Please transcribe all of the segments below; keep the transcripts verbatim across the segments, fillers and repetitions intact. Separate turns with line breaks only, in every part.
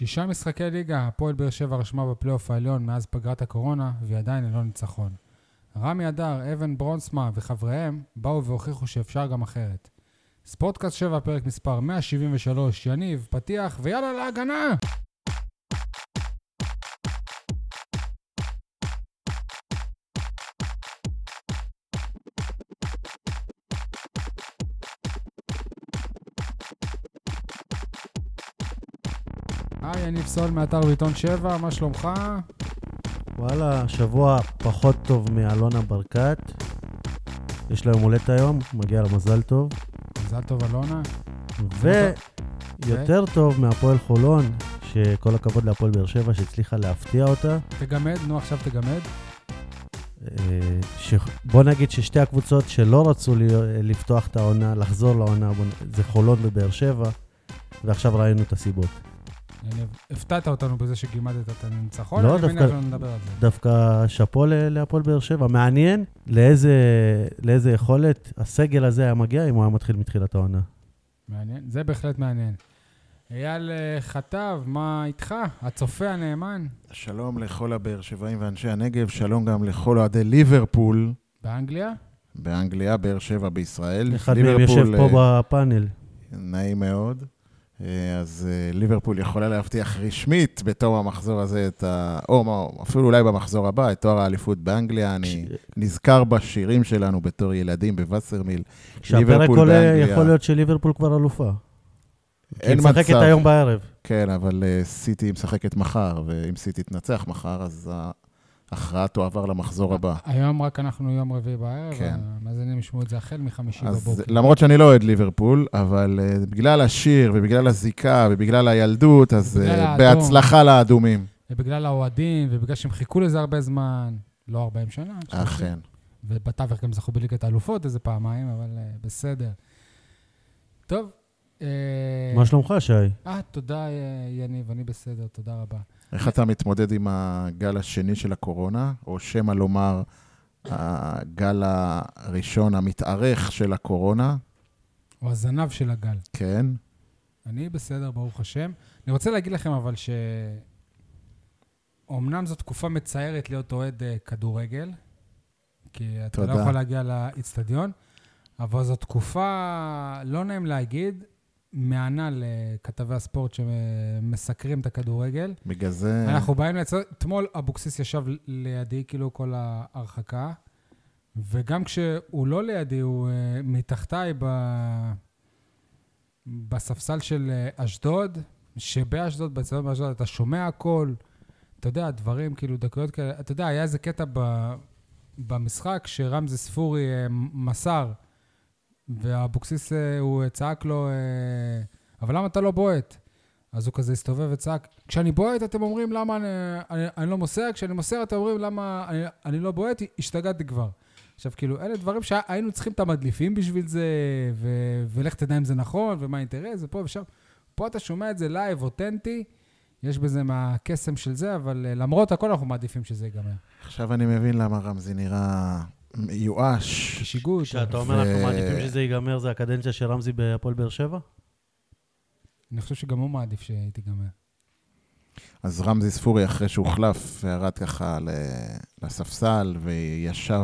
שישה משחקי ליגה, הפועל באר שבע רשמה בפלייאוף העליון מאז פגרת הקורונה, והיא עדיין ללא ניצחון. רמי אדר, אבן ברונסמה וחבריהם באו והוכיחו שאפשר גם אחרת. ספורטקאסט שבע, פרק מספר מאה שבעים ושלוש, יניב, פתיח ויאללה להגנה! היי, יניב סול מאתר ועיתון שבע, מה שלומך?
וואלה, שבוע פחות טוב מאלונה ברקת. יש לה יום הולדת היום, מגיע לה מזל טוב.
מזל טוב אלונה.
ויותר טוב מהפועל חולון, שכל הכבוד להפועל באר שבע שהצליחה להפתיע אותה.
תגמד, נו עכשיו תגמד.
ש... בוא נגיד ששתי הקבוצות שלא רצו לפתוח את העונה, לחזור לעונה, זה חולון ובאר שבע, ועכשיו ראינו את הסיבות.
הפתעת אותנו בזה שגימדת את הניצחון,
לא,
אני מניח שלא נדבר על זה.
דווקא שפו להפועל באר שבע. מעניין לאיזה, לאיזה יכולת הסגל הזה היה מגיע אם הוא היה מתחיל מתחילת העונה.
מעניין, זה בהחלט מעניין. אייל חטב, מה איתך? הצופה הנאמן.
שלום לכל הבאר שבעים ואנשי הנגב, שלום גם לכל אוהדי ליברפול.
באנגליה?
באנגליה, באר שבע בישראל.
אחד מהם יושב פה בפאנל.
נעים מאוד. אז ליברפול יכולה להבטיח רשמית בתום המחזור הזה, את ה... או אפילו אולי במחזור הבא, את תואר האליפות באנגליה. אני נזכר בשירים שלנו בתור ילדים בווסרמיל.
כשהפרק עולה, יכול להיות שליברפול כבר אלופה. היא משחקת היום בערב.
כן, אבל סיטי משחקת מחר, ואם סיטי תנצח מחר, אז ההכרעה תועבר למחזור הבא.
היום רק אנחנו יום רביעי בערב, המאזינים ישמעו את זה החל מחמישי בבוקר.
למרות שאני לא אוהד ליברפול, אבל בגלל השיר ובגלל הזיקה ובגלל הילדות, אז בהצלחה לאדומים.
ובגלל האוהדים, ובגלל שהם חיכו לזה הרבה זמן, לא ארבעים שנה.
אכן.
ובתווך גם זכו בליגת האלופות איזה פעמיים, אבל בסדר. טוב.
מה שלומך, שי?
אה, תודה יניב, אני בסדר, תודה רבה.
איך אתה מתמודד עם הגל השני של הקורונה, או שמה לומר הגל הראשון המתארך של הקורונה?
או הזנב של הגל.
כן.
אני בסדר, ברוך השם. אני רוצה להגיד לכם אבל ש... אמנם זו תקופה מצערת להיות אוהד כדורגל, כי אתה לא יכול להגיע לאצטדיון, אבל זו תקופה, לא נעים להגיד, מענה לכתבי הספורט שמסקרים את הכדורגל.
בגלל זה...
אנחנו באים לצד... אתמול אבוקסיס ישב לידי, כאילו כל ההרחקה, וגם כשהוא לא לידי, הוא מתחתיי ב... בספסל של אשדוד, שבאשדוד, בצדות באשדוד, אתה שומע הכל, אתה יודע, דברים, כאילו, דקויות כאלה, אתה יודע, היה איזה קטע ב... במשחק שרמזי ספורי מסר, והאבוקסיס הוא צעק לו, אבל למה אתה לא בועט? אז הוא כזה הסתובב וצעק, כשאני בועט אתם אומרים למה אני, אני, אני לא מוסר, כשאני מוסר אתם אומרים למה אני, אני לא בועט, השתגעתי כבר. עכשיו כאילו, אלה דברים שהיינו צריכים את המדליפים בשביל זה, ו, ולך תדע אם זה נכון, ומה האינטרס, ופה ושם. פה אתה שומע את זה לייב, אותנטי, יש בזה מהקסם של זה, אבל למרות הכל אנחנו מעדיפים שזה ייגמר.
עכשיו אני מבין למה רמזי נראה... יואש.
כשיגות.
כשאתה אומר, אנחנו מעדיפים שזה ייגמר, זה הקדנציה של רמזי בהפועל באר שבע?
אני חושב שגם הוא מעדיף שהיא תיגמר.
אז רמזי ספורי, אחרי שהוא חלף, ירד ככה לספסל, וישב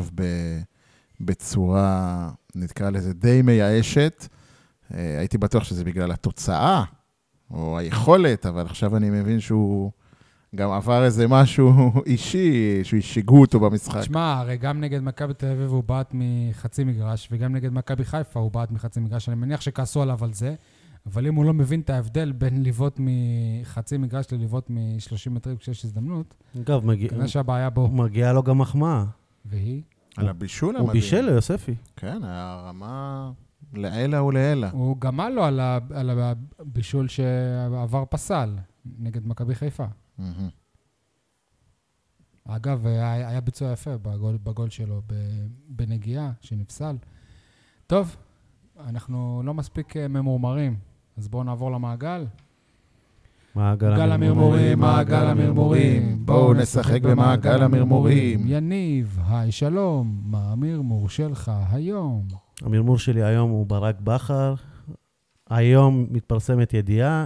בצורה, נתקרא לזה, די מייאשת. הייתי בטוח שזה בגלל התוצאה, או היכולת, אבל עכשיו אני מבין שהוא... גם עבר איזה משהו אישי, שיגעו אותו במשחק.
תשמע, הרי גם נגד מכבי תל אביב הוא בעט מחצי מגרש, וגם נגד מכבי חיפה הוא בעט מחצי מגרש. אני מניח שכעסו עליו על זה, אבל אם הוא לא מבין את ההבדל בין ליוות מחצי מגרש לליוות מ-שלושים מטרים כשיש הזדמנות,
אגב, מגיע,
כנראה שהבעיה בו.
מגיע לו גם מחמאה.
והיא?
על הבישול
המדהים. הוא בישל לו, יוספי.
כן, הרמה לעילה ולעילה.
הוא גמל לו על, ה... על הבישול שעבר פסל נגד מכבי חיפה. אגב, היה, היה ביצוע יפה בגול, בגול שלו, בנגיעה שנפסל. טוב, אנחנו לא מספיק ממורמרים, אז בואו נעבור למעגל.
מעגל
המרמורים, מעגל המרמורים,
בואו נשחק במעגל המרמורים.
יניב, היי שלום, מה המרמור שלך היום?
המרמור שלי היום הוא ברק בכר. היום מתפרסמת ידיעה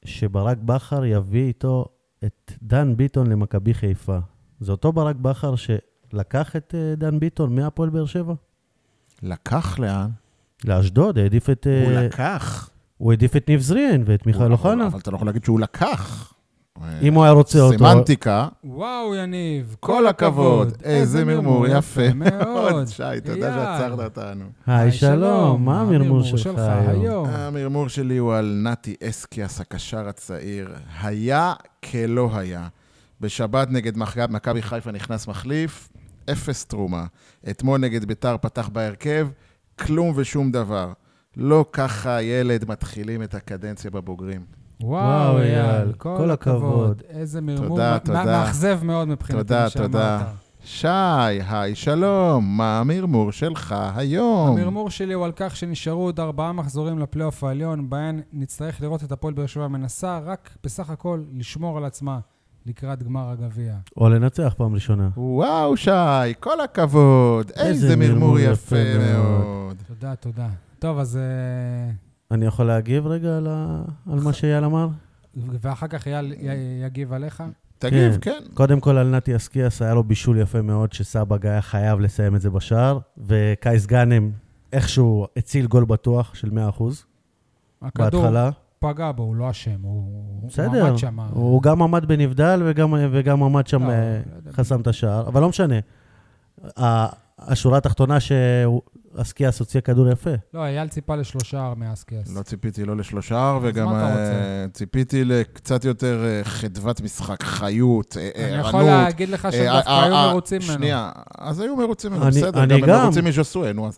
שברק בכר יביא איתו את דן ביטון למכבי חיפה. זה אותו ברק בכר שלקח את דן ביטון מהפועל באר שבע?
לקח לאן?
לאשדוד, העדיף את...
הוא לקח.
הוא העדיף את ניב זריאן ואת מיכאל אוחנה.
אבל אתה לא יכול להגיד שהוא לקח.
אם הוא היה רוצה אותו...
סמנטיקה.
וואו, יניב,
כל הכבוד. איזה מרמור יפה
מאוד.
שי, תודה שעצרת אותנו.
היי, שלום, מה המרמור שלך היום?
המרמור שלי הוא על נתי אסקיאס, הקשר הצעיר. היה כלא היה. בשבת נגד מכבי חיפה נכנס מחליף, אפס תרומה. אתמול נגד ביתר פתח בהרכב, כלום ושום דבר. לא ככה ילד מתחילים את הקדנציה בבוגרים.
וואו, אייל, כל הכבוד. איזה מרמור.
תודה, תודה.
מאכזב מאוד מבחינתי.
תודה, תודה. שי, היי, שלום. מה המרמור שלך היום?
המרמור שלי הוא על כך שנשארו עוד ארבעה מחזורים לפלייאוף העליון, בהן נצטרך לראות את הפועל באר שבע מנסה רק בסך הכל לשמור על עצמה לקראת גמר הגביע.
או לנצח פעם ראשונה.
וואו, שי, כל הכבוד. איזה מרמור יפה מאוד.
תודה, תודה. טוב, אז...
אני יכול להגיב רגע על, ה... על מה שאייל אמר?
ואחר כך אייל יגיב עליך?
תגיב, כן.
כן. קודם כל על נתי אסקיאס, היה לו בישול יפה מאוד, שסבג היה חייב לסיים את זה בשער, וקייס גאנם איכשהו הציל גול בטוח של מאה אחוז.
הכדור פגע בו, הוא לא אשם, הוא,
בסדר.
הוא עמד שם.
הוא גם עמד בנבדל וגם, וגם עמד שם, לא, חסם את השער, אבל לא משנה. השורה התחתונה שאסקיאס הוציא כדור יפה.
לא, אייל ציפה לשלושה מאסקיאס.
לא ציפיתי לא לשלושה, וגם ציפיתי לקצת יותר חדוות משחק, חיות,
אני יכול להגיד לך שדווקא היו מרוצים ממנו.
שנייה, אז היו מרוצים ממנו, בסדר, גם הם מרוצים מז'וסוי, נו אז.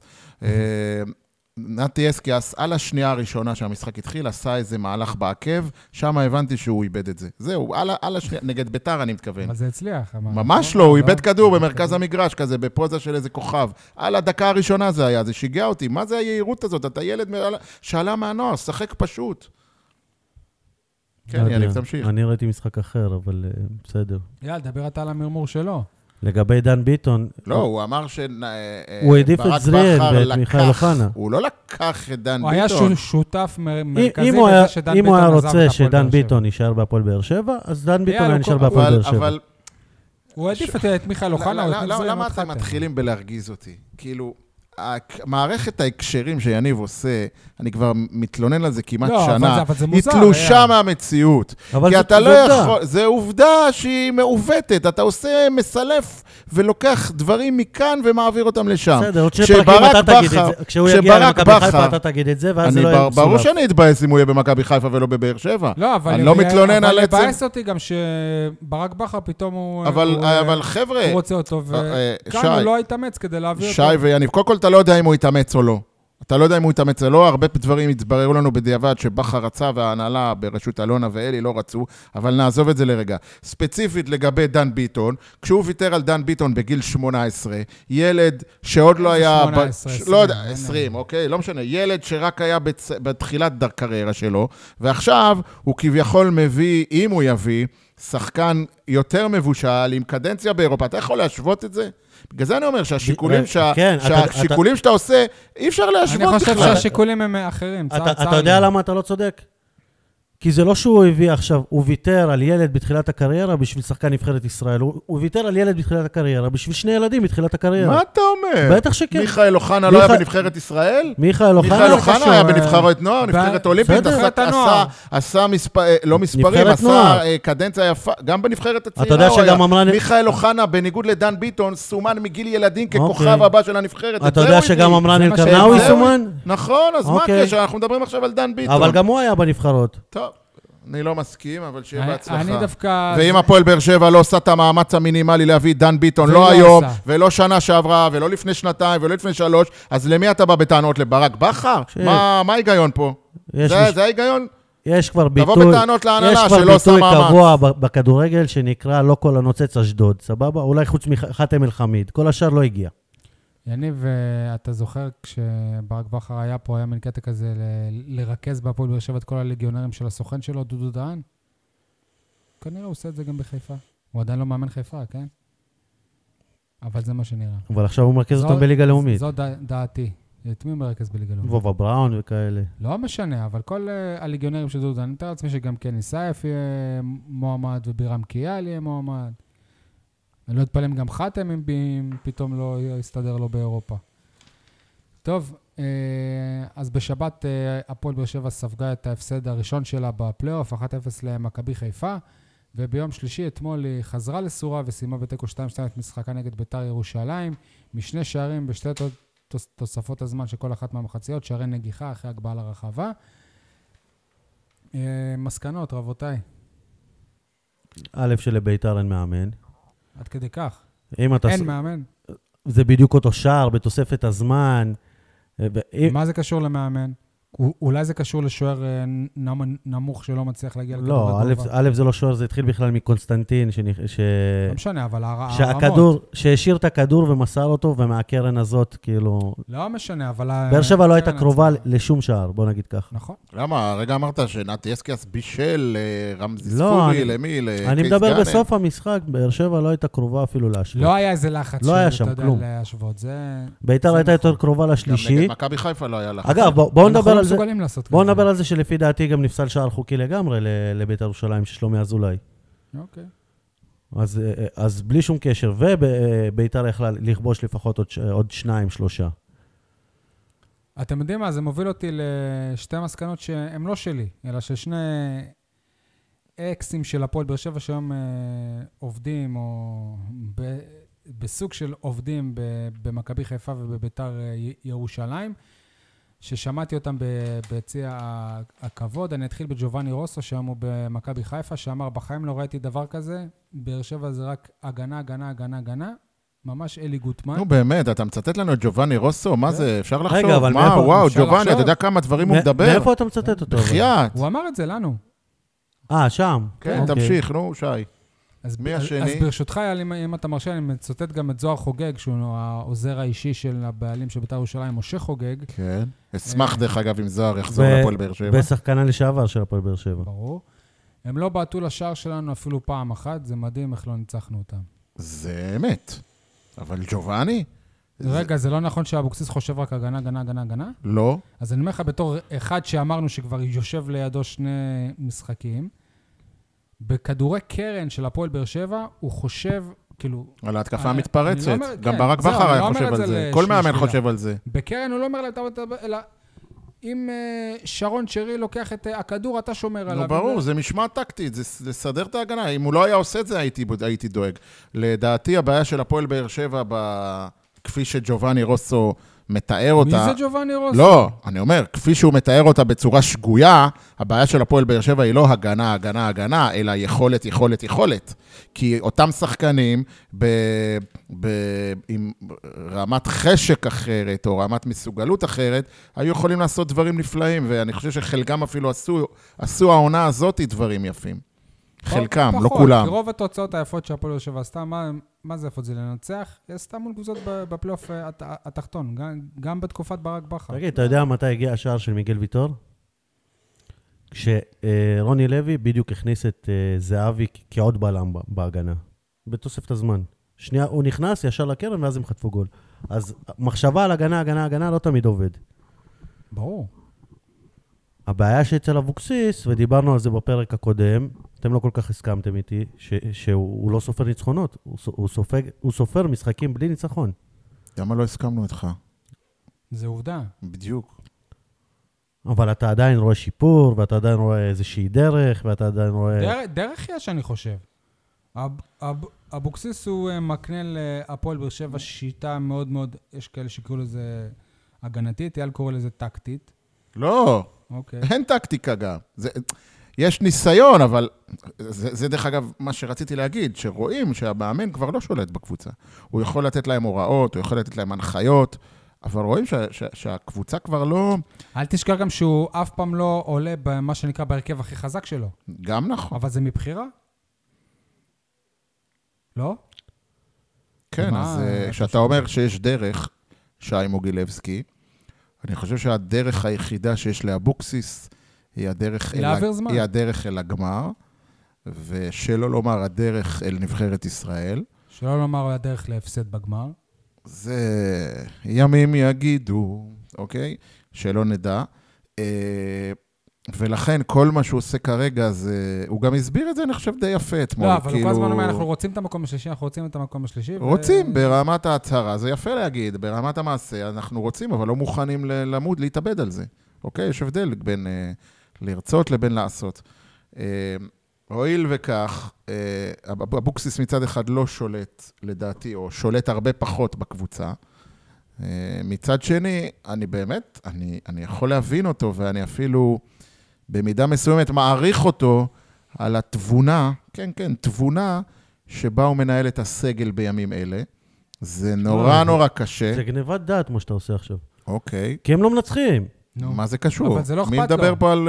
נתי אסקיאס, על השנייה הראשונה שהמשחק התחיל, עשה איזה מהלך בעקב, שם הבנתי שהוא איבד את זה. זהו, על, על השנייה, נגד ביתר אני מתכוון.
אבל זה הצליח.
ממש לא, הוא איבד כדור במרכז המגרש, כזה בפוזה של איזה כוכב. על הדקה הראשונה זה היה, זה שיגע אותי. מה זה היעירות הזאת? אתה ילד שעלה מהנוער, שחק פשוט. כן, יניב, תמשיך.
אני ראיתי משחק אחר, אבל בסדר.
יאללה, דבר אתה על המרמור שלו.
לגבי דן ביטון...
לא, הוא אמר ש...
הוא העדיף את זריאן ואת מיכאל אוחנה.
הוא לא לקח את דן ביטון.
הוא היה שותף מרכזי בזה שדן ביטון עזב את הפועל באר שבע.
אם הוא היה רוצה שדן ביטון יישאר בהפועל באר שבע, אז דן ביטון היה נשאר בהפועל באר שבע.
הוא העדיף את מיכאל אוחנה.
למה אתם מתחילים בלהרגיז אותי? כאילו... מערכת ההקשרים שיניב עושה, אני כבר מתלונן על זה כמעט שנה, היא תלושה מהמציאות. כי אתה לא יכול, זה עובדה שהיא מעוותת, אתה עושה מסלף ולוקח דברים מכאן ומעביר אותם לשם.
בסדר, עוד שני פרקים אתה תגיד את זה, כשהוא יגיע למכבי חיפה אתה תגיד את זה, ואז זה לא יהיה מסולף.
ברור שאני אתבאס אם הוא יהיה במכבי חיפה ולא בבאר שבע.
לא, אבל
אני לא מתלונן על עצם.
אבל לבאס אותי גם שברק בכר פתאום הוא רוצה אותו, וכאן הוא לא התאמץ כדי להעביר אותו.
שי ויניב, קודם כל אתה לא יודע אם הוא יתאמץ או לא. אתה לא יודע אם הוא יתאמץ או לא, הרבה דברים התבררו לנו בדיעבד שבכר רצה וההנהלה בראשות אלונה ואלי לא רצו, אבל נעזוב את זה לרגע. ספציפית לגבי דן ביטון, כשהוא ויתר על דן ביטון בגיל שמונה עשרה, ילד שעוד לא היה...
שמונה עשרה,
לא יודע, עשרים, אוקיי? לא משנה. ילד שרק היה בתחילת קריירה שלו, ועכשיו הוא כביכול מביא, אם הוא יביא, שחקן יותר מבושל עם קדנציה באירופה. אתה יכול להשוות את זה? בגלל זה אני אומר שהשיקולים שאתה עושה, אי אפשר להשוות בכלל.
אני חושב שהשיקולים הם אחרים.
אתה יודע למה אתה לא צודק? כי זה לא שהוא הביא עכשיו, הוא ויתר על ילד בתחילת הקריירה בשביל שחקן נבחרת ישראל. הוא ויתר על ילד בתחילת הקריירה בשביל שני ילדים בתחילת הקריירה.
מה אתה אומר?
בטח שכן.
מיכאל אוחנה לא היה בנבחרת ישראל?
מיכאל
אוחנה היה בנבחרת נוער, נבחרת אולימפית, עשה לא מספרים, עשה קדנציה יפה, גם בנבחרת הצעירה. מיכאל אוחנה, בניגוד לדן ביטון, סומן מגיל ילדים ככוכב הבא של הנבחרת.
אתה יודע שגם אמרן אלקרנאווי סומן?
נכון, אז מה הקשר? אנחנו מדברים עכשיו על דן ביטון.
אבל גם הוא היה בנבחרות.
טוב, אני לא מסכים, אבל שיהיה בהצלחה.
אני דווקא...
ואם הפועל באר שבע לא עושה את המאמץ המינימלי להביא דן ביטון, לא היום, ולא שנה שעברה, ולא לפני שנתיים, ולא לפני שלוש, אז למי אתה בא בטענות? לברק בכר? מה ההיגיון פה? זה ההיגיון?
יש כבר ביטוי...
תבוא בטענות להנהלה שלא עושה מאמץ.
יש כבר ביטוי קבוע בכדורגל שנקרא לא כל הנוצץ אשדוד, סבבה? אולי חוץ מחתם אל חמיד. כל השאר לא הגיע.
יניב, אתה זוכר כשברק בכר היה פה, היה מין קטע כזה ל- לרכז בהפועל באר שבע את כל הלגיונרים של הסוכן שלו, דודו דהן? כנראה הוא עושה את זה גם בחיפה. הוא עדיין לא מאמן חיפה, כן? אבל זה מה שנראה.
אבל עכשיו הוא מרכז אותם בליגה לאומית.
זו דעתי. את מי מרכז בליגה לאומית?
וובה בראון וכאלה.
לא משנה, אבל כל uh, הליגיונרים של דודו, אני מתאר לעצמי שגם קני סייף יהיה מועמד, ובירם קיאל יהיה מועמד. אני לא אתפלא גם חתם אם, אם פתאום לא יסתדר לו באירופה. טוב, uh, אז בשבת uh, הפועל באר שבע ספגה את ההפסד הראשון שלה בפלייאוף, אחת אפס למכבי חיפה, וביום שלישי אתמול היא חזרה לסורה וסיימה בתיקו שתיים שתיים את משחקה נגד בית"ר ירושלים, משני שערים בשתי תוספות הזמן של כל אחת מהמחציות, שערי נגיחה אחרי הגבהה לרחבה. מסקנות, רבותיי.
א' שלבית"ר אין מאמן.
עד כדי כך.
אם אתה...
אין מאמן.
זה בדיוק אותו שער, בתוספת הזמן.
מה זה קשור למאמן? אולי זה קשור לשוער נמוך שלא מצליח להגיע לכדור
לא, א' זה לא שוער, זה התחיל בכלל מקונסטנטין,
לא משנה, אבל
הרמות. שהשאיר את הכדור ומסר אותו, ומהקרן הזאת, כאילו...
לא משנה, אבל...
באר שבע לא הייתה קרובה לשום שער, בוא נגיד כך.
נכון.
למה? הרגע אמרת שנתי אסקיאס בישל רמזי ספורי, למי?
אני מדבר בסוף המשחק, באר שבע לא הייתה קרובה אפילו להשוות.
לא היה איזה לחץ
לא היה שם כלום. בית"ר הייתה יותר קרובה לשלישי.
גם נגד מכבי חיפה לא היה לחץ.
אגב, בואו נדבר על זה. בואו
כזה.
נדבר על זה שלפי דעתי גם נפסל שער חוקי לגמרי לבית"ר ירושלים של שלומי אזולאי.
אוקיי.
אז, אז בלי שום קשר, ובית"ר יכלה לכבוש לפחות עוד, עוד שניים, שלושה.
אתם יודעים מה, זה מוביל אותי לשתי מסקנות שהן לא שלי, אלא של שני אקסים של הפועל באר שבע שהיום אה, עובדים, או ב, בסוג של עובדים במכבי חיפה ובבית"ר ירושלים, ששמעתי אותם ביציע הכבוד. אני אתחיל בג'ובאני רוסו, שהיום הוא במכבי חיפה, שאמר, בחיים לא ראיתי דבר כזה, באר שבע זה רק הגנה, הגנה, הגנה, הגנה, ממש אלי גוטמן.
נו באמת, אתה מצטט לנו את ג'ובאני רוסו, מה זה, אפשר לחשוב?
רגע, אבל
מה,
מאיפה?
וואו, ג'ובאני, אתה יודע כמה דברים הוא מדבר?
מאיפה אתה מצטט אותו?
בחייאת.
הוא אמר את זה לנו.
אה, שם.
כן, תמשיך, נו, שי.
אז,
מי
אז,
השני?
אז ברשותך, אם, אם אתה מרשה, אני מצטט גם את זוהר חוגג, שהוא העוזר האישי של הבעלים של בית"ר ירושלים, משה חוגג.
כן. אשמח דרך אגב אם זוהר יחזור לפועל באר שבע.
בשחקנה לשעבר של הפועל באר שבע.
ברור. הם לא בעטו לשער שלנו אפילו פעם אחת, זה מדהים איך לא ניצחנו אותם.
זה אמת. אבל ג'ובאני?
רגע, זה לא נכון שאבוקסיס חושב רק הגנה, הגנה, הגנה, הגנה?
לא.
אז אני אומר לך, בתור אחד שאמרנו שכבר יושב לידו שני משחקים, בכדורי קרן של הפועל באר שבע, הוא חושב, כאילו...
על ההתקפה המתפרצת.
לא אומר,
גם
כן,
ברק
זהו,
בכר היה
לא
חושב על
זה
זה. כל מאמן
שלילה.
חושב על זה.
בקרן הוא לא אומר, אלא אם שרון שרי לוקח את הכדור, אתה שומר עליו.
לא ברור, זה משמעת טקטית, זה לסדר את ההגנה. אם הוא לא היה עושה את זה, הייתי, הייתי דואג. לדעתי, הבעיה של הפועל באר שבע, ב... כפי שג'ובאני רוסו מתאר אותה...
מי זה ג'ובאני רוסו?
לא, אני אומר, כפי שהוא מתאר אותה בצורה שגויה, הבעיה של הפועל באר שבע היא לא הגנה, הגנה, הגנה, אלא יכולת, יכולת, יכולת. כי אותם שחקנים ב... ב... עם רמת חשק אחרת, או רמת מסוגלות אחרת, היו יכולים לעשות דברים נפלאים, ואני חושב שחלקם אפילו עשו, עשו העונה הזאת דברים יפים. חלקם, לא כולם.
כי רוב התוצאות היפות שהפועל באר שבע עשתה, מה, מה זה יפות? זה לנצח? היא עשתה מול קבוצות בפלייאוף התחתון, גם, גם בתקופת ברק בכר.
תגיד, אתה יודע מתי הגיע השער של מיגל ויטור? כשרוני לוי בדיוק הכניס את זהבי כעוד בלם בהגנה, בתוספת הזמן. שנייה, הוא נכנס ישר לקרן ואז הם חטפו גול. אז מחשבה על הגנה, הגנה, הגנה לא תמיד עובד.
ברור.
הבעיה שאצל אבוקסיס, ודיברנו על זה בפרק הקודם, אתם לא כל כך הסכמתם איתי, ש- שהוא לא סופר ניצחונות, הוא, הוא, סופג, הוא סופר משחקים בלי ניצחון.
למה לא הסכמנו איתך?
זה עובדה.
בדיוק.
אבל אתה עדיין רואה שיפור, ואתה עדיין רואה איזושהי דרך, ואתה עדיין רואה...
דרך, דרך יש, אני חושב. אב, אב, אבוקסיס הוא מקנה להפועל באר שבע שיטה מאוד מאוד, יש כאלה שקראו לזה הגנתית, אייל קורא לזה טקטית.
לא.
אוקיי.
אין טקטיקה גם. זה, יש ניסיון, אבל זה, זה דרך אגב מה שרציתי להגיד, שרואים שהמאמן כבר לא שולט בקבוצה. הוא יכול לתת להם הוראות, הוא יכול לתת להם הנחיות, אבל רואים ש, ש, שהקבוצה כבר לא...
אל תשכח גם שהוא אף פעם לא עולה במה שנקרא בהרכב הכי חזק שלו.
גם נכון.
אבל זה מבחירה? לא?
כן, אז כשאתה אומר שיש דרך, שי מוגילבסקי, אני חושב שהדרך היחידה שיש לאבוקסיס היא הדרך, אל, היא הדרך אל הגמר, ושלא לומר הדרך אל נבחרת ישראל.
שלא לומר הדרך להפסד בגמר.
זה ימים יגידו, אוקיי? שלא נדע. ולכן כל מה שהוא עושה כרגע, זה... הוא גם הסביר את זה, אני חושב, די יפה אתמול.
לא, אבל כאילו... כל הזמן אומר, אנחנו רוצים את המקום השלישי, אנחנו רוצים את המקום השלישי.
רוצים, ו... ברמת ההצהרה, זה יפה להגיד, ברמת המעשה, אנחנו רוצים, אבל לא מוכנים למוד, להתאבד על זה. אוקיי? יש הבדל בין uh, לרצות לבין לעשות. Uh, הועיל וכך, uh, אבוקסיס מצד אחד לא שולט, לדעתי, או שולט הרבה פחות בקבוצה. Uh, מצד שני, אני באמת, אני, אני יכול להבין אותו, ואני אפילו... במידה מסוימת מעריך אותו על התבונה, כן, כן, תבונה שבה הוא מנהל את הסגל בימים אלה. זה נורא נורא קשה.
זה גניבת דעת, כמו שאתה עושה עכשיו.
אוקיי.
כי הם לא מנצחים.
מה זה קשור?
אבל זה לא אכפת לו.
מי מדבר פה על...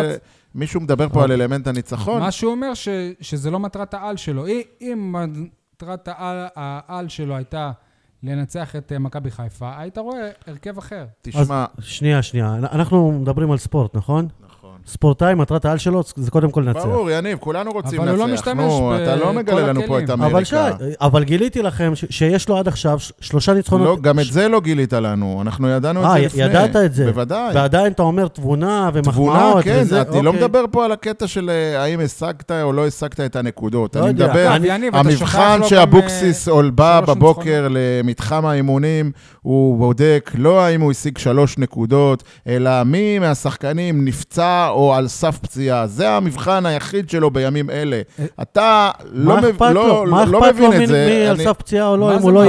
מישהו מדבר פה על אלמנט הניצחון?
מה שהוא אומר שזה לא מטרת העל שלו. אם מטרת העל שלו הייתה לנצח את מכבי חיפה, היית רואה הרכב אחר.
תשמע...
שנייה, שנייה. אנחנו מדברים על ספורט, נכון? ספורטאי, מטרת העל שלו, זה קודם כל לנצח.
ברור, יניב, כולנו רוצים
לנצח. אבל הוא לא משתמש בכל הכלים.
אתה לא מגלה לנו פה את אמריקה.
אבל שי, אבל גיליתי לכם שיש לו עד עכשיו שלושה ניצחונות.
לא, גם את זה לא גילית לנו. אנחנו ידענו את זה לפני.
אה, ידעת את זה.
בוודאי.
ועדיין אתה אומר תבונה ומחמאות.
תבונה, כן. אני לא מדבר פה על הקטע של האם השגת או לא השגת את הנקודות. אני מדבר, המבחן שאבוקסיס בא בבוקר למתחם האימונים, הוא בודק לא האם הוא השיג שלוש נקודות, אלא מי מהשחקנים נפצע או על סף פציעה. זה המבחן היחיד שלו בימים אלה. אתה לא מבין את זה.
מה אכפת לו מי על סף פציעה או לא, אם הוא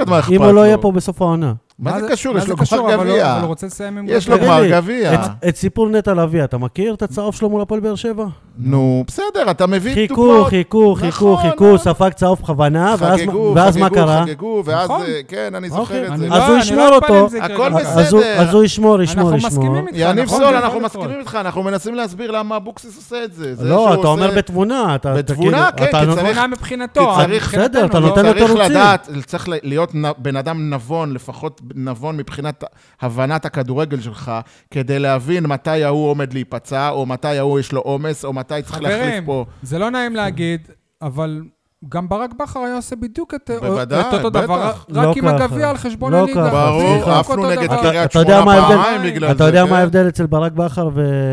לא יהיה פה בסוף העונה?
מה זה קשור? יש לו גמר גביע.
אבל הוא רוצה לסיים עם...
יש לו גמר גביע.
את סיפור נטע לביא, אתה מכיר את הצהוב שלו מול הפועל באר שבע?
נו, בסדר, אתה מביא
חיכו, חיכו, חיכו, חיכו, ספק צהוב בכוונה, ואז מה קרה?
חגגו, ואז, כן, אני זוכר את זה.
אז הוא ישמור אותו.
הכל בסדר.
אז הוא ישמור, ישמור, ישמור.
יניב סול, אנחנו מסכימים איתך, אנחנו מנסים להסביר למה אבוקסיס עושה את זה.
לא, אתה אומר בתבונה.
בתבונה, כן, כי צריך...
מבחינתו.
בסדר, אתה נותן אותו רוצים.
צריך להיות בן אדם נבון, לפחות נבון מבחינת הבנת הכדורגל שלך, כדי להבין מתי ההוא עומד להיפצע, או מתי ההוא יש לו עומס, או מתי צריך להחליף פה.
זה לא נעים להגיד, אבל גם ברק בכר היה עושה בדיוק את
בטח.
אותו דבר, רק עם הגביע על חשבון הליגה.
ברור, עפנו נגד קריית
אתה
שמונה פעמיים בגלל זה.
אתה יודע מה ההבדל אצל ברק בכר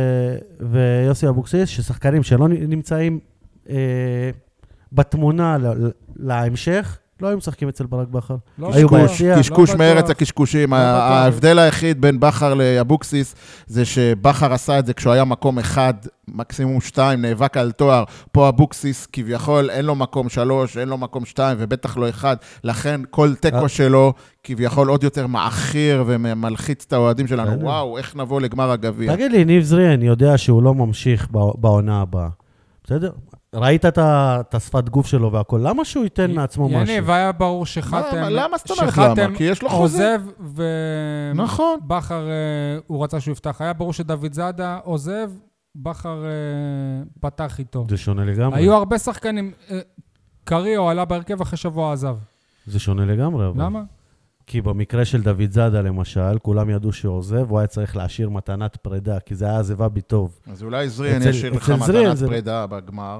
ויוסי אבוקסיס, ששחקנים שלא נמצאים בתמונה להמשך, לא היו משחקים אצל ברק בכר.
קשקוש מארץ הקשקושים. ההבדל היחיד בין בכר לאבוקסיס, זה שבכר עשה את זה כשהוא היה מקום אחד, מקסימום שתיים, נאבק על תואר. פה אבוקסיס כביכול אין לו מקום שלוש, אין לו מקום שתיים, ובטח לא אחד. לכן כל טקו שלו כביכול עוד יותר מעכיר ומלחיץ את האוהדים שלנו. וואו, איך נבוא לגמר הגביע.
תגיד לי, ניב זריאן יודע שהוא לא ממשיך בעונה הבאה. בסדר? ראית את השפת גוף שלו והכל, למה שהוא ייתן מעצמו משהו?
יניב, היה ברור שחתם...
למה זאת אומרת למה? כי יש לו חוזה.
עוזב,
נכון.
ובכר, הוא רצה שהוא יפתח. היה ברור שדוד זאדה עוזב, בכר פתח איתו.
זה שונה לגמרי.
היו הרבה שחקנים, קריו עלה בהרכב אחרי שבוע עזב.
זה שונה לגמרי.
למה?
כי במקרה של דוד זאדה למשל, כולם ידעו שהוא עוזב, הוא היה צריך להשאיר מתנת פרידה, כי זה היה עזיבה ביטוב.
אז אולי זריאן ישאיר לך מתנת פרידה בגמר.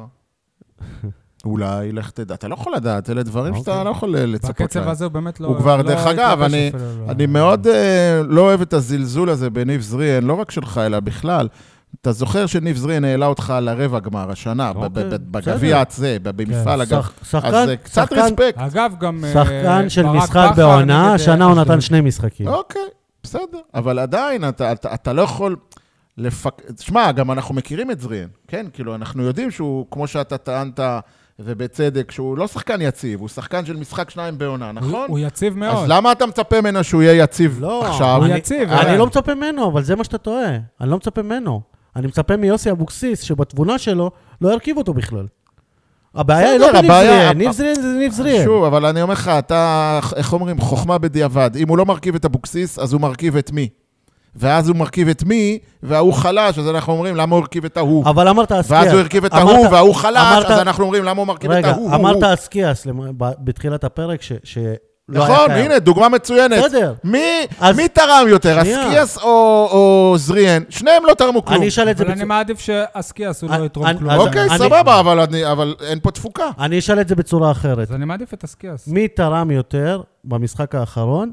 אולי, לך תדע. אתה לא יכול לדעת, אלה דברים שאתה לא יכול לצפות להם.
בקצב הזה הוא באמת לא...
הוא כבר, דרך אגב, אני מאוד לא אוהב את הזלזול הזה בניב זריאן, לא רק שלך, אלא בכלל. אתה זוכר שניב זריאן העלה אותך לרבע גמר השנה, בגביע הזה, במפעל הגב. אז קצת רספקט.
אגב, גם...
שחקן של משחק בעונה, השנה הוא נתן שני משחקים.
אוקיי, בסדר. אבל עדיין, אתה לא יכול... תשמע, גם אנחנו מכירים את זריאן, כן? כאילו, אנחנו יודעים שהוא, כמו שאתה טענת, ובצדק, שהוא לא שחקן יציב, הוא שחקן של משחק שניים בעונה, נכון?
הוא יציב מאוד.
אז למה אתה מצפה ממנו שהוא יהיה יציב עכשיו?
הוא יציב.
אני לא מצפה ממנו, אבל זה מה שאתה טועה. אני לא מצפה ממנו. אני מצפה מיוסי אבוקסיס, שבתבונה שלו לא ירכיב אותו בכלל. הבעיה היא לא בניב זריאן, ניב זריאן זה ניב זריאן.
שוב, אבל אני אומר לך, אתה, איך אומרים, חוכמה בדיעבד. אם הוא לא מרכיב את אבוקסיס, אז הוא מרכיב את מי? ואז הוא מרכיב את מי, והוא חלש, אז אנחנו אומרים, למה הוא מרכיב את ההוא?
אבל אמרת אסקיאס.
ואז הוא הרכיב את ההוא, והוא חלש, אז אנחנו אומרים, למה הוא מרכיב את ההוא?
רגע, אמרת אסקיאס בתחילת הפרק, ש...
נכון, הנה, דוגמה מצוינת.
בסדר.
מי תרם יותר, אסקיאס או זריאן? שניהם לא תרמו כלום.
אני אשאל את זה...
אבל אני מעדיף שאסקיאס הוא לא יתרום כלום.
אוקיי, סבבה, אבל אין פה תפוקה.
אני אשאל את זה בצורה אחרת.
אז אני מעדיף את אסקיאס.
מי תרם יותר במשחק האחרון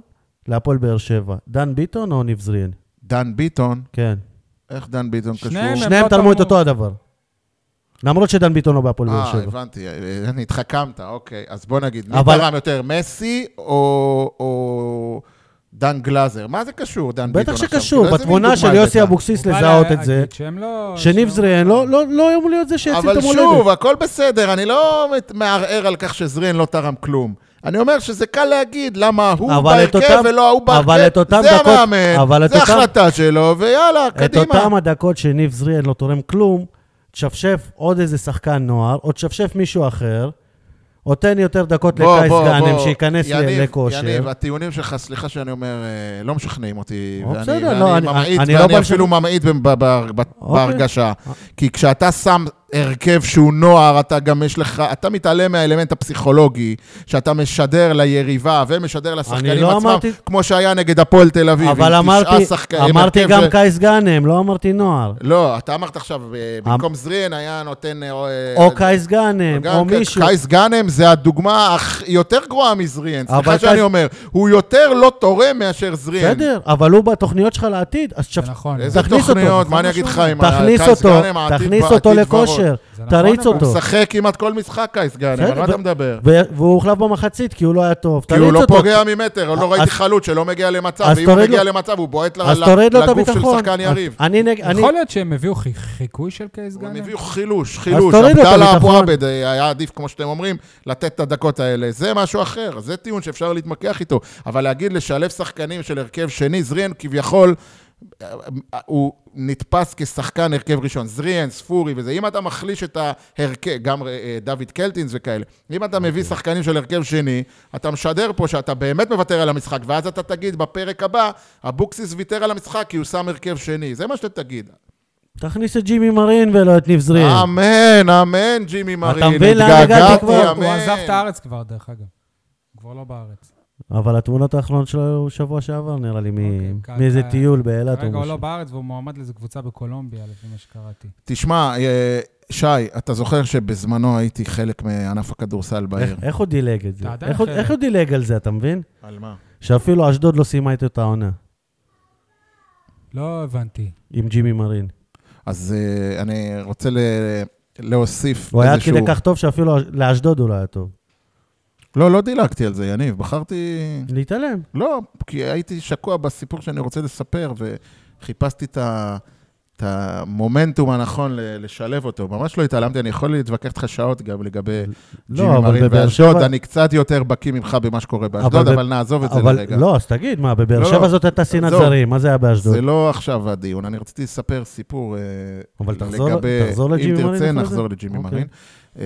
להפועל באר שבע? דן ביטון או ניב זריאן?
דן ביטון,
כן.
איך דן ביטון קשור?
שניהם הם
שניהם
לא
תרמו את
תרמו.
אותו הדבר. למרות שדן ביטון לא בהפועל באר
אה,
שבע.
הבנתי, אני התחכמת, אוקיי. אז בוא נגיד, מי
אבל-
תרם יותר, מסי או או דן גלאזר? מה זה קשור, דן ביטון
בטח
עכשיו?
שקשור,
כאילו, איזה
בתמונה
מין
של
דוגמה
יוסי
הבאת?
אבוקסיס
הוא בא
לזהות את
להגיד
זה,
שהם לא...
שניב
שהם-
זריאן לא- לא לא אמור להיות זה שיציל את
אבל
המולדת.
שוב, הכל בסדר, אני לא מת- מערער על כך שזריאן לא תרם כלום. אני אומר שזה קל להגיד למה הוא
אבל את
בהרכב
אותם-
ולא ההוא
אבל את
בהרכב.
אותם
זה
דקות-
המאמן,
אבל את
זה
אותם-
החלטה שלו, ויאללה,
את
קדימה.
אותם הדקות שניב זריאן לא תורם כלום, תשפשף עוד איזה שחקן נוער, או תשפשף מישהו אחר, או תן יותר דקות
בוא,
לקייס
בוא,
גאנם
בוא.
שייכנס ל-
יניב,
לכושר.
יניב, הטיעונים שלך, סליחה שאני אומר, אה, לא משכנעים אותי.
או,
ואני-
בסדר,
ואני
לא, אני-
ממעיט,
אני לא
ואני
בא
אפילו
לשכנע.
ממעיט ב- ב- ב- ב-
אוקיי.
בהרגשה. כי כשאתה שם הרכב שהוא נוער, אתה גם יש לך, אתה מתעלם מהאלמנט הפסיכולוגי, שאתה משדר ליריבה ומשדר לשחקנים
לא
עצמם,
אמרתי-
כמו שהיה נגד הפועל תל אביב.
אבל
עם תשעה
אמרתי,
שחק- עם
אמרתי
הרכב
גם
ש-
קייס גאנם, לא אמרתי נוער.
לא, אתה אמרת עכשיו, אה, במקום זריאן היה נותן... אה,
או קייס גאנם,
גם
או
כן,
מישהו.
קייס גאנם זה הדוגמה הכ- יותר גרועה מזריאן.
אבל
סליחה שאני
קייס-
אומר, הוא יותר לא תורם מאשר זריאן.
בסדר, אבל הוא בתוכניות שלך לעתיד, אז
זה
תשפ...
נכון.
איזה
תכניס אותו.
תוכניות, מה אני אגיד לך עם ה-
תכניס
קייס
אותו,
גאנם, העתיד
תכניס
ב-
אותו
עתיד
לכושר,
זה נכון,
תריץ
אבל-
אותו.
הוא משחק כמעט כל משחק קייס גאנם, על מה אתה מדבר?
ו- והוא הוחלף במחצית כי הוא לא היה טוב.
כי הוא
תריץ
לא
אותו.
פוגע ממטר, לא
אז-
ראיתי חלוץ שלא מגיע למצב,
אז
ואם הוא
תוריד
מגיע
לו-
למצב הוא בועט ל-
אז
ל-
תוריד לו את
לגוף של
הביטחון.
שחקן
אז
יריב.
אני נג... אני...
יכול להיות שהם הביאו חי- חיקוי של קייס
הם
גאנם?
הביאו חילוש, חילוש.
תוריד לו את
עבדאללה אבו
הביטחון.
עבד היה עדיף, כמו שאתם אומרים, לתת את הדקות האלה. זה משהו אחר, זה טיעון שאפשר להתמקח איתו. אבל להגיד, לשלב שחקנים של הרכב שני, זריאן כביכול, הוא נתפס כשחקן הרכב ראשון. זריאן, ספורי וזה. אם אתה מחליש את ההרכב, גם דוד קלטינס וכאלה, אם אתה מביא שחקנים של הרכב שני, אתה משדר פה שאתה באמת מוותר על המשחק, ואז אתה תגיד בפרק הבא, אבוקסיס ויתר על המשחק כי הוא שם הרכב שני. זה מה שאתה תגיד.
תכניס את ג'ימי מרין ולא את ניב זריאן.
אמן, אמן, ג'ימי מרין.
מבין לאן הגעתי
התגעגעתי,
כבר?
אמן.
הוא עזב את הארץ כבר, דרך אגב. הוא כבר לא בארץ.
אבל התמונות האחרונות שלו היו שבוע שעבר, נראה לי, מ-
אוקיי,
מאיזה
כ-
טיול באילת או
כרגע הוא
משהו.
לא בארץ והוא מועמד לאיזו קבוצה בקולומביה, לפי מה שקראתי.
תשמע, אה, שי, אתה זוכר שבזמנו הייתי חלק מענף הכדורסל בעיר.
איך- איך הוא דילג את זה?
אתה עדיין
איך הוא-
חלק.
איך הוא דילג על זה, אתה מבין?
על מה?
שאפילו אשדוד לא סיימה את אותה עונה,
לא הבנתי.
עם ג'ימי מרין.
אז אה, אני רוצה ל- להוסיף
הוא היה עד
איזשהו...
כדי כך טוב שאפילו לאשדוד הוא לא היה טוב.
לא, לא דילגתי על זה, יניב. בחרתי...
להתעלם.
לא, כי הייתי שקוע בסיפור שאני רוצה לספר, וחיפשתי את ה... את המומנטום הנכון ל- לשלב אותו. ממש לא התעלמתי, אני יכול להתווכח איתך שעות גם לגבי
לא,
ג'ימי
אבל
מרין
בבאר
באשדוד.
שבע-
אני קצת יותר בקיא ממך במה שקורה באשדוד,
ב-
אבל נעזוב את זה
אבל
לרגע.
לא, אז תגיד, מה, בבאר
לא,
שבע
לא.
זאת הייתה שנאת
זהו.
זרים, מה זה היה באשדוד?
זה לא עכשיו הדיון, אני רציתי לספר סיפור אה,
אבל תחזור-
לגבי...
תחזור לג'ימי מרין
אם תרצה,
אחרי זה.
נחזור לג'ימי
אוקיי.
מרין. אה,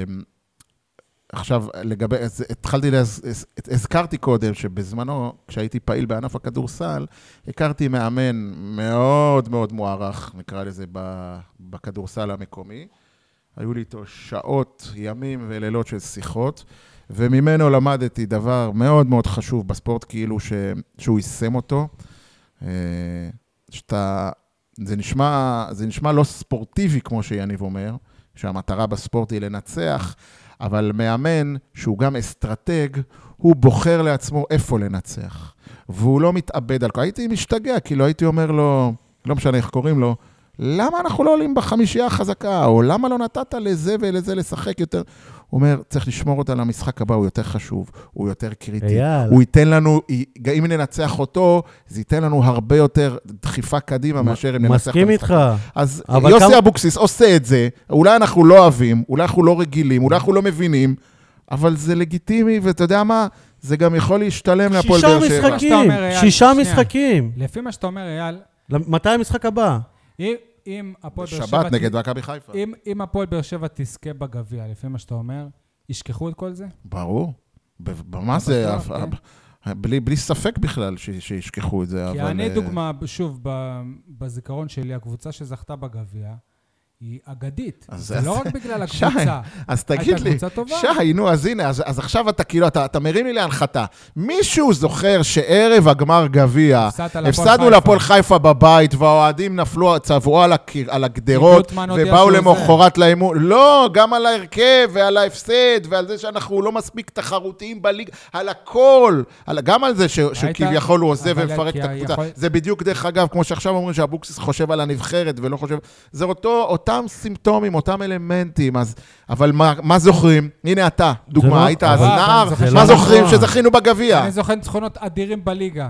עכשיו, לגבי... אז התחלתי, להז- הז- הזכרתי קודם שבזמנו, כשהייתי פעיל בענף הכדורסל, הכרתי מאמן מאוד מאוד מוערך, נקרא לזה, ב- בכדורסל המקומי. היו לי איתו שעות, ימים ולילות של שיחות, וממנו למדתי דבר מאוד מאוד חשוב בספורט, כאילו ש... שהוא יישם אותו. אה, שאתה... זה נשמע, זה נשמע לא ספורטיבי, כמו שיניב אומר, שהמטרה בספורט היא לנצח, אבל מאמן שהוא גם אסטרטג, הוא בוחר לעצמו איפה לנצח. והוא לא מתאבד על כל... הייתי משתגע, כאילו הייתי אומר לו, לא משנה איך קוראים לו, למה אנחנו לא עולים בחמישייה החזקה? או למה לא נתת לזה ולזה לשחק יותר? הוא אומר, צריך לשמור אותה למשחק הבא, הוא יותר חשוב, הוא יותר קריטי.
אייל.
הוא ייתן לנו, אם ננצח אותו, זה ייתן לנו הרבה יותר דחיפה קדימה מאשר אם ננצח את
מסכים
המשחק.
איתך.
אז
אבל
יוסי
כמה-
אבוקסיס עושה את זה, אולי אנחנו לא אוהבים, אולי אנחנו לא רגילים, אולי אנחנו לא מבינים, אבל זה לגיטימי, ואתה יודע מה? זה גם יכול להשתלם להפועל
שישה
באר שבע.
שאתה
משחקים,
אומר, אייל,
שישה
שנייה.
משחקים.
לפי מה שאתה אומר, אייל,
מתי המשחק הבא?
אם- אם הפועל באר שבע...
שבת נגד מכבי חיפה.
אם- אם הפועל באר שבע תזכה בגביע, לפי מה שאתה אומר, ישכחו את כל זה?
ברור. ב- במה זה?
בטוח,
אף-
כן.
בלי בלי ספק בכלל ש- שישכחו את זה,
כי
אבל...
אני
אה,
דוגמה, שוב, ב- בזיכרון שלי, הקבוצה שזכתה בגביע, היא אגדית.
אז-
זה
אז-
לא רק בגלל
שי,
הקבוצה.
אז תגיד
הייתה
לי,
קבוצה טובה.
שי, נו, אז הנה, אז, אז עכשיו אתה כאילו, אתה, אתה מרים לי להנחתה. מישהו זוכר שערב הגמר גביע,
הפסדת להפועל
הפסדנו
חיפה.
לפועל חיפה בבית, והאוהדים נפלו, צבעו על, הקיר, על הגדרות,
גוטמן הודיע
ובאו
שהוא
למחרת לאימון. לא, גם על ההרכב ועל ההפסד, ועל זה שאנחנו לא מספיק תחרותיים בליגה, על הכל, על, גם על זה ש, שכביכול הוא עוזב
אבל
ומפרק
כי
את הקבוצה.
יכול-
זה בדיוק, דרך אגב, כמו שעכשיו אומרים שאבוקסיס חושב על הנבחרת ולא חושב... זה אותו, אותם סימפטומים, אותם אלמנטים, אז... אבל מה, מה זוכרים? הנה אתה, דוגמה,
לא-
היית אז
אבל-
נער,
אבל זה
מה
לא
זוכרים
נכון.
שזכינו בגביע?
אני זוכר ניצחונות אדירים בליגה.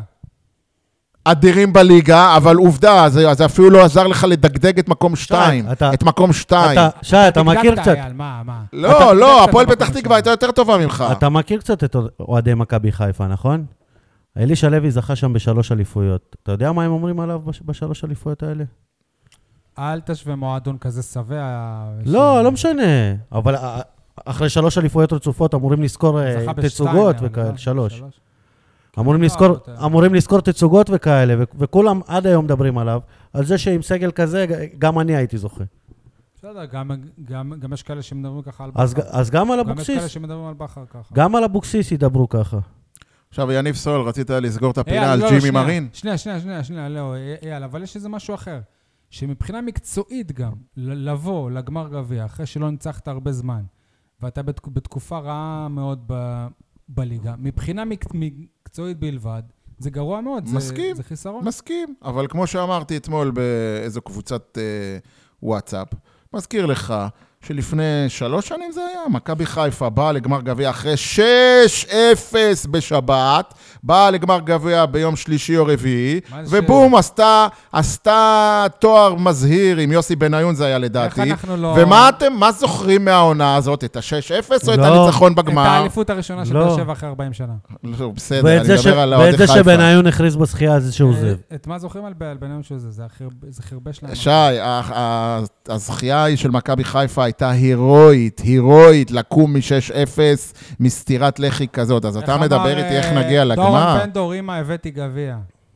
אדירים בליגה, אבל עובדה, זה, זה אפילו לא עזר לך לדגדג את מקום שתיים.
אתה-
את מקום שתיים.
אתה, שי, אתה מכיר
דגדגת,
קצת,
אייל, מה, מה?
לא,
אתה
לא,
דגדגת
הפועל
במקום
פתח תקווה
שלנו.
הייתה יותר טובה ממך.
אתה מכיר קצת את אוהדי מכבי חיפה, נכון? אלישע לוי זכה שם בשלוש אליפויות. אתה יודע מה הם אומרים עליו בש- בשלוש אליפויות האלה?
אל תשווה מועדון כזה שבע.
לא, לא משנה. אבל אה, אחרי שלוש אליפויות רצופות אמורים לזכור אה,
זכה בשתיים,
תצוגות
אבל,
וכאלה,
לא?
שלוש.
שלוש.
אמורים
לא,
לזכור,
אתה-
אמורים לזכור תצוגות וכאלה, ו- וכולם עד היום מדברים עליו, על זה שעם סגל כזה, גם אני הייתי זוכה.
בסדר, גם- גם גם יש כאלה שמדברים ככה על
אז,
בכר.
אז גם על
גם יש כאלה
אבוקסיס,
שמדברים על בכר ככה.
גם על אבוקסיס ידברו ככה.
עכשיו, יניב סול, רצית לסגור את הפינה
אייל,
על
לא, לא,
ג'ימי
שנייה,
מרין?
שנייה, שנייה, שנייה, שנייה, לא, אייל, אבל יש איזה משהו אחר. שמבחינה מקצועית גם, ל- לבוא לגמר גביע, אחרי שלא ניצחת הרבה זמן, ואתה בת- בתקופה רעה מאוד ב- בליגה, מבחינה מק- מקצועית בלבד, זה גרוע מאוד. זה-
מסכים.
זה חיסרון.
מסכים, אבל כמו שאמרתי אתמול באיזו קבוצת אה, וואטסאפ, מזכיר לך שלפני שלוש שנים זה היה, מכבי חיפה באה לגמר גביע אחרי שש אפס בשבת, באה לגמר גביע ביום שלישי או רביעי,
מה זה
ובום, עשתה, עשתה תואר מזהיר עם יוסי בניון, זה היה
איך
לדעתי.
אנחנו לא...
ומה אתם, מה זוכרים מהעונה הזאת? את ה-שש אפס או את
לא.
הניצחון
את
בגמר?
האליפות הראשונה של
לא.
באר שבע אחרי ארבעים שנה.
לא, בסדר,
ואת
אני
זה ש-
מדבר על
ואת
אוהדי
זה
חיפה.
שבניון הכריז בשחייה על זה שהוא עוזב.
אה, את מה זוכרים על על בינינו שזה? זה הכי- זה חרבש להם.
שי, ה- ה- הזכייה היא של מכבי חיפה הייתה הירואית, הירואית, לקום מ-שש אפס מסתירת לחי כזאת. אז אתה מדבר איתי איך נגיע לגמר?
דורון פנדור, אמא, הבאתי גביע.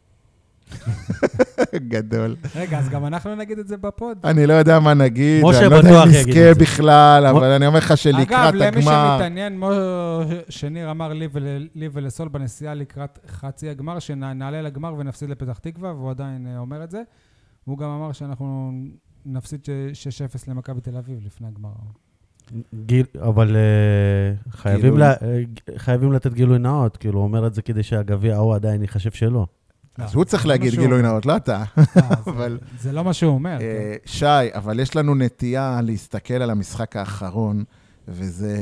גדול.
רגע, אז גם אנחנו נגיד את זה בפוד.
אני לא יודע מה נגיד,
משה
אני לא יודע
בטוח
אם
יגיד
נזכה
את זה.
בכלל,
מ-
אבל אני אומר לך שלקראת
אגב, למי
הגמר...
שמתעניין, כמו שניר אמר לי ול- לי ולסול בנסיעה לקראת חצי הגמר, שנעלה לגמר ונפסיד לפתח תקווה, והוא עדיין אה, אומר את זה. והוא גם אמר שאנחנו נפסיד ש- שש אפס למכבי תל אביב לפני הגמר.
גיל, אבל אה, חייבים,
גילוי.
לה, אה, חייבים לתת גילוי נאות, כאילו, הוא אומר את זה כדי שהגביע ההוא עדיין יחשב שלו.
אז הוא צריך
זה לא
להגיד
מה שהוא
גילוי
אומר.
נאות, לא אתה.
אה, זה-
אבל-
זה לא מה שהוא אומר. כן.
אה, שי, אבל יש לנו נטייה להסתכל על המשחק האחרון, וזה...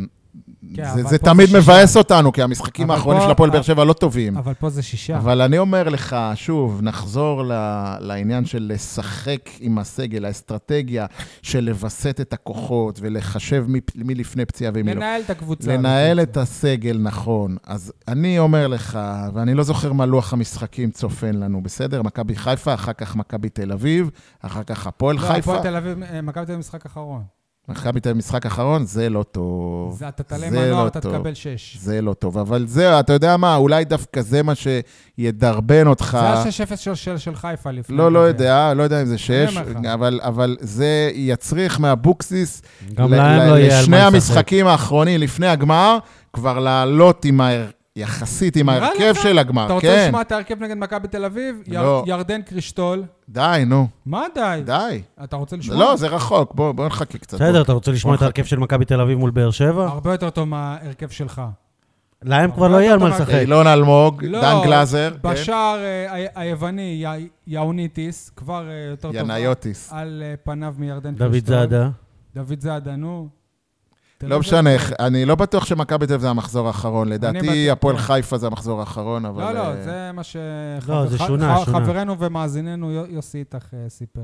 כן,
זה,
אבל
זה
פה
תמיד
זה שישה.
מבאס אותנו, כי המשחקים
אבל
האחרונים
פה-
של הפועל באר
אבל-
שבע לא טובים.
אבל פה זה שישה.
אבל אני אומר לך, שוב, נחזור ל- לעניין של לשחק עם הסגל, האסטרטגיה של לווסת את הכוחות ולחשב מי, מי לפני פציעה ומי לא.
לנהל את הקבוצה.
לנהל את הסגל נכון. אז אני אומר לך, ואני לא זוכר מה לוח המשחקים צופן לנו, בסדר? מכבי חיפה, אחר כך מכבי תל אביב, אחר כך הפועל
לא,
חיפה.
הפועל תל אביב, אה, מכבי תל אביב משחק אחרון.
מכבי תל אביב משחק אחרון, זה לא טוב.
זה אתה תעלה
זה
מהנוער,
לא
אתה
טוב.
תקבל שש.
זה לא טוב, אבל זה, אתה יודע מה, אולי דווקא זה מה שידרבן אותך.
זה ה-שש אפס של- של של חיפה לפני.
לא, לא
הגביע.
יודע, לא יודע אם זה שש,
אומר לך.
אבל, אבל זה יצריך מהבוקסיס,
גם
ל-
להם
ל-
לא יהיה על
לשני
מה לשחק.
המשחקים האחרונים לפני הגמר, כבר לעלות עם ההר... יחסית עם
נראה
ההרכב
לך?
של הגמר,
אתה רוצה
כן.
לשמוע את ההרכב נגד מכבי תל אביב? יר-
לא.
ירדן קרישטול.
די, נו,
מה די?
די.
אתה רוצה לשמוע?
לא, זה רחוק, בוא, בוא נחכה קצת.
בסדר,
בוא.
אתה רוצה לשמוע את
בוא
ההרכב של מכבי תל אביב מול באר שבע?
הרבה יותר טוב מההרכב שלך.
להם כבר לא יהיה על מה
אתה-
לשחק.
אילון אלמוג,
לא,
דן גלאזר, כן.
בשער אה, ה- היווני, י- יאוניטיס, כבר אה, יותר טוב
ינאיוטיס.
על אה, פניו מירדן
דוד
קרישטול.
זאדה.
דוד זאדה, נו. תל
לא
אביב.
משנה, אני לא בטוח שמכבי תל אביב זה המחזור האחרון. לדעתי,
בטוח,
הפועל
כן.
חיפה זה המחזור האחרון, אבל...
לא, לא,
אה,
זה מה ש...
לא, זה
ח-
שונה,
ח-
שונה.
חברנו ומאזיננו יו- יוסי איתך אה, סיפר.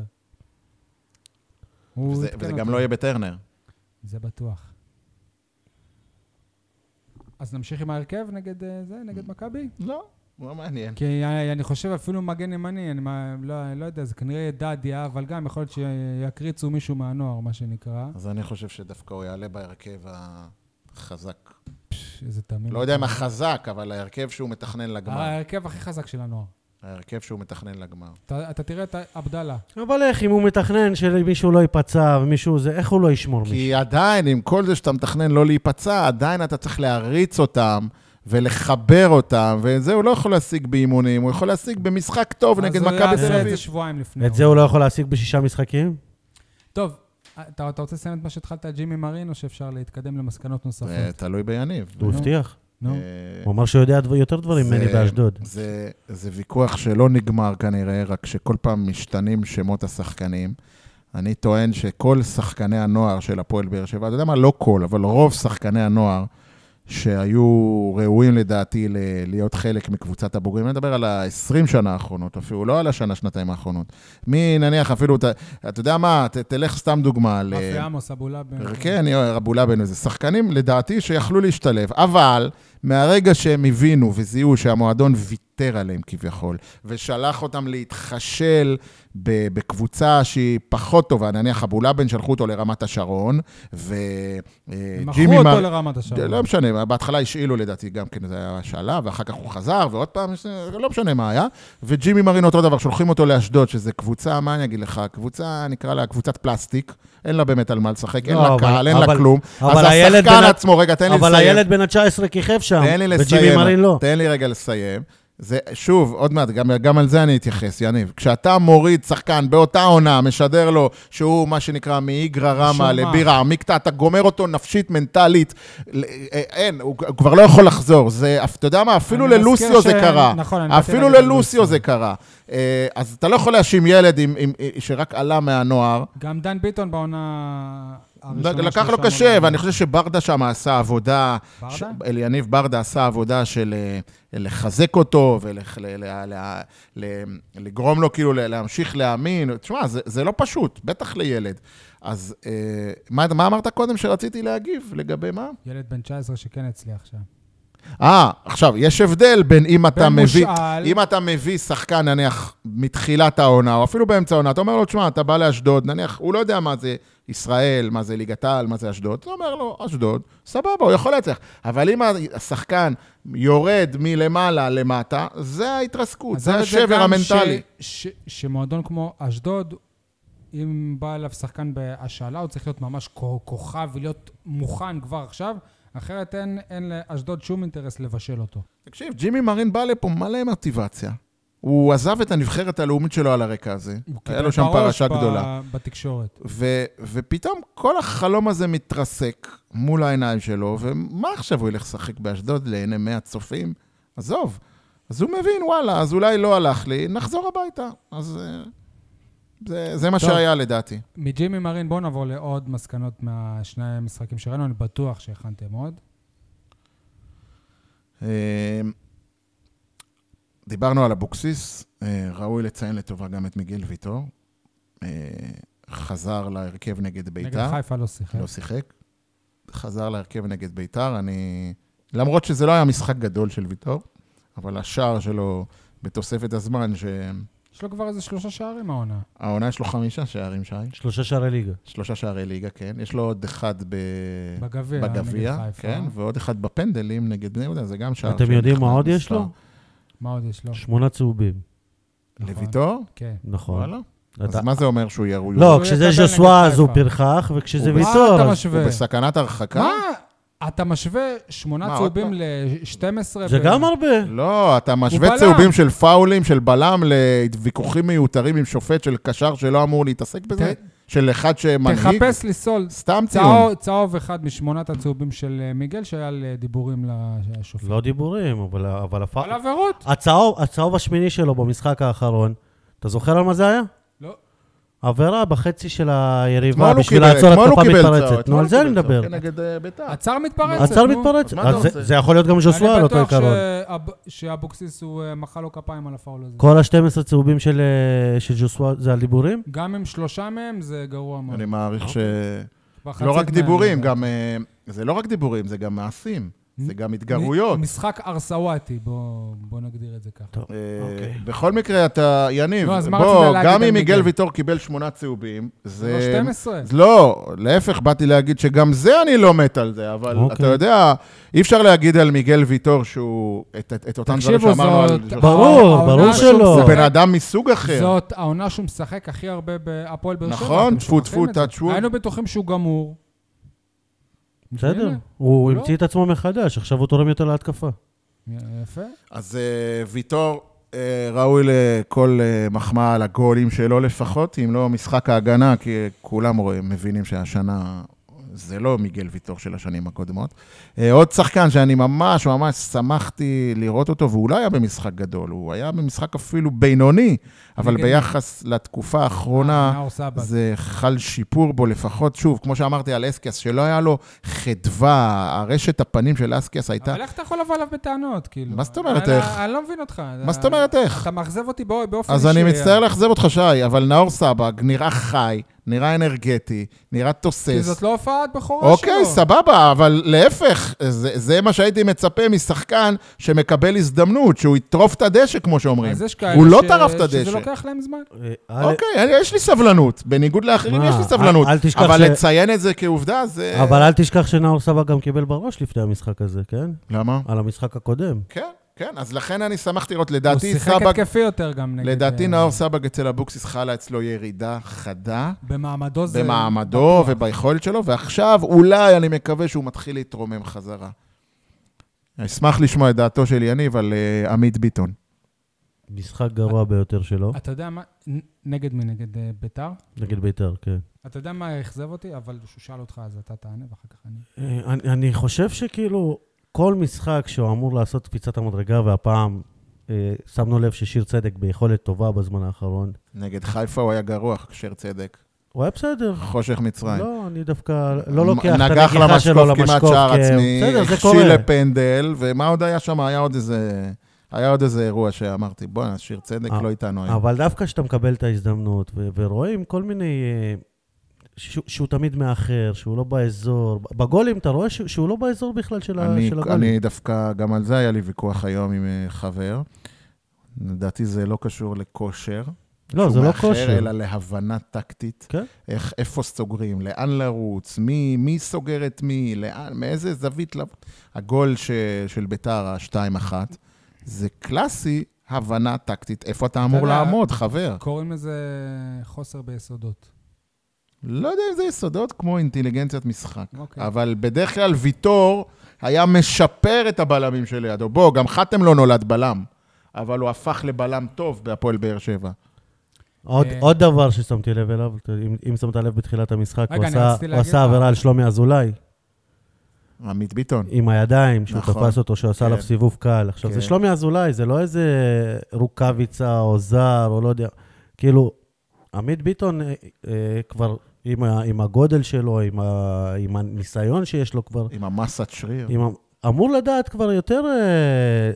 הוא
וזה-
עדכן
וזה
אותי.
גם לא יהיה בטרנר.
זה בטוח. אז נמשיך עם ההרכב נגד אה, זה, נגד מכבי?
לא, לא מעניין.
כי אני אני חושב אפילו מגן ימני, אני מה- לא לא יודע, זה כנראה דדיה, אבל גם יכול להיות שיקריצו מישהו מהנוער, מה שנקרא.
אז אני חושב שדווקא הוא יעלה בהרכב החזק.
פש, איזה תמים.
לא יודע אם החזק, אבל ההרכב שהוא מתכנן לגמר.
ההרכב הכי חזק של הנוער.
ההרכב שהוא מתכנן לגמר.
אתה, אתה תראה את עבדאללה.
אבל איך, אם הוא מתכנן שמישהו לא ייפצע ומישהו זה, איך הוא לא ישמור מישהו?
כי עדיין, עם כל זה שאתה מתכנן לא להיפצע, עדיין אתה צריך להריץ אותם ולחבר אותם, וזה הוא לא יכול להשיג באימונים, הוא יכול להשיג במשחק טוב נגד מכבי תל
אז הוא יעשה את
אביב.
זה שבועיים לפני.
את זה הוא לא יכול להשיג בשישה משחקים?
טוב, אתה, אתה רוצה לסיים את מה שהתחלת ג'ימי מרין, או שאפשר להתקדם למסקנות נוספות?
זה תלוי ביניב.
הוא הבטיח.
נו.
הוא אמר שהוא יודע יותר דברים ממני באשדוד.
זה, זה ויכוח שלא נגמר כנראה, רק שכל פעם משתנים שמות השחקנים. אני טוען שכל שחקני הנוער של הפועל באר שבע, אתה יודע מה, לא כל, אבל רוב שחקני הנוער שהיו ראויים לדעתי ל- להיות חלק מקבוצת הבוגרים, אני מדבר על ה-עשרים שנה האחרונות, אפילו לא על השנה, שנתיים האחרונות. מי נניח אפילו, אתה, אתה יודע מה, ת, תלך סתם דוגמה.
רפי עמוס, אבולאבן.
כן, אבולאבן, זה שחקנים לדעתי שיכלו להשתלב, אבל מהרגע שהם הבינו וזיהו שהמועדון ויתר עליהם כביכול, ושלח אותם להתחשל בקבוצה שהיא פחות טובה, נניח אבולאבן שלחו אותו לרמת השרון,
מכרו אותו לרמת השרון.
לא משנה, בהתחלה השאילו לדעתי גם כן, זה היה שאלה, ואחר כך הוא חזר, ועוד פעם, לא משנה מה היה, וג'ימי מרין אותו דבר, שולחים אותו לאשדוד, שזה קבוצה, מה אני אגיד לך, קבוצה, נקרא לה קבוצת פלסטיק, אין לה באמת על מה לשחק, אין לה קהל, אין לה כלום, אז השחקן עצמו, רגע, תן לי לסיים.
אבל הילד בן ה-תשע עשרה כיכב שם,
תן לי לסיים, תן לי רגע לסיים. זה, שוב, עוד מעט, גם, גם על זה אני אתייחס, יניב. כשאתה מוריד שחקן באותה עונה, משדר לו שהוא מה שנקרא מאיגרא רמא לבירה עמיקתא, אתה גומר אותו נפשית, מנטלית, אין, הוא כבר לא יכול לחזור. זה, אתה יודע מה, אפילו ללוסיו זה קרה.
נכון,
אפילו ללוסיו זה קרה. אז אתה לא יכול להאשים ילד עם, עם, שרק עלה מהנוער.
גם דן ביטון בעונה...
לקח לו קשה, ואני חושב שברדה שם עשה עבודה,
ברדה?
אליניב ברדה עשה עבודה של לחזק אותו, ולגרום לו כאילו להמשיך להאמין. תשמע, זה לא פשוט, בטח לילד. אז מה אמרת קודם שרציתי להגיב? לגבי מה?
ילד בן תשע עשרה שכן הצליח שם.
אה, עכשיו, יש הבדל בין אם אתה מביא,
מושאל.
אם אתה מביא שחקן, נניח, מתחילת העונה, או אפילו באמצע העונה, אתה אומר לו, תשמע, אתה בא לאשדוד, נניח, הוא לא יודע מה זה ישראל, מה זה ליגת העל, מה זה אשדוד, אתה אומר לו, אשדוד, סבבה, הוא יכול להצליח. אבל אם השחקן יורד מלמעלה למטה, זה ההתרסקות, זה השבר המנטלי.
ש, ש, שמועדון כמו אשדוד, אם בא אליו שחקן בהשאלה, הוא צריך להיות ממש כוכב ולהיות מוכן כבר עכשיו, אחרת אין, אין לאשדוד שום אינטרס לבשל אותו.
תקשיב, ג'ימי מרין בא לפה מלא מוטיבציה. הוא עזב את הנבחרת הלאומית שלו על הרקע הזה. היה לו שם פרשה גדולה.
בתקשורת.
ו- ופתאום כל החלום הזה מתרסק מול העיניים שלו, ומה עכשיו הוא ילך לשחק באשדוד לעיני מאה צופים? עזוב. אז הוא מבין, וואלה, אז אולי לא הלך לי, נחזור הביתה. אז זה, זה מה טוב. שהיה לדעתי.
מג'ימי מרין בואו נעבור לעוד מסקנות מהשני המשחקים שראינו, אני בטוח שהכנתם עוד.
דיברנו על אבוקסיס, ראוי לציין לטובה גם את מיגל ויטור. חזר להרכב נגד ביתר.
נגד חיפה לא שיחק.
לא שיחק. חזר להרכב נגד ביתר. אני... למרות שזה לא היה משחק גדול של ויטור, אבל השער שלו בתוספת הזמן ש...
יש לו כבר איזה שלושה שערים העונה.
העונה יש לו חמישה שערים, שי.
שלושה שערי ליגה.
שלושה שערי ליגה, כן. יש לו עוד אחד ב...
בגביע,
בגביע,
נגד חיפה.
כן, ועוד אחד בפנדלים נגד בני יהודה, זה גם שער.
אתם יודעים מה עוד יש לו?
מה עוד יש לו?
שמונה צהובים.
לויטור?
כן.
נכון.
וואלה. אז מה זה אומר שהוא ירוי?
לא, כשזה ז'וסווה אז הוא פרחח, וכשזה ויטור...
מה אתה משווה?
הוא בסכנת הרחקה?
מה? אתה משווה שמונה צהובים ל-שתים עשרה?
זה גם הרבה.
לא, אתה משווה צהובים של פאולים, של בלם, לוויכוחים מיותרים עם שופט של קשר שלא אמור להתעסק בזה? של אחד שמנהיג?
תחפש לסול.
סתם ציון.
צהוב אחד משמונת הצהובים של מיגל, שהיה לדיבורים לשופט.
לא דיבורים, אבל...
על עבירות.
הצהוב השמיני שלו במשחק האחרון, אתה זוכר על מה זה היה?
לא.
עבירה בחצי של היריבה בשביל לעצור התקפה מתפרצת. נו, על זה אני מדבר.
עצר מתפרצת.
עצר מתפרצת. זה יכול להיות גם ז'וסווה על אותו עיקרון.
אני בטוח שאבוקסיס הוא מחא לו כפיים על הפאול הזה.
כל ה-שתים עשרה צהובים של ז'וסווה זה על דיבורים?
גם עם שלושה מהם זה גרוע מאוד.
אני מעריך ש... לא רק דיבורים, גם... זה לא רק דיבורים, זה גם מעשים. זה גם התגרויות.
משחק ארסאוותי, בוא נגדיר את זה ככה.
טוב, אוקיי.
בכל מקרה, אתה, יניב,
לא, אז מה רצית
בוא,
להגיד
גם
על
אם מיגל
מיגל?
ויטור קיבל שמונה צהובים, זה...
לא שתים עשרה.
לא, להפך, באתי להגיד שגם זה אני לא מת על זה, אבל
אוקיי.
אתה יודע, אי אפשר להגיד על מיגל ויטור שהוא, את, את, את אותם דברים
תקשיבו,
שאמרנו
זאת...
על...
ברור,
העונה
ברור
שהוא
שלא.
הוא
משחק-
בן אדם מסוג אחר.
זאת העונה שהוא משחק הכי הרבה בהפועל באר שבע.
נכון,
אתם
טפו,
שוכחים
טפו,
את זה.
touch wood.
היינו בטוחים שהוא גמור.
בסדר,
הנה,
הוא
לא.
המציא את עצמו מחדש, עכשיו הוא תורם יותר להתקפה.
יפה.
אז uh, ויטור uh, ראוי לכל uh, מחמאה על הגולים שלו לפחות, אם לא משחק ההגנה, כי כולם רואים, מבינים שהשנה זה לא מיגל ויטור של השנים הקודמות. Uh, עוד שחקן שאני ממש ממש שמחתי לראות אותו, והוא לא היה במשחק גדול, הוא היה במשחק אפילו בינוני, אבל
נגד
ביחס לתקופה האחרונה,
נאור סבג.
זה חל שיפור בו לפחות, שוב, כמו שאמרתי על אסקיאס, שלא היה לו חדווה, הרשת הפנים של אסקיאס הייתה...
אבל איך אתה יכול לבוא עליו בטענות, כאילו?
מה זאת אומרת,
אני-
איך?
אני לא מבין אותך.
מה זאת אומרת, איך?
אתה מאכזב אותי בא- באופן
אז
אישי.
אני מצטער לאכזב אותך, שי, אבל נאור סבג נראה חי, נראה אנרגטי, נראה
כי
תוסס.
זאת לא הופעת בכורה שלו.
אוקיי, סבבה, אבל להפך, זה, זה מה שהייתי מצפה משחקן שמקבל הזדמנות, שהוא יטרוף את הדשא, כמו שאומרים.
אז יש כאלה
הוא לא
ש-
טרף את
שזה
הדשא.
לוקח להם זמן.
אה,
אוקיי, אני- יש לי סבלנות. בניגוד לאחרים
מה,
יש לי סבלנות.
אל- אל תשכח
אבל
ש-
לציין את זה כעובדה, זה...
אבל אל תשכח שנאור סבא גם קיבל בראש לפני המשחק הזה, כן?
למה?
על המשחק הקודם.
כן, כן, אז לכן אני שמחתי לראות,
הוא
לדעתי
שיחק
סבג...
התקפי יותר גם נגד...
לדעתי
אה,
נאור סבג אצל אבוקסיס חלה אצלו ירידה חדה.
במעמדו זה...
במעמדו
בטוח.
וביכולת שלו, ועכשיו אולי אני מקווה שהוא מתחיל להתרומם חזרה. אשמח לשמוע את דעתו של יניב על uh, עמית ביטון.
משחק גרוע ביותר שלו,
אתה יודע מה? נ- נגד מי? נגד אה, ביתר?
נגד בית"ר, כן.
אתה יודע מה אכזב אותי? אבל שהוא שאל אותך, אז אתה תענה, ואחר כך אני...
אה, אני, אני חושב שכאילו, כל משחק שהוא אמור לעשות קפיצת המדרגה, והפעם אה, שמנו לב ששיר צדק ביכולת טובה בזמן האחרון.
נגד חיפה הוא היה גרוע, שר צדק.
הוא היה בסדר.
חושך מצרים.
לא, אני דווקא לא לוקח את
נגח
הנגיחה שלו
למשקוף כמעט
למשקוף.
שער
כן.
עצמי,
בסדר, זה
הכשיל
קורה.
לפנדל, ומה עוד היה שם? היה עוד איזה... היה עוד איזה אירוע שאמרתי, בוא, שיר צדק
אה,
לא איתנו היום.
אבל דווקא שאתה מקבל את ההזדמנות, ו- ורואים כל מיני... אה, שהוא, שהוא תמיד מאחר, שהוא לא באזור. בגולים אתה רואה שהוא, שהוא לא באזור בכלל של, ה-
אני,
של הגולים.
אני דווקא, גם על זה היה לי ויכוח היום עם אה, חבר. לדעתי זה לא קשור לכושר.
לא, זה
שהוא
לא
מאחר,
כושר.
אלא להבנה טקטית.
כן?
איך, איפה סוגרים, לאן לרוץ, מי, מי סוגר את מי, לאן, מאיזה זווית לב... הגול ש, של ביתר, ה-שתיים אחת, זה קלאסי הבנה טקטית. איפה אתה אמור
יודע,
לעמוד, חבר?
קוראים לזה חוסר ביסודות.
לא יודע אם זה יסודות כמו אינטליגנציית משחק.
אוקיי.
אבל בדרך כלל ויטור היה משפר את הבלמים שלידו. בוא, גם חתם לא נולד בלם, אבל הוא הפך לבלם טוב בהפועל באר שבע.
עוד,
אה,
עוד דבר ששמתי לב אליו, אם, אם שמת לב בתחילת המשחק,
רגע,
הוא
אני
עשה,
רציתי
הוא
להגיד
עשה
לך.
עבירה על שלומי אזולאי,
עמית ביטון.
עם הידיים, שהוא
נכון.
תפס אותו, שהוא עשה
כן.
עליו סיבוב קל. עכשיו,
כן.
זה שלומי אזולאי, זה לא איזה רוקאביצה או זר, או לא יודע. כאילו, עמית ביטון אה, אה, כבר, עם, ה, עם הגודל שלו, עם, ה, עם הניסיון שיש לו כבר,
עם המסת שריר.
עם, ה- אמור לדעת כבר יותר אה,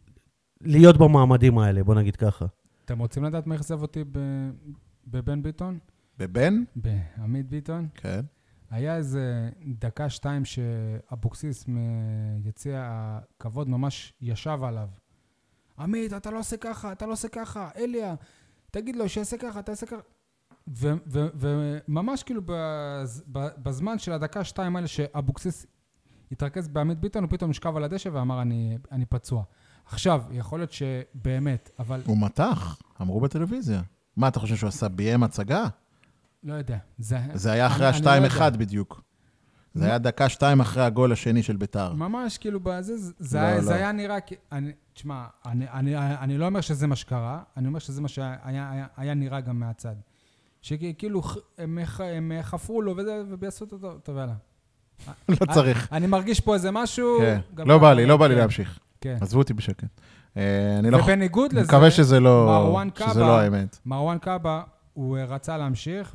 להיות במעמדים האלה, בוא נגיד ככה.
אתם רוצים לדעת מה אכזב אותי ב- בבן ביטון?
בבן?
בעמית ביטון?
כן.
היה איזה דקה, שתיים, שאבוקסיס מיציע הכבוד ממש ישב עליו. עמית, אתה לא עושה ככה, אתה לא עושה ככה, אליה, תגיד לו שיעשה ככה, תעשה ככה. ו- ו- וממש כאילו בז- ב- בזמן של הדקה, שתיים האלה שאבוקסיס התרכז בעמית ביטון, הוא פתאום נשכב על הדשא ואמר, אני, אני פצוע. עכשיו, יכול להיות שבאמת, אבל
הוא מתח, אמרו בטלוויזיה. מה, אתה חושב שהוא עשה ביים הצגה?
לא יודע. זה,
זה היה אחרי
אני- אני
ה-שתיים
לא
אחד
יודע.
בדיוק. זה היה דקה שתיים אחרי הגול השני של ביתר.
ממש כאילו בזה, זה, זה,
לא,
היה,
לא.
זה היה נראה, כ- אני, תשמע, אני, אני, אני לא אומר שזה מה שקרה, אני אומר שזה מה שהיה היה, היה נראה גם מהצד. שכאילו הם, ח- הם חפרו לו וזה, וביעשו אותו, טוב, יאללה.
לא צריך.
אני מרגיש פה איזה משהו...
כן.
גם
לא
ככה,
בא לי, לא בא לי
כן,
להמשיך.
כן.
עזבו אותי בשקט. אה, אני לא...
ובניגוד
אני
לזה,
מקווה שזה לא...
מרואן
שזה
קאבה-
לא האמת.
מרואן קאבה, הוא רצה להמשיך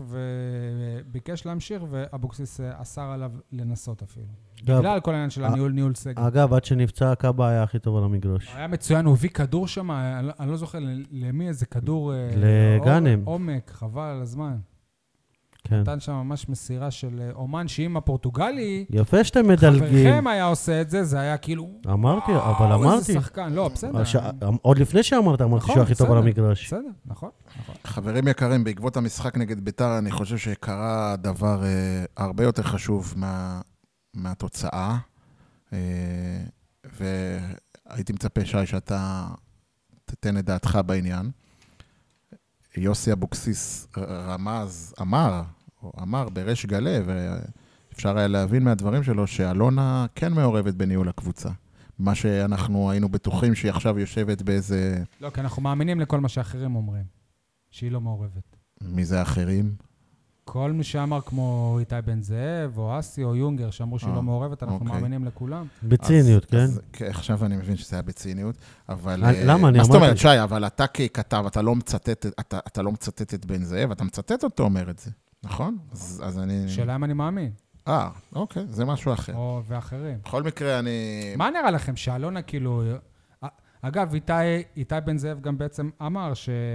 וביקש להמשיך, ואבוקסיס אסר עליו לנסות אפילו.
אגב,
בגלל כל העניין של הניהול, ניהול סגל.
אגב, עד שנפצע, קאבה היה הכי טוב על המגרש.
היה מצוין, הוא הביא כדור שם, אני לא- אני לא זוכר למי איזה כדור... אה,
לגאנם.
עומק, חבל על הזמן.
כן.
נתן שם ממש מסירה של אומן, שאם הפורטוגלי,
יפה שאתם מדלגים.
חברכם היה עושה את זה, זה היה כאילו,
אמרתי, אבל
וואו,
אמרתי.
איזה שחקן. לא, בסדר.
ש... עוד לפני שאמרת, אמרתי
נכון,
שהוא הכי טוב
בסדר,
על המגרש.
בסדר, נכון, נכון.
חברים יקרים, בעקבות המשחק נגד ביתר, אני חושב שקרה דבר אה, הרבה יותר חשוב מה, מהתוצאה, אה, והייתי מצפה, שי, שאתה תתן את דעתך בעניין. יוסי אבוקסיס רמז, אמר, או אמר בריש גלי, ואפשר היה להבין מהדברים שלו, שאלונה כן מעורבת בניהול הקבוצה. מה שאנחנו היינו בטוחים שהיא עכשיו יושבת באיזה...
לא, כי אנחנו מאמינים לכל מה שאחרים אומרים, שהיא לא מעורבת.
מי זה האחרים?
כל מי שאמר כמו איתי בן זאב, או אסי, או יונגר, שאמרו שהיא
אה,
לא מעורבת, אנחנו
אוקיי.
מאמינים לכולם.
בציניות, כן?
אז, עכשיו אני מבין שזה היה בציניות, אבל...
אני- למה? אני
מה זאת
אמרתי-
אומרת, שי, אבל אתה ככתב, אתה לא מצטט, אתה, אתה לא מצטט את בן זאב, אתה מצטט אותו אומר את זה, נכון? אז, אז אני...
שאלה אם אני מאמין,
אה, אוקיי, זה משהו אחר.
או ואחרים.
בכל מקרה, אני...
מה נראה לכם? שאלונה כאילו... אגב, איתי, איתי בן זאב גם בעצם אמר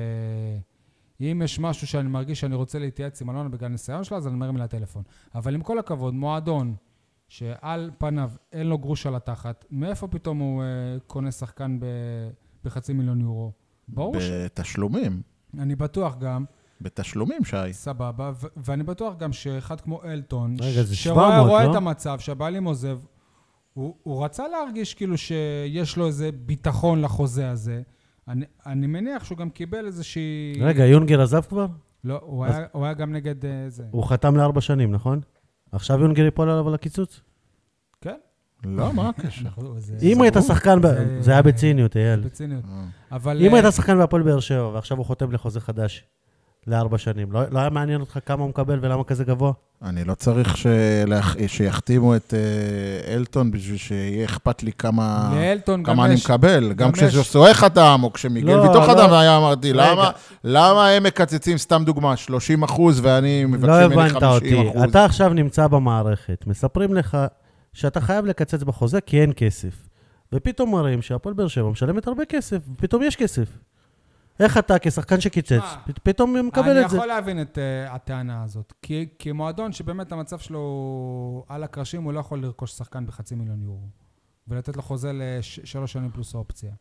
שאם יש משהו שאני מרגיש שאני רוצה להתייעץ עם אלונה בגלל ניסיון שלה, אז אני מרים לה טלפון. אבל עם כל הכבוד, מועדון שעל פניו אין לו גרוש על התחת, מאיפה פתאום הוא uh, קונה שחקן ב, בחצי מיליון יורו? ברור ש...
בתשלומים.
אני בטוח גם,
בתשלומים, שי.
סבבה, ו- ואני בטוח גם שאחד כמו אלטון,
רגע, זה
שרואה
שבע מאות,
רואה
לא?
את המצב, שהבעלים עוזב, הוא, הוא רצה להרגיש כאילו שיש לו איזה ביטחון לחוזה הזה. אני, אני מניח שהוא גם קיבל איזושהי...
רגע, יונגר עזב כבר?
לא, הוא,
אז...
היה, הוא היה גם נגד uh, זה.
הוא חתם לארבע שנים, נכון? עכשיו יונגר ייפול עליו על הקיצוץ?
כן?
לא, מה הקשר?
זה-
אם
זה
היית
ברור.
שחקן, ב-
זה-
זה היה בציניות, אייל.
בציניות.
אה.
אבל...
אם
אה,
היית שחקן בהפועל באר שבע, ועכשיו הוא חותם לחוזה חדש לארבע שנים, לא לא היה מעניין אותך כמה הוא מקבל ולמה כזה גבוה?
אני לא צריך שלח... שיחתימו את uh, אלטון בשביל שיהיה אכפת לי כמה,
לאלטון גם
כמה אני
יש...
מקבל. גם
גם יש-
כשסוער חתם, או כשמיגל
לא,
ויטור
לא.
חתם, היה אמרתי,
רגע.
למה, למה הם מקצצים, סתם דוגמה, שלושים אחוז ואני
לא
מבקשים ממני
הבנת
חמישים
אותי.
אחוז.
אתה עכשיו נמצא במערכת, מספרים לך שאתה חייב לקצץ בחוזה כי אין כסף. ופתאום מראים שהפועל באר שבע משלמת הרבה כסף, ופתאום יש כסף. איך אתה כשחקן שקיצץ,
מה?
פ- פתאום מקבל
אני
את זה.
יכול להבין את uh, הטענה הזאת. כי, כי מועדון שבאמת המצב שלו הוא על הקרשים, הוא לא יכול לרכוש שחקן בחצי מיליון יורו. ולתת לו חוזה לשלוש שנים פלוס האופציה.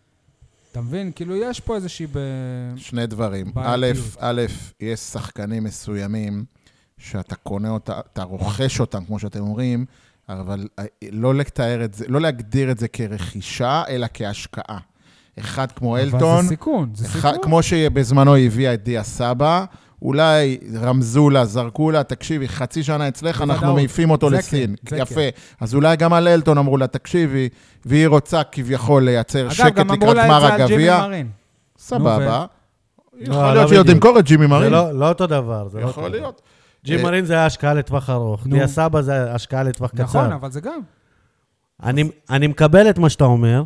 אתה מבין? כאילו יש פה איזושהי... ב...
שני דברים. א',
בעייתיות.
א', יש שחקנים מסוימים שאתה קונה אותה, אתה רוכש אותם, כמו שאתם אומרים, אבל לא לתאר את זה, לא להגדיר את זה כרכישה, אלא כהשקעה. אחד כמו אלטון,
אבל זה סיכון, זה
אחד,
סיכון.
כמו שבזמנו הביאה את דיה סבא, אולי רמזו לה, זרקו לה, תקשיבי, חצי שנה אצלך, אנחנו
בוודאות.
מעיפים אותו
זה
לסין.
כן, זה
יפה.
כן.
אז אולי גם על אלטון אמרו לה, תקשיבי, והיא רוצה כביכול לייצר
אגב,
שקט
גם אמרו
לקראת
לה את
גמר
זה על ג'ימי
הגביע.
מרין.
סבבה.
לא,
יכול
לא
להיות שהיא עוד
בדיוק.
תמכור את ג'ימי
זה
מרין.
לא לא אותו דבר. זה לא אותו
יכול
דבר.
להיות.
ג'י
אה,
מרין זה היה השקעה לטווח ארוך.
נו.
דיה סבא זה השקעה לטווח קצר.
נכון, אבל זה גם.
אני, אני מקבל את מה שאתה אומר,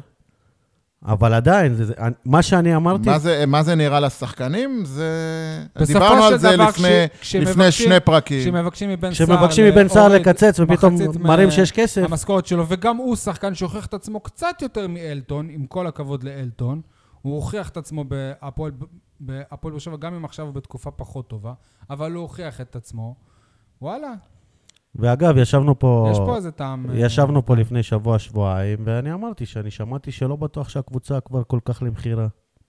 אבל עדיין, זה, זה, מה שאני אמרתי...
מה זה, מה זה נראה לשחקנים? זה...
בסופו
דיברנו
של
על זה
דבר,
לפני,
כש-
לפני
כשמבקשים-
שני פרקים.
כשמבקשים מבן סער...
כשמבקשים מבן סער
להוריד
לקצץ, ופתאום
מחצית
מראים
מה-
שיש כסף.
המשכורת שלו, וגם הוא שחקן שהוכיח את עצמו קצת יותר מאלטון, עם כל הכבוד לאלטון. הוא הוכיח את עצמו בהפועל בהפועל באר שבע, גם אם עכשיו הוא בתקופה פחות טובה, אבל הוא הוכיח את עצמו. וואלה,
ואגב, ישבנו פה...
יש פה איזה טעם...
ישבנו פה לפני שבוע, שבועיים, ואני אמרתי שאני שמעתי שלא בטוח שהקבוצה כבר כל כך למחירה.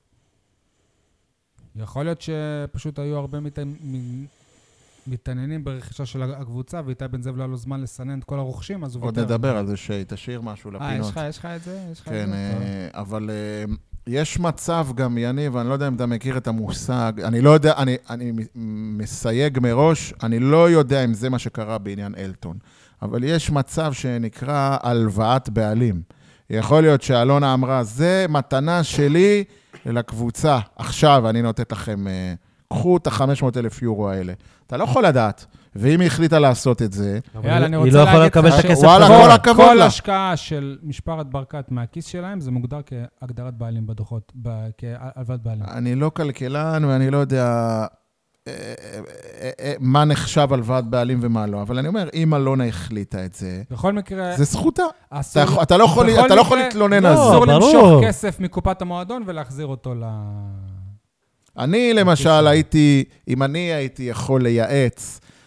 יכול להיות שפשוט היו הרבה מת... מ- מתעניינים ברכישה של הקבוצה, ואיתי בן זאב לא היה לו זמן לסנן את כל הרוכשים, אז הוא
עוד נדבר על זה שתשאיר משהו
אה,
לפינות.
יש לך, יש לך את זה? יש לך
כן,
את זה? טוב.
אה, אבל אה, יש מצב גם, יניב, אני לא יודע אם אתה מכיר את המושג, אני לא יודע, אני, אני מסייג מראש, אני לא יודע אם זה מה שקרה בעניין אלטון, אבל יש מצב שנקרא הלוואת בעלים. יכול להיות שאלונה אמרה, זה מתנה שלי לקבוצה, עכשיו אני נותנת לכם, אה, קחו את ה-חמש מאות אלף יורו האלה. אתה לא יכול לדעת, ואם היא החליטה לעשות את זה,
יאללה, אני
היא
רוצה
לא יכולה
להגיד
לקבל
לך
את הכסף
וואלה,
חזרה.
כל הכבוד
כל
לה.
השקעה של משפחת ברקת מהכיס שלהם, זה מוגדר כהגדרת בעלים בדוחות, ב- כהלוואת בעלים.
אני לא כלכלן ואני לא יודע אה, אה, אה, מה נחשב הלוואת בעלים ומה לא, אבל אני אומר, אם אלונה החליטה את זה,
בכל מקרה,
זה זכותה.
אסור-
אתה- אתה לא יכול-
בכל
אתה לא יכול
מקרה,
להתלונן
על זה.
אסור
ברור.
למשוך כסף מקופת המועדון ולהחזיר אותו ל...
אני למשל הייתי, אם אני הייתי יכול לייעץ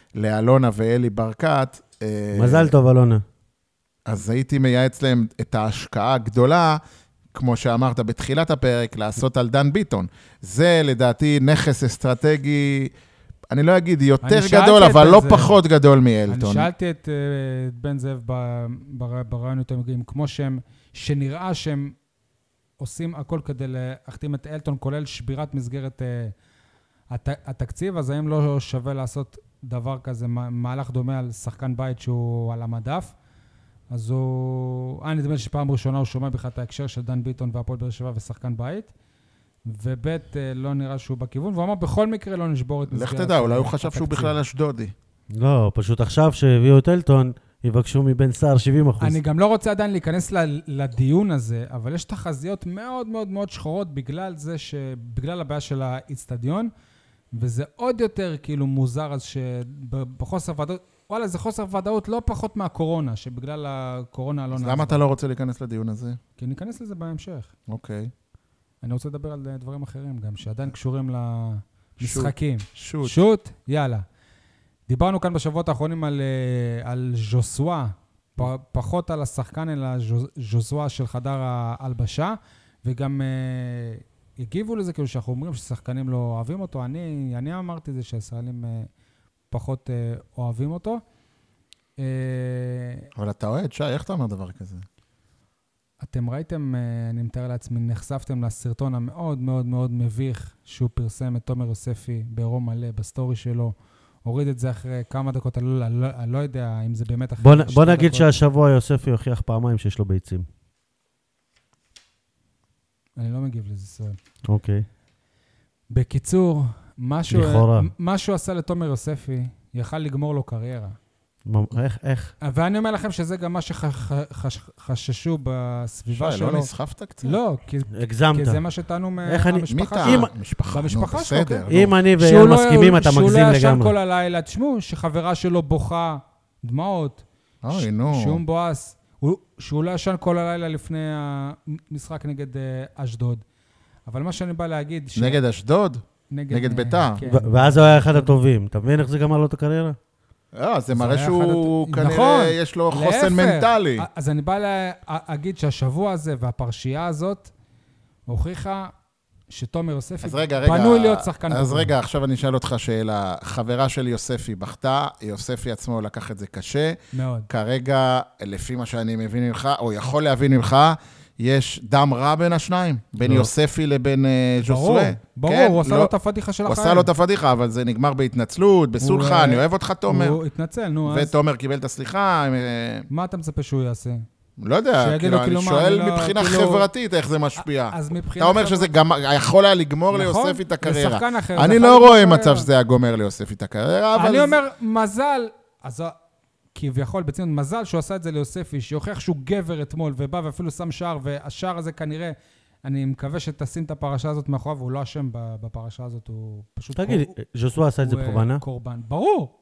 לאלונה ואלי ברקת.
מזל טוב, אלונה.
אז הייתי מייעץ להם את ההשקעה הגדולה, כמו שאמרת בתחילת הפרק, לעשות על דן ביטון. זה לדעתי נכס אסטרטגי, אני לא אגיד יותר גדול, אבל לא זה. פחות גדול מאלטון.
אני שאלתי את, את בן זאב ברעיון יותר מגיעים, כמו שהם, שנראה שהם עושים הכל כדי להחתים את אלטון, כולל שבירת מסגרת הת, התקציב, אז האם לא שווה לעשות דבר כזה, מהלך דומה על שחקן בית שהוא על המדף, אז הוא... אני נדמה שפעם ראשונה הוא שומע בכלל את ההקשר של דן ביטון והפועל באר שבע ושחקן בית, ובית לא נראה שהוא בכיוון, והוא אמר בכל מקרה לא נשבור את מסגרת.
לך תדע, אולי הוא חשב שהוא בכלל אשדודי.
לא, פשוט עכשיו שהביאו את אלטון, יבקשו מבן סער שבעים אחוז.
אני גם לא רוצה עדיין להיכנס לדיון הזה, אבל יש תחזיות מאוד מאוד מאוד שחורות בגלל זה שבגלל הבעיה של האצטדיון, וזה עוד יותר כאילו מוזר, אז שבחוסר ודאות, וואלה, זה חוסר ודאות לא פחות מהקורונה, שבגלל הקורונה לא נעזר.
אז למה אתה לא רוצה להיכנס לדיון הזה?
כי ניכנס לזה בהמשך.
אוקיי.
אני רוצה לדבר על דברים אחרים גם, שעדיין קשורים למשחקים.
שוט.
שוט, יאללה. דיברנו כאן בשבועות האחרונים על, על ז'וסווה, פחות על השחקן, אלא ז'וסווה של חדר ההלבשה, וגם uh, הגיבו לזה, כאילו שאנחנו אומרים ששחקנים לא אוהבים אותו. אני, אני אמרתי זה שהישראלים uh, פחות uh, אוהבים אותו. Uh,
אבל אתה אוהד, שי, איך אתה אומר דבר כזה?
אתם ראיתם, uh, אני מתאר לעצמי, נחשפתם לסרטון המאוד מאוד מאוד מביך, שהוא פרסם את תומר יוספי בעירום מלא, בסטורי שלו, הוריד את זה אחרי כמה דקות, אני לא, אני לא, אני לא יודע אם זה באמת אחרי...
בוא, בוא נגיד דקות. שהשבוע יוספי יוכיח פעמיים שיש לו ביצים.
אני לא מגיב לזה, סועל.
אוקיי.
בקיצור, משהו, לכאורה. משהו עשה לתומר יוספי, יכל לגמור לו קריירה.
איך, איך?
ואני אומר לכם שזה גם מה שחששו בסביבה שלו.
שי, לא נסחפת קצת?
לא, כי, כי זה מה שטענו מהמשפחה שלו. במשפחה שלו, כן.
אם אני ואייל מסכימים, אתה מגזים לגמרי.
שהוא לא ישן כל הלילה, תשמעו, שחברה שלו בוכה, דמעות,
אוי, נו.
שהוא מבואס, שהוא לא ישן כל הלילה לפני המשחק נגד אשדוד. אבל מה שאני בא להגיד...
נגד אשדוד? נגד ביתר?
ואז הוא היה אחד הטובים. אתה מבין איך זה גמר לו את הקריירה?
לא, זה מראה שהוא כנראה יש לו חוסן מנטלי.
אז אני בא להגיד שהשבוע הזה והפרשייה הזאת הוכיחה שתומר יוספי בנוי להיות שחקן.
אז רגע, עכשיו אני אשאל אותך שאלה. חברה של יוספי בכתה, יוספי עצמו לקח את זה קשה.
מאוד.
כרגע, לפי מה שאני מבין ממך, או יכול להבין ממך, יש דם רע בין השניים, בין יוספי לבין ז'וסווה.
ברור, הוא עשה לו את הפדיחה של החיים.
הוא עשה לו את הפדיחה, אבל זה נגמר בהתנצלות, בסולחה, אני אוהב אותך, תומר.
הוא התנצל, נו.
ותומר קיבל את הסליחה.
מה אתה מצפה שהוא יעשה?
לא יודע, אני שואל מבחינה חברתית איך זה משפיע. אתה אומר שזה יכול היה לגמור ליוספי את הקריירה. אני לא רואה מצב שזה היה גומר ליוספי את הקריירה, אבל...
אני אומר, מזל, אז... כביכול, בצינות, מזל שהוא עשה את זה ליוספי, שיוכיח שהוא גבר אתמול, ובא ואפילו שם שער, והשער הזה כנראה, אני מקווה שתשים את הפרשה הזאת מאחוריו, והוא לא אשם בפרשה הזאת, הוא פשוט...
תגיד, ז'וסווה עשה את זה בכוונה?
קורבן. ברור.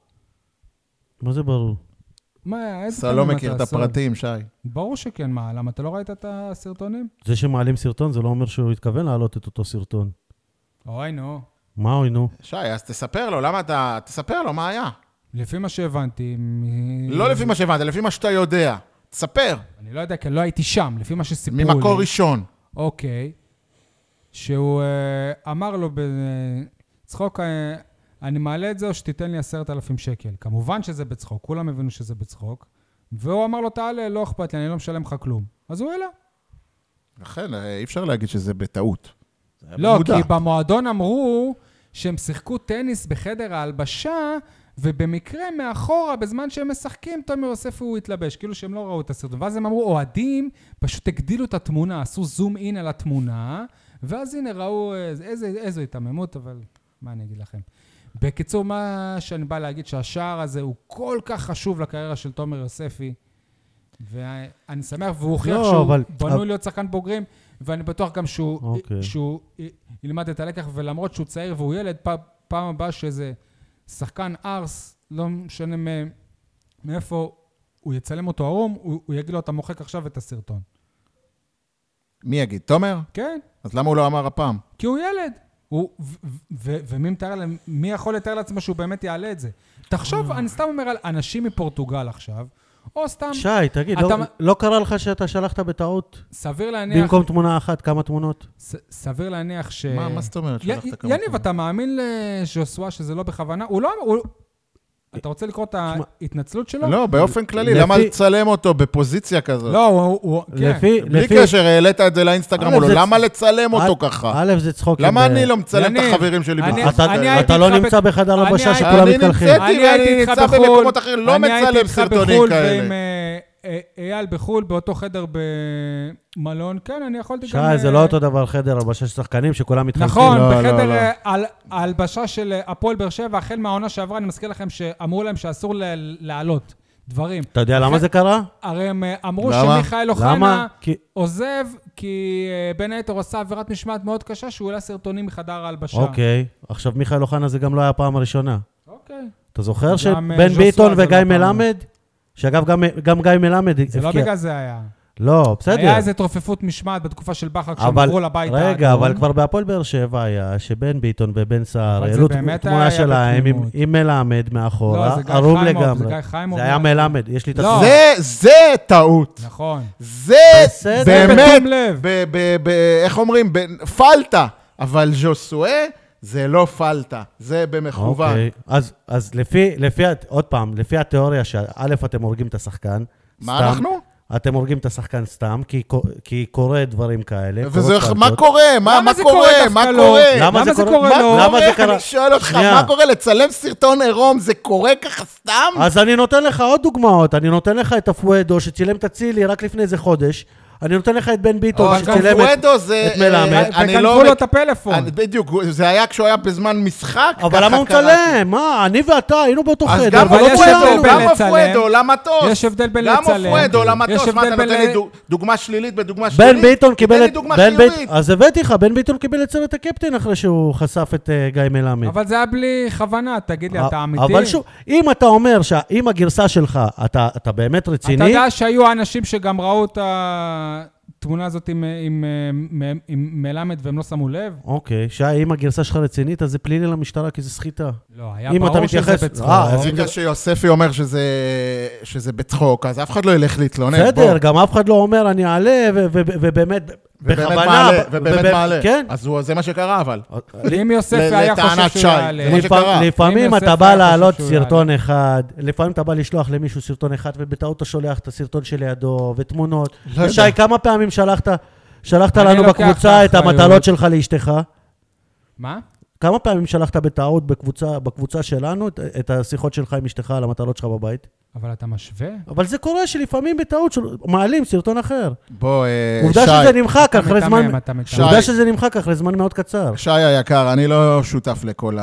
מה זה ברור?
מה, איזה...
אתה לא מכיר את הפרטים, שי.
ברור שכן, מה? למה אתה לא ראית את הסרטונים?
זה שמעלים סרטון, זה לא אומר שהוא התכוון להעלות את אותו סרטון.
אוי, נו.
מה אוי, נו?
שי, אז תספר לו, למה אתה... תספר לו מה היה.
לפי מה שהבנתי...
לא לפי מה שהבנתי, לפי מה שאתה יודע. תספר.
אני לא יודע, כי לא הייתי שם, לפי מה שסיפרו לי.
ממקור ראשון.
אוקיי. שהוא אמר לו בצחוק, אני מעלה את זה או שתיתן לי עשרת אלפים שקל. כמובן שזה בצחוק, כולם הבינו שזה בצחוק. והוא אמר לו, תעלה, לא אכפת לי, אני לא משלם לך כלום. אז הוא העלה.
לכן, אי אפשר להגיד שזה בטעות.
לא, כי במועדון אמרו שהם שיחקו טניס בחדר ההלבשה, ובמקרה מאחורה, בזמן שהם משחקים, תומר יוספי הוא התלבש, כאילו שהם לא ראו את הסרטון. ואז הם אמרו, אוהדים, פשוט הגדילו את התמונה, עשו זום אין על התמונה, ואז הנה ראו איזה, איזו התאממות, אבל מה אני אגיד לכם? בקיצור, מה שאני בא להגיד, שהשער הזה הוא כל כך חשוב לקריירה של תומר יוספי, ואני שמח, והוא הוכיח לא, שהוא אבל... בנוי להיות שחקן בוגרים, ואני בטוח גם שהוא, okay. שהוא ילמד את הלקח, ולמרות שהוא צעיר והוא ילד, פעם הבאה שזה שחקן ארס, לא משנה מאיפה הוא יצלם אותו ערום, הוא, הוא יגיד לו, אתה מוחק עכשיו את הסרטון.
מי יגיד? תומר?
כן.
אז למה הוא לא אמר הפעם?
כי הוא ילד. הוא, ו- ו- ומי מתאר, מי יכול לתאר לעצמו שהוא באמת יעלה את זה? תחשוב, אני סתם אומר על אנשים מפורטוגל עכשיו, או סתם...
שי, תגיד,
אתה-
לא- לא קרה לך שאתה שלחת בטעות?
סביר להניח...
במקום תמונה אחת, כמה תמונות?
ס- סביר להניח ש...
מה, מה זאת אומרת?
י-
שלחת כמה
יניב,
תמונות?
אתה מאמין לז'וסווה שזה לא בכוונה? הוא לא... הוא- אתה רוצה לקרוא את ההתנצלות שלו?
לא, באופן כללי,
לפי-
למה לצלם אותו בפוזיציה כזאת?
לא, הוא... הוא- כן.
לפי...
בלי
לפי-
קשר, העלית את זה לאינסטגרם,
א',
או לא,
זה-
למה לצלם
א',
אותו ככה?
א', זה צחוקים.
למה
ב-
אני לא מצלם את
יניב,
החברים שלי
אני-
בחוץ?
אתה-
אני הייתי
אתה לא
איתך
נמצא
ב-
בחדר
אני
הלבשה
הייתי-
שכולם
אני
מתקלחים.
נמצאתי
אני
ואני
הייתי איתך
נמצא
בחו"ל,
במקומות אחרים, לא
אני הייתי
מצלם
איתך
סרטונים
בחו"ל
כאלה.
ועם אה, אה, אייל בחו"ל, באותו חדר במלון, כן, אני יכולתי גם...
שי, זה
אה,
לא אותו דבר חדר הלבשה של שחקנים שכולם מתחלקים.
נכון,
לא, לא,
בחדר
לא.
אה, על- ההלבשה של אה, הפועל באר שבע, החל מהעונה שעברה, אני מזכיר לכם שאמרו להם שאסור ל- לעלות דברים.
אתה יודע למה
אחרי-
זה קרה?
הרי הם אה, אמרו
למה?
שמיכאל אוחנה
למה? כי...
עוזב, כי אה, בין היתר עשה עבירת משמעת מאוד קשה, שהוא העלה סרטונים מחדר ההלבשה.
אוקיי, עכשיו מיכאל אוחנה זה גם לא היה הפעם הראשונה.
אוקיי.
אתה זוכר
גם, אה,
שבן
ז'וסווה
ביטון
זה
וגיא
לא פעם.
מלמד? שאגב, גם, גם גיא מלמד
זה לא
הבקיע.
בגלל זה היה.
לא, בסדר.
היה איזו תרופפות משמעת בתקופה של בכר, כשהם
אבל,
עברו לבית
רגע,
האדום.
אבל כבר בהפועל באר שבע היה שבן ביטון ובן סער,
אבל זה
העלו
באמת
תמונה
היה
שלהם עם,
בתמימות.
עם מלמד מאחורה,
לא, זה גיא
ערום
חיימוב,
לגמרי.
זה גיא חיימוב.
זה היה מלמד, יש לי את
לא.
התמונה.
זה, זה טעות.
נכון.
זה
בסדר.
באמת,
בתום לב.
ב- ב- ב- איך אומרים? ב- פלטה. אבל ז'וסואה זה לא פלטה, זה במכוון.
אוקיי, אז, אז לפי, לפי, עוד פעם, לפי התיאוריה שא' אתם הורגים את השחקן,
מה
סתם.
אנחנו?
אתם הורגים את השחקן סתם, כי, כי קורה דברים כאלה.
וזה,
קורות
מה
פלטות.
קורה? מה,
למה
מה
זה
קורה?
קורה
מה
דווקא לא?
קורה?
למה זה קורה?
מה
לו?
קורה?
למה זה קרה?
אני שואל אותך,
שנייה.
מה קורה? לצלם סרטון עירום, זה קורה ככה סתם?
אז אני נותן לך עוד דוגמאות, אני נותן לך את הפואדו שצילם את הצילי רק לפני איזה חודש, אני נותן לך את בן ביטון
או,
שצילם את...
פואדו זה...
את מלמד.
אה, אני
וגנבו
לא...
לו את הפלאפון.
אני- בדיוק, זה היה כשהוא היה בזמן משחק.
אבל
ככה
למה הוא
קראתי.
מצלם? מה, אני ואתה היינו באותו
אז
חדר.
גם
אבל
ולא
יש
צילמנו.
הבדל בין
הפואדו, גם
לצלם.
הפואדו למטוס.
יש הבדל בין
גם
לצלם.
הפואדו
יש
למטוס. מה,
הבדל
אתה
בין
נותן
ל-
לי דוג- דוגמה שלילית בדוגמה
בן
שלילית?
ביטון
תן
קיבל
לי
את...
דוגמה
בן בית-
חיובית.
אז הבאתי לך, בן ביטון קיבל את צוות הקפטן אחרי שהוא חשף את אה, גיא מלמד.
אבל זה היה בלי כוונה, תגיד לי, אתה אמיתי?
אבל שוב, אם אתה אומר שאם הגרסה שלך, אתה, אתה באמת
אתה
רציני,
יודע שהיו אנשים שגם ראו את התמונה הזאת עם, עם, עם, עם מלמד והם לא שמו לב?
אוקיי, שי, אם הגרסה שלך רצינית, אז זה פלילי למשטרה, כי זה סחיטה.
לא, היה
אם אתה
ברור שזה
מתייחס-
בצחוק.
אה, אז-
ברגע שיוספי אומר שזה, שזה בצחוק, אז אף אחד לא ילך להתלונן.
בסדר,
בוא.
גם אף אחד לא אומר, אני אעלה, ו- ו- ובאמת,
ובאמת
בכוונה,
מעלה,
ב-
ובאמת
וב-
מעלה.
כן.
אז הוא- זה מה שקרה, אבל.
אם יוסף
ל-
היה
לטענת
חושב שהוא
שי,
יעלה.
זה מה
לפעמים-
שקרה.
לפעמים
אם
אתה
יוסף
בא
היה חושב
להעלות
שהוא
סרטון אחד, לפעמים אתה בא לשלוח למישהו סרטון אחד, ובטעות אתה שולח את הסרטון שלידו, ותמונות.
לא
ושי,
יודע.
כמה פעמים שלחת, שלחת
אני
לנו
לוקח
בקבוצה את
אחריות.
המטלות שלך לאשתך?
מה?
כמה פעמים שלחת בטעות בקבוצה, בקבוצה שלנו את, את השיחות שלך עם אשתך על המטלות שלך בבית?
אבל אתה משווה?
אבל זה קורה שלפעמים בטעות של... מעלים סרטון אחר.
בוא, אה,
עובדה
שי,
שזה נמחק
אתה
אחרי זמן...
מיתמם, אתה מיתמם.
שי.
עובדה שזה נמחק אחרי זמן מאוד קצר.
שי היקר, אני לא שותף לכל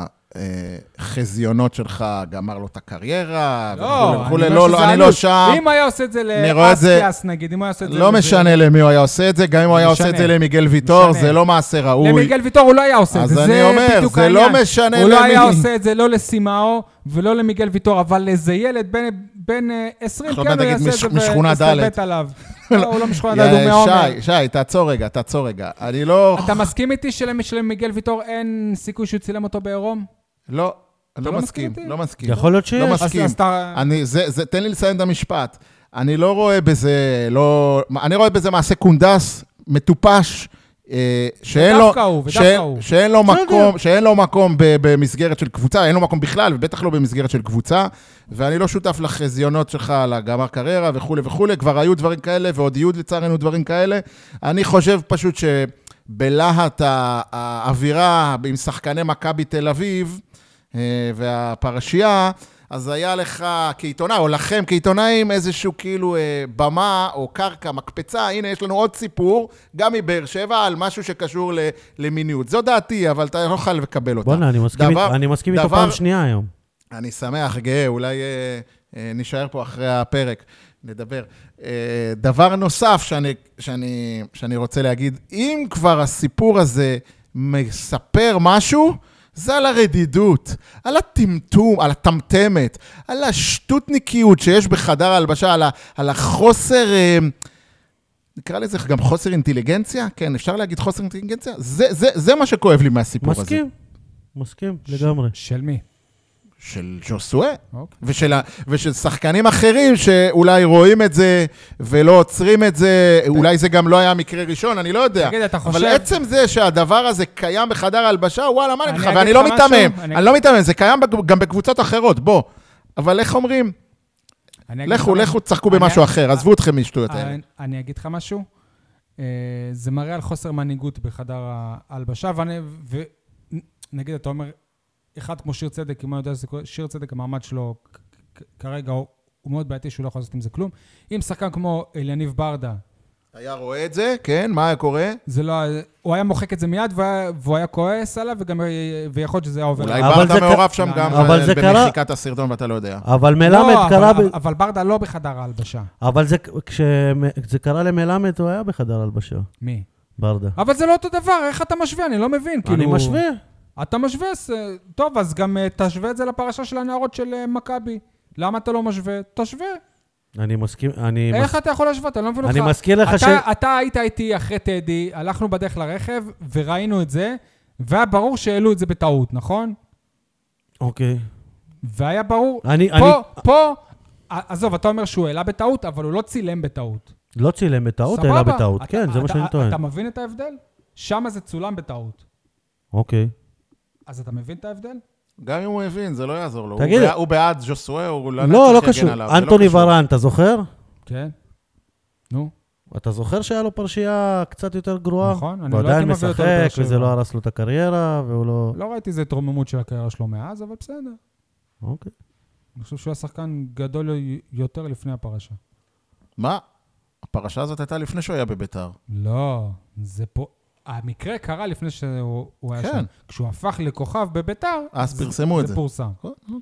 החזיונות שלך, גמר לו את הקריירה,
לא,
וכולי וכולי,
אני
לא,
אומר
לא,
שזה
אני לא
עלות.
שם.
אם היה עושה את זה
אני רואה את זה-
לאסקיאס, נגיד, אם הוא היה עושה את זה...
לא
לזה-
משנה למי הוא היה עושה את זה, גם אם הוא היה עושה את זה
משנה.
למיגל ויטור,
משנה.
זה לא מעשה ראוי.
למיגל ויטור הוא לא היה עושה את
אז
זה,
אני
זה
אומר,
בדיוק
זה לא
העניין.
משנה
הוא לא
למי.
היה עושה את זה לא לסימאו ולא למיגל ויטור, אבל לאיזה ילד בן- בן אה, עשרים,
עכשיו
כן, הוא
תגיד
יעשה את
מש-
זה
משכונה ד'.
ויסתלבט עליו. לא, הוא לא משכונה ד', הוא
יא,
מעומר.
שי, שי, תעצור רגע, תעצור רגע. אני לא...
אתה מסכים איתי שלמיגל ויטור אין סיכוי שהוא צילם אותו בעירום?
לא, אני
אתה
לא
לא
מסכים,
מסכים איתי?
לא מסכים.
יכול להיות שיש.
לא
אז-
מסכים.
אז אתה...
אני, זה, זה, תן לי לסיים את המשפט. אני לא רואה בזה, לא, אני רואה בזה מעשה קונדס, מטופש, אה, שאין לו,
ודווקא הוא, ודווקא
שאין,
הוא.
שאין לו
בסדר.
מקום, שאין לו מקום ב- במסגרת של קבוצה, אין לו מקום בכלל, ובטח לא במסגרת של קבוצה, ואני לא שותף לחזיונות שלך על הגמר קריירה וכו' וכו', כבר היו דברים כאלה, ועוד יהיו לצערנו דברים כאלה. אני חושב פשוט שבלהט ה- האווירה עם שחקני מכבי תל אביב, אה, והפרשייה, אז היה לך כעיתונאי, או לכם כעיתונאים, איזשהו כאילו אה, במה או קרקע, מקפצה, הנה יש לנו עוד סיפור, גם מבאר שבע, על משהו שקשור ל- למיניות. זו דעתי, אבל אתה לא יכול לקבל אותה.
בוא'נה, אני מסכים,
דבר-
איתו- אני מסכים איתו
דבר-
פעם שנייה היום.
אני שמח, גאה, אולי אה, אה, נשאר פה אחרי הפרק, נדבר. אה, דבר נוסף שאני, שאני, שאני רוצה להגיד, אם כבר הסיפור הזה מספר משהו, זה על הרדידות, על הטמטום, על הטמטמת, על השטותניקיות שיש בחדר ההלבשה, על, ה, על החוסר... אה, נקרא לזה גם חוסר אינטליגנציה, כן, אפשר להגיד חוסר אינטליגנציה, זה, זה, זה מה שכואב לי מהסיפור הזה.
מסכים, מסכים, לגמרי.
של מי?
של ז'וסואה,
אוקיי.
ושל, ושל שחקנים אחרים שאולי רואים את זה ולא עוצרים את זה, אולי זה גם לא היה מקרה ראשון, אני לא יודע.
תגיד, אתה חושב...
אבל עצם זה שהדבר הזה קיים בחדר ההלבשה, וואלה, מה אני לך?
אני
ואני
אגיד
לא
לך
מתאמם,
משהו,
אני
אני-
לא מתאמם, זה קיים בג- גם בקבוצות אחרות, בוא. אבל איך אומרים?
אני אגיד
לכו,
לך-
לכו, תשחקו
אני-
במשהו אחר, עזבו אתכם משטויות האלה.
אני- אני אגיד לך משהו. אה, זה מראה על חוסר מנהיגות בחדר ההלבשה, ואני... ונגיד, אתה אומר, אחד כמו שיר צדק, אם אני יודע שזה שיר צדק, המעמד שלו כ- כ- כרגע הוא הוא מאוד בעייתי שהוא לא יכול לעשות עם זה כלום. אם שחקן כמו אליניב ברדה,
היה רואה את זה, כן, מה היה קורה?
זה לא... הוא היה מוחק את זה מיד, והיה- והוא היה כועס עליו, וגם ויכול להיות שזה היה עובר.
אולי
אבל
ברדה
זה ק-
מעורב שם
לא,
גם
אבל זה קרה-
במחיקת הסרטון ואתה לא יודע.
אבל מלמד
לא,
קרה...
אבל,
ב-
אבל ברדה לא בחדר ההלבשה.
אבל זה, כשזה קרה למלמד, הוא היה בחדר הלבשה,
מי?
ברדה.
אבל זה לא אותו דבר, איך אתה משווה? אני לא מבין.
אני
כאילו...
משווה.
אתה משווה, ס- טוב, אז גם אה, תשווה את זה לפרשה של הנערות של אה, מכבי. למה אתה לא משווה? תשווה.
אני מסכים, אני... מס-
איך אתה יכול להשוות? אני לא מבין אותך.
אני מזכיר לך
אתה,
ש...
אתה היית איתי אחרי טדי, הלכנו בדרך לרכב, וראינו את זה, והיה ברור שהעלו את זה בטעות, נכון?
אוקיי.
והיה ברור...
אני,
פה,
אני
פה, ע- עזוב, אתה אומר שהוא העלה בטעות, אבל הוא לא צילם בטעות.
לא צילם בטעות,
סבבה.
אלא בטעות.
אתה-
כן, זה מה
אתה-
שאני טוען.
אתה מבין את ההבדל? שם זה צולם בטעות.
אוקיי.
אז אתה מבין את ההבדל?
גם אם הוא הבין, זה לא יעזור לו.
תגיד-
הוא בעד- הוא בעד ז'וסואה, הוא לא
לא, לא
צריך
קשור.
להגן עליו, זה לא
אנטוני
קשור.
ורן, אתה זוכר?
כן. נו,
אתה זוכר שהיה לו פרשייה קצת יותר גרועה?
נכון. אני
הוא
לא הייתי
עדיין
מביא אותו לבאר
משחק, וזה
שבע.
לא הרס לו את הקריירה, והוא לא...
לא ראיתי איזה התרוממות של הקריירה שלו מאז, אבל בסדר.
אוקיי.
אני חושב שהוא היה שחקן גדול יותר לפני הפרשה.
מה? הפרשה הזאת הייתה לפני שהוא היה בביתר.
לא, זה פה... המקרה קרה לפני שהוא הוא היה
כן.
שם. כשהוא הפך לכוכב בביתר,
אז פרסמו את זה.
זה פורסם.
אוקיי.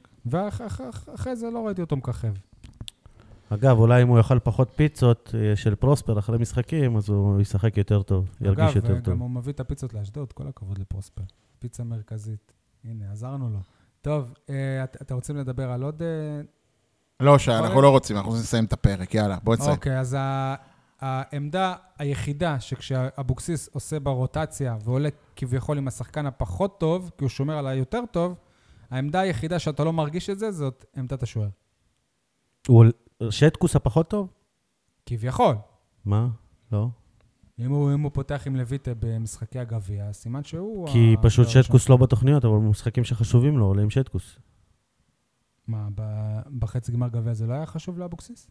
ואחרי זה לא ראיתי אותו מככב.
אגב, אולי אם הוא יאכל פחות פיצות אה, של פרוספר אחרי משחקים, אז הוא ישחק יותר טוב, ירגיש יותר
אגב,
טוב.
גם הוא מביא את הפיצות לאשדוד, כל הכבוד לפרוספר. פיצה מרכזית. הנה, עזרנו לו. טוב, אה, את- אתם רוצים לדבר על עוד... אה,
לא, שאנחנו לא רוצים, אנחנו רוצים לסיים את הפרק, יאללה, בוא נסיים.
אוקיי, אז ה- העמדה היחידה שכשאבוקסיס עושה ברוטציה ועולה כביכול עם השחקן הפחות טוב, כי הוא שומר על היותר טוב, העמדה היחידה שאתה לא מרגיש את זה, זאת עמדת השוער.
הוא שטקוס הפחות טוב?
כביכול.
מה? לא.
אם הוא, אם הוא פותח עם לויטה במשחקי הגביע, סימן שהוא...
כי
ה-
פשוט
השוער
שטקוס לא בתוכניות, אבל במשחקים שחשובים לו, עולה עם שטקוס.
מה, ב- בחצי גמר גביע זה לא היה חשוב לאבוקסיס?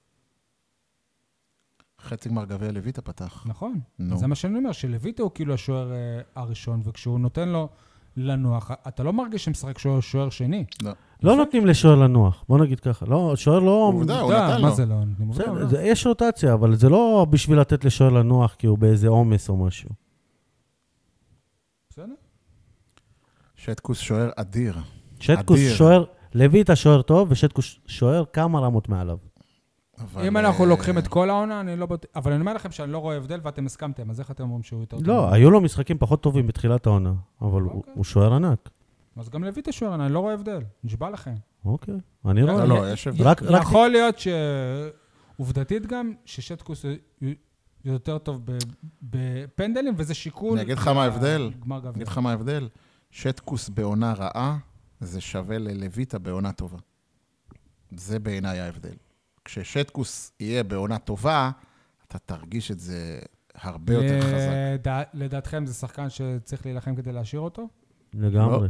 חצי גמר גביע לויטה פתח.
נכון.
נו.
זה מה שאני אומר, שלויטה הוא כאילו השוער אה, הראשון, וכשהוא נותן לו לנוח, אתה לא מרגיש שמשחק שוער שוער שני.
לא.
לא נותנים לשוער לנוח, בוא נגיד ככה. לא, שוער לא...
עובדה, הוא
אתה יודע,
נתן
מה
לו.
זה לא? נותנים לו?
בסדר,
לא,
זה- יש רוטציה, אבל זה לא בשביל לתת לשוער לנוח, כי הוא באיזה עומס או משהו.
בסדר?
שטקוס שוער אדיר.
שטקוס
אדיר.
שוער, לויט השוער טוב, ושטקוס שוער כמה רמות מעליו.
אבל,
אם אנחנו
אה,
לוקחים את כל העונה, אני לא... בט- אבל אני אומר לכם שאני לא רואה הבדל ואתם הסכמתם, אז איך אתם אומרים שהוא יותר טוב?
לא, היו לו משחקים פחות טובים בתחילת העונה, אבל הוא-
אוקיי.
הוא שוער ענק.
אז גם לויטה שוער, אני לא רואה הבדל. נשבע לכם.
אוקיי, אני
לא,
רואה.
לא, יש הבדל.
רק- רק-
יכול להיות שעובדתית גם, ששטקוס יותר טוב ב- בפנדלים, וזה שיקול...
אני אגיד לך מה ההבדל.
גמר
אני
גביע.
אגיד לך מה ההבדל. שטקוס בעונה רעה, זה שווה ללויטה בעונה טובה. זה בעיניי ההבדל. כששטקוס יהיה בעונה טובה, אתה תרגיש את זה הרבה יותר חזק.
לדע- לדעתכם זה שחקן שצריך להילחם כדי להשאיר אותו?
לגמרי.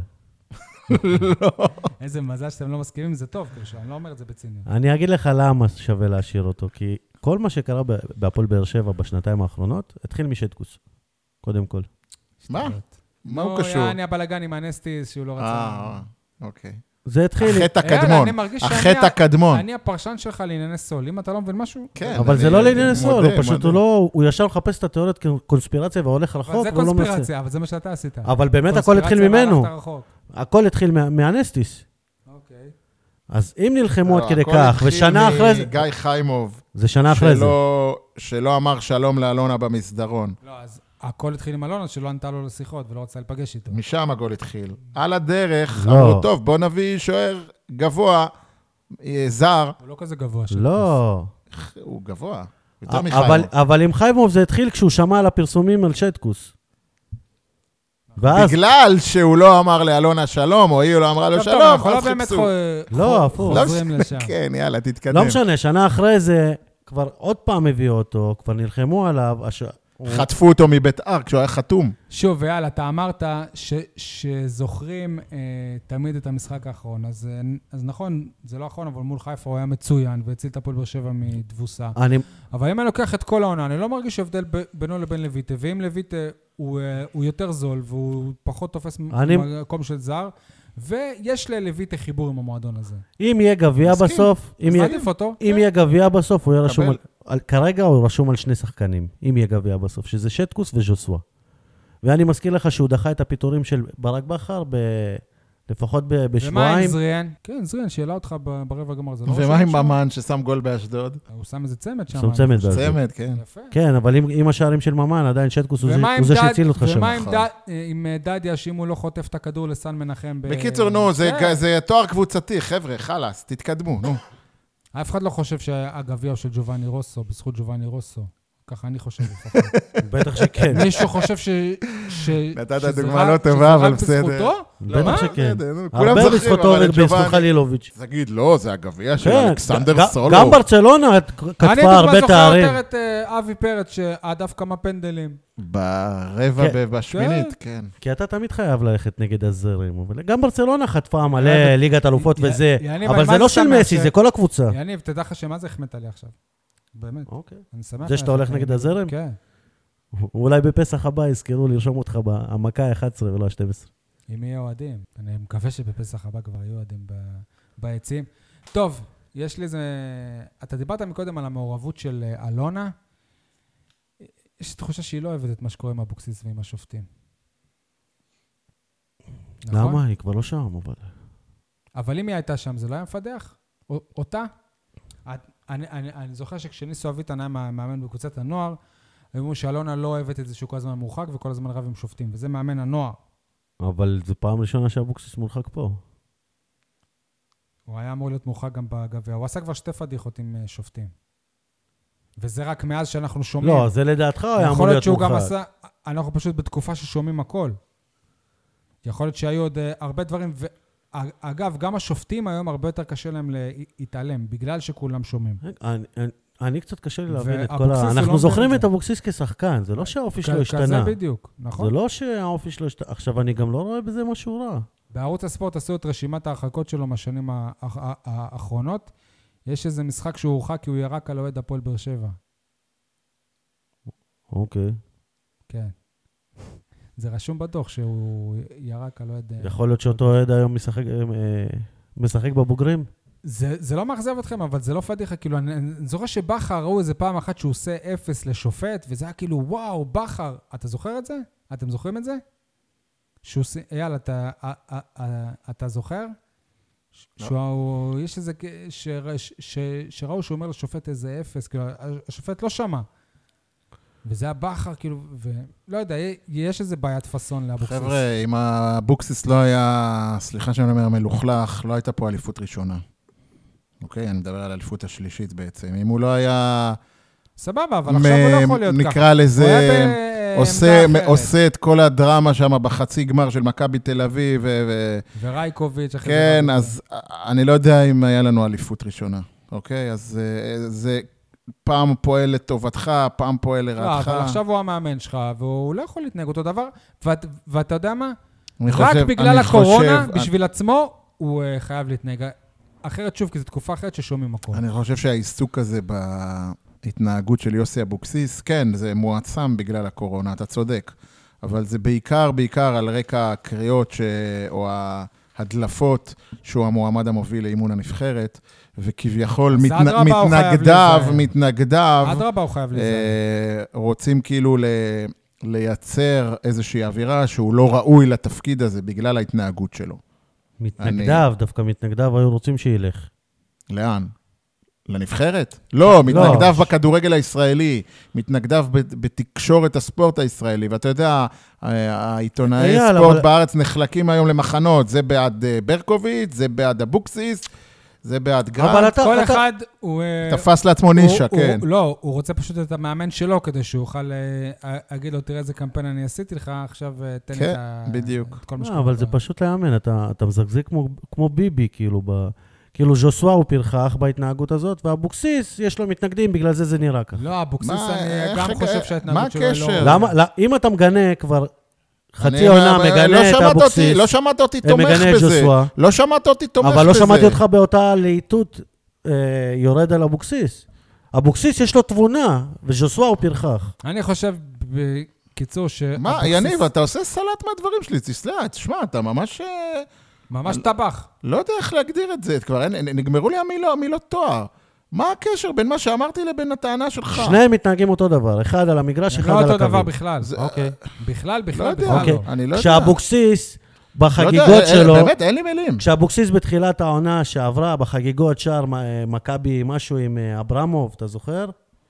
איזה מזל שאתם לא מסכימים, זה טוב, כאילו, אני לא אומר את זה בציניות.
אני אגיד לך למה שווה להשאיר אותו, כי כל מה שקרה ב- בהפועל באר שבע בשנתיים האחרונות, התחיל משטקוס, קודם כל.
מה? מה הוא
נו,
קשור?
יעני הבלגן עם הנסטיס שהוא לא רצה...
אה, אוקיי.
זה התחיל...
החטא
יאללה,
הקדמון.
אני מרגיש שאני
החטא
ה-
הקדמון.
אני הפרשן שלך לענייני סול. אם אתה לא מבין משהו...
כן,
אבל זה
אני-
לא
אני
לעניין סול,
מודה,
הוא פשוט,
מודה.
הוא לא, הוא ישר מחפש את התיאוריית קונספירציה והולך
אבל
רחוק,
זה
והוא לא מנסה.
קונספירציה, אבל זה מה שאתה עשית.
אבל באמת הכל התחיל
קונספירציה
ממנו.
והלכת רחוק.
הכל התחיל מה- מהנסטיס.
אוקיי.
אז אם נלחמו עד
לא,
כדי
הכל
כך,
התחיל
ושנה אחרי זה...
מגיא חיימוב,
זה שנה אחרי זה.
שלא- שלא אמר שלום לאלונה במסדרון.
לא, אז הכל התחיל עם אלונה, שלא ענתה לו לשיחות ולא רצה לפגש איתו.
משם הגול התחיל. על הדרך,
לא.
אמרו, טוב, בוא נביא שוער גבוה, אה, זר.
הוא לא כזה גבוה. של
לא.
הוא גבוה. יותר
אבל,
מחיימוב.
אבל עם חיימוב זה התחיל כשהוא שמע על הפרסומים על שטקוס. ואז...
בגלל שהוא לא אמר לאלונה שלום, או היא לא אמרה לו שלום, אז חיפשו.
לא, הפוך.
כן, יאללה, תתקדם.
לא משנה, שנה אחרי זה, כבר עוד פעם הביאו אותו, כבר נלחמו עליו. הש...
חטפו אותו מבית אר כשהוא היה חתום.
שוב, ויאללה, אתה אמרת ש, שזוכרים אה, תמיד את המשחק האחרון, אז, אז נכון, זה לא האחרון, אבל מול חיפה הוא היה מצוין, והציל את הפועל באר שבע מדבוסה.
אני...
אבל אם אני לוקח את כל העונה, אני לא מרגיש הבדל ב, בינו לבין לויטה, ואם לויטה הוא, הוא יותר זול, והוא פחות תופס
אני...
מקום של זר, ויש ללויטה חיבור עם המועדון הזה.
אם יהיה גביע בסוף, אם יהיה, אם יהיה גביע בסוף, הוא יהיה רשום על, על, כרגע הוא רשום על שני שחקנים, אם יהיה גביע בסוף, שזה שטקוס וז'וסווה. ואני מזכיר לך שהוא דחה את הפיטורים של ברק בכר ב... לפחות ב- בשבועיים.
ומה עם זריאן? כן, זריאן, שאלה אותך ברבע גמר.
ומה עם ממן ששם גול באשדוד?
הוא שם איזה צמד שם.
שם צמד באשדוד.
צמד, כן.
יפה.
כן, אבל עם, עם השערים של ממן, עדיין שטקוס הוא זה שהציל אותך שם.
ומה עם דדיה, שאם הוא לא חוטף את הכדור לסן מנחם?
בקיצור, נו, זה תואר קבוצתי, חבר'ה, חלאס, תתקדמו, נו.
אף אחד לא חושב שהגביע הוא של ג'ובאני רוסו, בזכות ג'ובאני רוסו. ככה אני חושב לפחות.
בטח שכן.
מישהו חושב ש...
נתת דוגמה לא טובה, אבל בסדר.
בטח שכן.
כולם
הרבה
זוכרים,
בזכותו
אבל
ובזכות חלילוביץ'.
תגיד, לא, זה הגביע של אלכסנדר סולו.
גם ברצלונה כתבה הרבה תארים.
אני דווקא זוכר יותר את אבי פרץ, שעדף כמה פנדלים.
ברבע, בשמינית, כן.
כי אתה תמיד חייב ללכת נגד הזרים. גם ברצלונה חטפה מלא ליגת אלופות וזה. אבל זה לא של מסי, זה כל הקבוצה.
יניב, תדע לך שמה זה החמאת לי עכשיו. באמת.
אוקיי.
אני שמח.
זה שאתה הולך נגד הזרם?
כן.
אולי בפסח הבא יזכרו לרשום אותך במכה ה-אחת עשרה ולא ה-שתים עשרה.
אם יהיה אוהדים. אני מקווה שבפסח הבא כבר יהיו אוהדים ביציעים. טוב, יש לי איזה... אתה דיברת מקודם על המעורבות של אלונה. יש תחושה שהיא לא אוהבת את מה שקורה עם אבוקסיס ועם השופטים.
למה? היא כבר לא שם, אבל...
אבל אם היא הייתה שם, זה לא היה מפדח? אותה? אני, אני, אני זוכר שכשניסו אביטן היה מאמן בקבוצת הנוער, אמרו שאלונה לא אוהבת את זה שהוא כל הזמן מורחק וכל הזמן רב עם שופטים, וזה מאמן הנוער.
אבל זו פעם ראשונה שאבוקסיס מורחק פה.
הוא היה אמור להיות מורחק גם בגביע, הוא עשה כבר שתי פדיחות עם שופטים. וזה רק מאז שאנחנו שומעים.
לא, זה לדעתך היה אמור להיות מורחק. גם עשה,
אנחנו פשוט בתקופה ששומעים הכל. יכול להיות שהיו עוד הרבה דברים, ו... אגב, גם השופטים היום הרבה יותר קשה להם להתעלם, בגלל שכולם שומעים.
אני, אני, אני קצת קשה לי להבין את כל ה... אנחנו זוכרים את אבוקסיס כשחקן, זה לא שהאופי שלו השתנה.
כזה בדיוק, נכון?
זה לא שהאופי שלו השתנה. עכשיו, אני גם לא רואה בזה משהו רע.
בערוץ הספורט עשו את רשימת ההרחקות שלו מהשנים האחרונות. יש איזה משחק שהוא הורחק כי הוא ירק על אוהד הפועל באר שבע.
אוקיי.
כן. זה רשום בדוח שהוא ירק על אוהד...
יכול להיות שאותו אוהד היום משחק, משחק בבוגרים?
זה, זה לא מאכזב אתכם, אבל זה לא פדיחה. כאילו, אני, אני זוכר שבחר ראו איזה פעם אחת שהוא עושה אפס לשופט, וזה היה כאילו, וואו, בחר. אתה זוכר את זה? אתם זוכרים את זה? שהוא, אייל, אתה, אתה זוכר? שהוא, יש איזה, ש, ש, ש, שראו שהוא אומר לשופט איזה אפס, כאילו, השופט לא שמע. וזה הבחר, כאילו, ולא יודע, יש איזה בעיית פסון לאבוקסיס.
חבר'ה, אם האבוקסיס לא היה, סליחה שאני אומר, מלוכלך, לא הייתה פה אליפות ראשונה. אוקיי? אני מדבר על האליפות השלישית בעצם. אם הוא לא היה...
סבבה, אבל עכשיו הוא לא יכול להיות ככה.
נקרא לזה, עושה את כל הדרמה שם בחצי גמר של מכבי תל אביב.
ורייקוביץ'.
כן, אז אני לא יודע אם היה לנו אליפות ראשונה. אוקיי? אז זה... פעם פועל לטובתך, פעם פועל לרעתך.
לא, אבל עכשיו הוא המאמן שלך, והוא לא יכול להתנהג אותו דבר, ואת, ואתה יודע מה? רק בגלל הקורונה, בשביל עצמו, הוא חייב להתנהג. אחרת שוב, כי זו תקופה אחרת ששומעים הכל.
אני חושב שהעיסוק הזה בהתנהגות של יוסי אבוקסיס, כן, זה מועצם בגלל הקורונה, אתה צודק. אבל זה בעיקר, בעיקר על רקע הקריאות ש... או ההדלפות שהוא המועמד המוביל לאימון הנבחרת, וכביכול מתנגדיו, מתנגדיו,
אדרבה הוא חייב לזה.
רוצים כאילו לייצר איזושהי אווירה שהוא לא ראוי לתפקיד הזה בגלל ההתנהגות שלו.
מתנגדיו, דווקא מתנגדיו היו רוצים שילך.
לאן? לנבחרת? לא, מתנגדיו בכדורגל הישראלי, מתנגדיו בתקשורת הספורט הישראלי, ואתה יודע, העיתונאי ספורט בארץ נחלקים היום למחנות, זה בעד ברקוביץ', זה בעד אבוקסיס, זה בעד גרנט.
אבל אתה...
כל
אתה...
אחד הוא...
תפס לעצמו נישה,
הוא,
כן.
הוא, לא, הוא רוצה פשוט את המאמן שלו, כדי שהוא יוכל להגיד לו, תראה איזה קמפיין אני עשיתי לך, עכשיו תן
כן,
את, ה...
בדיוק.
את כל מה
לא,
שקורה.
אבל זה פשוט לאמן, אתה, אתה מזגזג כמו, כמו ביבי, כאילו, ב... כאילו ז'וסווה הוא פרחח בהתנהגות הזאת, ואבוקסיס, יש לו מתנגדים, בגלל זה זה נראה ככה.
לא, אבוקסיס,
מה,
אני
איך-
גם
איך-
חושב
מה
שההתנהגות שלו היא לא...
הקשר?
למה? לא, אם אתה מגנה כבר חצי
אני-
עונה,
אבל לא
מגנה את
שמעת
אבוקסיס,
אותי- לא שמעת אותי
אה,
תומך
מגנה את
בזה.
ז'וסווה.
לא שמעת אותי תומך בזה.
אבל לא שמעתי אותך באותה להיטות אה, יורד על אבוקסיס. אבוקסיס יש לו תבונה, וז'וסווה הוא פרחח.
אני חושב, בקיצור, ש...
מה, יניב, אתה עושה סלט מהדברים שלי, תסלח, תשמע, אתה ממש... אה,
ממש טבח.
לא יודע איך להגדיר את זה, כבר אין- נגמרו לי המילות, המילות תואר. מה הקשר בין מה שאמרתי לבין הטענה שלך?
שניהם מתנהגים אותו דבר, אחד על המגרש,
הם
אחד
לא
על
אותו
הקווים.
דבר בכלל.
אוקיי.
בכלל,
לא
בכלל,
יודע,
בכלל
אוקיי.
לא.
אני לא יודע.
כשאבוקסיס,
לא יודע,
בחגיגות
אה,
שלו,
באמת, אין לי מילים.
כשאבוקסיס בתחילת העונה שעברה, בחגיגות שר אה, מכבי משהו עם אה, אברמוב, אתה זוכר?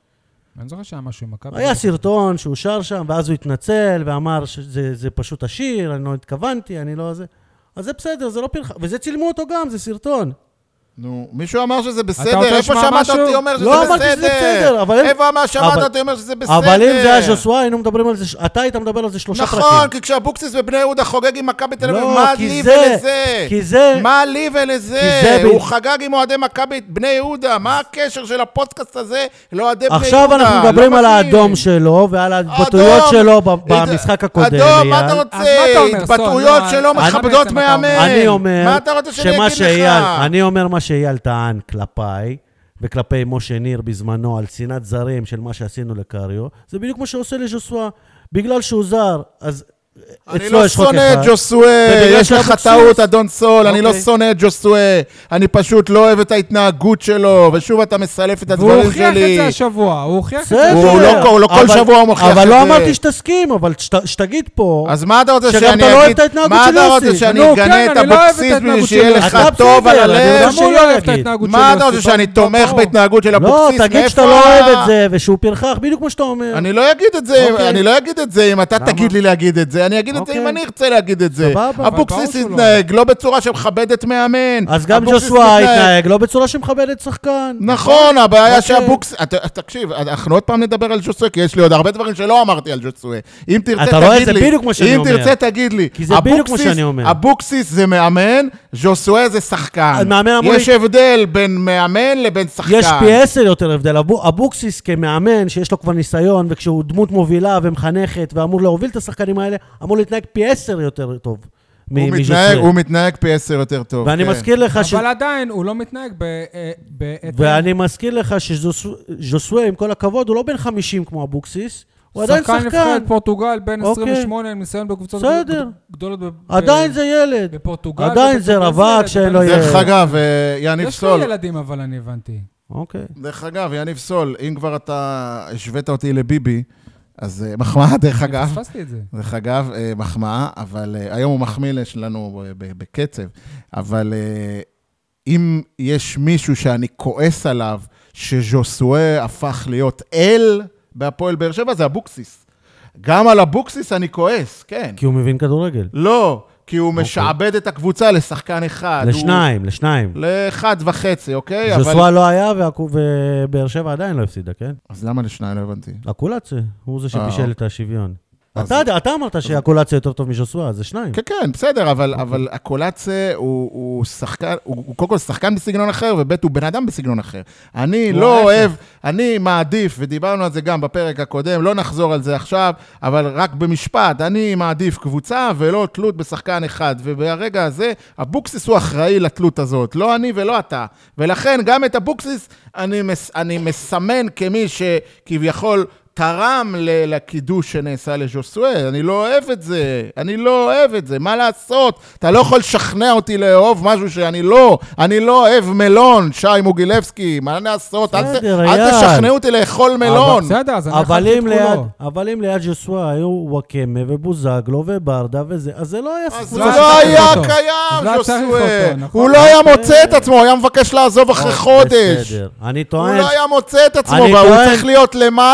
אני זוכר שהיה משהו עם מכבי.
היה סרטון שהוא שר שם, ואז הוא התנצל ואמר שזה זה פשוט השיר, אני לא התכוונתי, אני לא זה. אז זה בסדר, זה לא פרחה. וזה צילמו אותו גם, זה סרטון.
נו, מישהו אמר שזה בסדר,
רוצה
איפה
לשמוע
שמעת
משהו?
אותי אומר שזה
לא
בסדר?
אמרתי שזה בסדר, אבל אם-
איפה אמר שמעת
אבל-
אותי אומר שזה בסדר?
אבל אם זה היה ז'וסווה, היינו מדברים על זה, ש- אתה היית מדבר על זה שלושה פרקים.
נכון, כי כשאבוקסיס בבני יהודה חוגג עם מכבי תל אביב,
לא,
מה
כי
לי
זה-
ולזה?
כי זה...
מה לי ולזה?
כי זה ב-
הוא חגג עם אוהדי מכבי בני יהודה, מה הקשר של הפודקאסט הזה לאוהדי בני יהודה?
עכשיו אנחנו מדברים
לא
על
מבין.
האדום שלו ועל ההתבטאויות
אדום.
שלו ב-
את-
במשחק הקודם.
אדום, מה
אייל.
אתה
אז מה
רוצה?
אתה אומר,
התבטאויות
סון?
שלא
מה
מכבדות
בעצם אתה אומר?
מאמן.
אני אומר
מה אתה רוצה שאני
שמה
אגיד
שאייל,
לך?
אני אומר מה שאייל טען כלפיי, וכלפי משה ניר בזמנו, על צנעת זרים של מה שעשינו לקריו, זה בדיוק מה שעושה לז'וסווה. בגלל שהוא זר, אז
אני
אצלו
לא
יש חוק
שונא את
אחד.
ג'וסווה,
ובגלל
יש לך
שאבוקסיס-
טעות, אדון סול, אני לא
אוקיי.
שונא את ג'וסווה, אני פשוט לא אוהב את ההתנהגות שלו, ושוב אתה מסלף את
והוא
הדברים
הוכיח את
שלי.
זה השבוע, הוא הוכיח את זה.
בסדר.
הוא לא- הוא לא כל
אבל-
שבוע הוא מוכיח את
אבל לא
זה.
אמרתי שתסכים, אבל שת- שתגיד פה,
אז מה אתה רוצה
שגם
שאני
אתה לא אוהב
אגיד?
את ההתנהגות
מה
של
אתה
יוסי?
רוצה שאני
נו,
אגנה
כן,
את
אני לא אוהב את
אבוקסיס בשביל
ההתנהגות
שיהיה
של
לך
יוסי.
טוב על
אתה בסדר,
הלב?
אני
גם הוא לא אוהב את
להגיד.
ההתנהגות של
מה אתה
יוסי,
רוצה שאני
ברור.
תומך בהתנהגות של
לא,
אבוקסיס?
תגיד שאתה
מאיפה
לא
ה-
אוהב את זה, ושהוא פרחח, בדיוק כמו שאתה אומר.
אני לא אגיד את זה,
אוקיי.
אני לא אגיד את זה אם אתה
למה?
תגיד לי להגיד את זה, אני אגיד את זה אם
אוקיי.
אני ארצה להגיד את זה.
סבבה, אבל
אבוקסיס
ברור שהוא לא
יתנהג לא בצורה שמכבדת מאמן.
אז גם
אבוקסיס
ג'וסווה
מתנהג-
התנהג, לא בצורה שמכבדת שחקן.
נכון, הבעיה
אוקיי.
שאבוקסיס... אתה- תקשיב, אנחנו עוד פעם נדבר על ג'וסווה, כי יש לי עוד הרבה דברים שלא אמרתי על ג'וסווה. אם תרצה,
אתה רואה,
תגיד
זה
לי.
בדיוק מה שאני אומר.
אם תרצה, תגיד לי.
כי זה בדיוק מה
אבוקסיס-
שאני אומר.
אבוקסיס זה מאמן, ג'וסווה זה שחקן.
מאמן אמור
יש
לי-
הבדל בין מאמן לבין שחקן.
יש פי עשר יותר הבדל. אבו- אבוקסיס כמאמן, שיש לו כבר ניסיון, וכשהוא דמות מובילה ומחנכת, ואמור להוביל את השחקנים האלה, אמור להתנהג פי עשר יותר טוב מ-
הוא
מז'וסווה.
מתנהג- הוא מתנהג פי עשר יותר טוב.
ואני
כן.
מזכיר לך ש...
אבל עדיין, הוא לא מתנהג ב... אה, בהתאם.
ואני מזכיר לך שז'וסווה, עם כל הכבוד, הוא לא בן חמישים כמו אבוקסיס, הוא עדיין
שחקן
שחקן.
נבחרת פורטוגל, בן
אוקיי.
עשרים ושמונה, עם ניסיון בקבוצות
בסדר.
גדולות ב-
עדיין
ב-
זה ילד.
בפורטוגל.
עדיין זה
ובפורטוגל
רווק
ילד,
שאין
אבל
לו
זה-
ילד.
דרך אגב, אה, יניב
יש לו
סול,
ילדים, אבל אני הבנתי.
אוקיי.
דרך אגב, יניב סול, אם כבר אתה השווית אותי לביבי, אז אה, מחמאה, דרך
אני
אגב.
פספסתי את זה.
דרך אגב, אה, מחמאה, אבל אה, היום הוא מחמיא לנו ב- ב- בקצב, אבל אה, אם יש מישהו שאני כועס עליו, שז'וסווה הפך להיות אל בהפועל באר שבע, זה אבוקסיס. גם על אבוקסיס אני כועס, כן.
כי הוא מבין כדורגל.
לא, כי הוא משעבד את הקבוצה לשחקן אחד.
לשניים, לשניים.
הוא... לאחד וחצי, אוקיי?
ז'וסווה לא היה, והקו- ובאר שבע עדיין לא הפסידה, כן?
אז למה לשניים? לא הבנתי.
הקולציה, הוא זה שבישל את השוויון.
אז-
אתה אתה אמרת שהקולציה יותר טוב מז'וסווה, אז זה שניים.
כן, כן, בסדר, אבל, אבל הקולצה הוא, הוא שחקן, הוא, הוא קודם כל שחקן בסגנון אחר, ובית הוא בן אדם בסגנון אחר. אני
הוא
לא
ההפך.
אוהב, אני מעדיף, ודיברנו על זה גם בפרק הקודם, לא נחזור על זה עכשיו, אבל רק במשפט, אני מעדיף קבוצה ולא תלות בשחקן אחד, וברגע הזה, אבוקסיס הוא אחראי לתלות הזאת, לא אני ולא אתה. ולכן גם את אבוקסיס אני, מס, אני מסמן כמי שכביכול... תרם ל- לקידוש שנעשה לז'וסווה, אני לא אוהב את זה, אני לא אוהב את זה, מה לעשות? אתה לא יכול לשכנע אותי לאהוב משהו שאני לא, אני לא אוהב מלון, שי מוגילבסקי, מה לעשות? אל, ת,
בסדר,
אל
אייל.
תשכנעו אותי לאכול מלון.
בסדר, אז אני
אבל
אכלתי את
אם ליד,
כולו.
אבל אם ליד ז'וסווה היו וואקמה ובוזגלו וברדה וזה, אז זה לא היה
אז
קבוצה
הוא
לא
לא
צריך
היה
אותו.
קיים,
אז לא צריך
ז'וסווה.
אותו, נכון.
הוא לא היה מוצא את עצמו, הוא היה מבקש לעזוב אחרי חודש.
בסדר, אני
הוא
טוען,
לא היה מוצא את עצמו,
אני
והוא
טוען-
צריך להיות למעלה, וכולם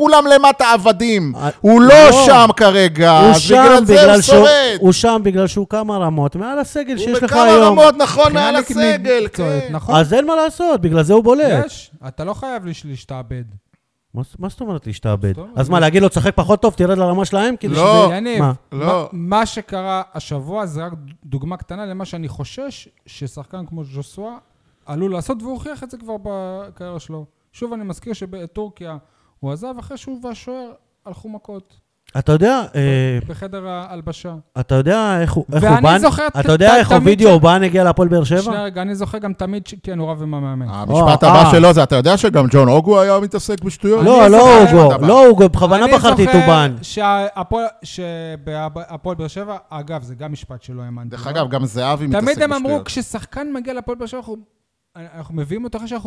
וכולם למטה עבדים. הוא לא שם כרגע,
הוא
אז
שם
בגלל זה הוא שורד.
הוא שם בגלל שהוא כמה רמות מעל הסגל שיש לך
הוא
היום.
בכמה רמות, נכון, מעל הסגל, כן.
נכון.
אז אין מה לעשות, בגלל זה הוא בולט.
יש, אתה לא חייב להשתעבד.
מה זאת אומרת להשתעבד? אז מה, להגיד לו, תשחק פחות טוב, תרד לרמה שלהם?
לא,
לא. מה שקרה השבוע זה רק דוגמה קטנה למה שאני חושש ששחקן כמו ז'וסואה עלול לעשות, והוא הוכיח את זה כבר בקריירה שלו. שוב, אני מזכיר שבטורקיה הוא עזב אחרי שהוא והשוער הלכו מכות.
אתה יודע...
בחדר ההלבשה.
אתה יודע איך הוא בא...
ואני זוכר...
אתה יודע איך הווידאו בא נגיע להפועל באר שבע?
שנייה רגע, אני זוכר גם תמיד כן, הוא רב עם המאמן.
המשפט הבא שלו זה, אתה יודע שגם ג'ון אוגו היה מתעסק בשטויות?
לא, לא אוגו, לא אוגו, בכוונה בחרתי טובן.
אני זוכר שבהפועל באר שבע, אגב, זה גם משפט שלא האמנתי.
דרך אגב, גם זהבי מתעסק בשטויות.
תמיד הם אמרו, כששחקן מגיע להפועל באר שבע, אנחנו מביאים אותו אחרי שאנחנו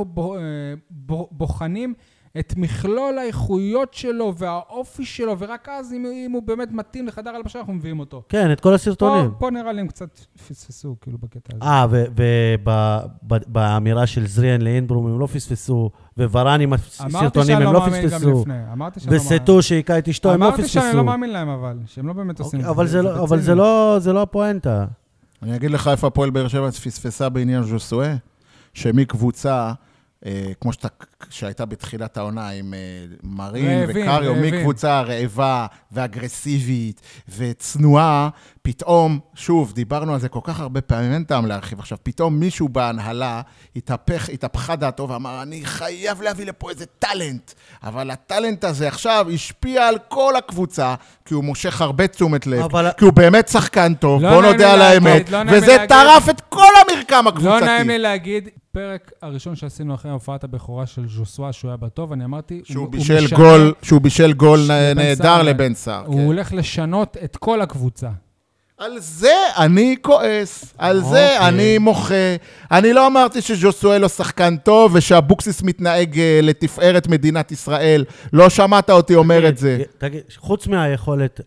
בוחנים את מכלול האיכויות שלו והאופי שלו, ורק אז אם, אם הוא באמת מתאים לחדר הלבשה, אנחנו מביאים אותו.
כן, את כל הסרטונים.
פה, פה נראה לי הם קצת פספסו, כאילו, בקטע הזה.
אה, ובאמירה של זריאן לאינברום הם לא פספסו, וורן עם הסרטונים הם לא פספסו. וסטו שהיקה את אשתו הם לא פספסו.
אמרתי שאני לא מאמין להם, אבל, שהם לא באמת עושים.
אבל זה לא, אבל זה לא, זה לא הפואנטה.
אני אגיד לך איפה הפועל באר שבע פספסה בעניין ז'וסואה, שמקבוצה, כמו שהייתה בתחילת העונה עם מרין וקריו, מקבוצה רעבה ואגרסיבית וצנועה, פתאום, שוב, דיברנו על זה כל כך הרבה פעמים, אין טעם להרחיב עכשיו, פתאום מישהו בהנהלה התהפך, התהפכה דעתו ואמר, אני חייב להביא לפה איזה טלנט, אבל הטלנט הזה עכשיו השפיע על כל הקבוצה, כי הוא מושך הרבה תשומת לב, אבל... כי הוא באמת שחקן טוב, לא בוא נודה על האמת, לא וזה טרף את כל המרקם הקבוצתי.
לא נעים לי להגיד, פרק הראשון שעשינו אחרי הופעת הבכורה של ז'וסואה, שהוא היה בטוב, אני אמרתי,
שהוא בישל גול, שהוא בישל גול נהדר לבן סער.
הוא הולך לשנות את כל הקבוצה.
על זה אני כועס, על זה אני מוחה. אני לא אמרתי שז'וסואה לא שחקן טוב, ושהבוקסיס מתנהג לתפארת מדינת ישראל. לא שמעת אותי אומר את זה.
תגיד, חוץ מהיכולת,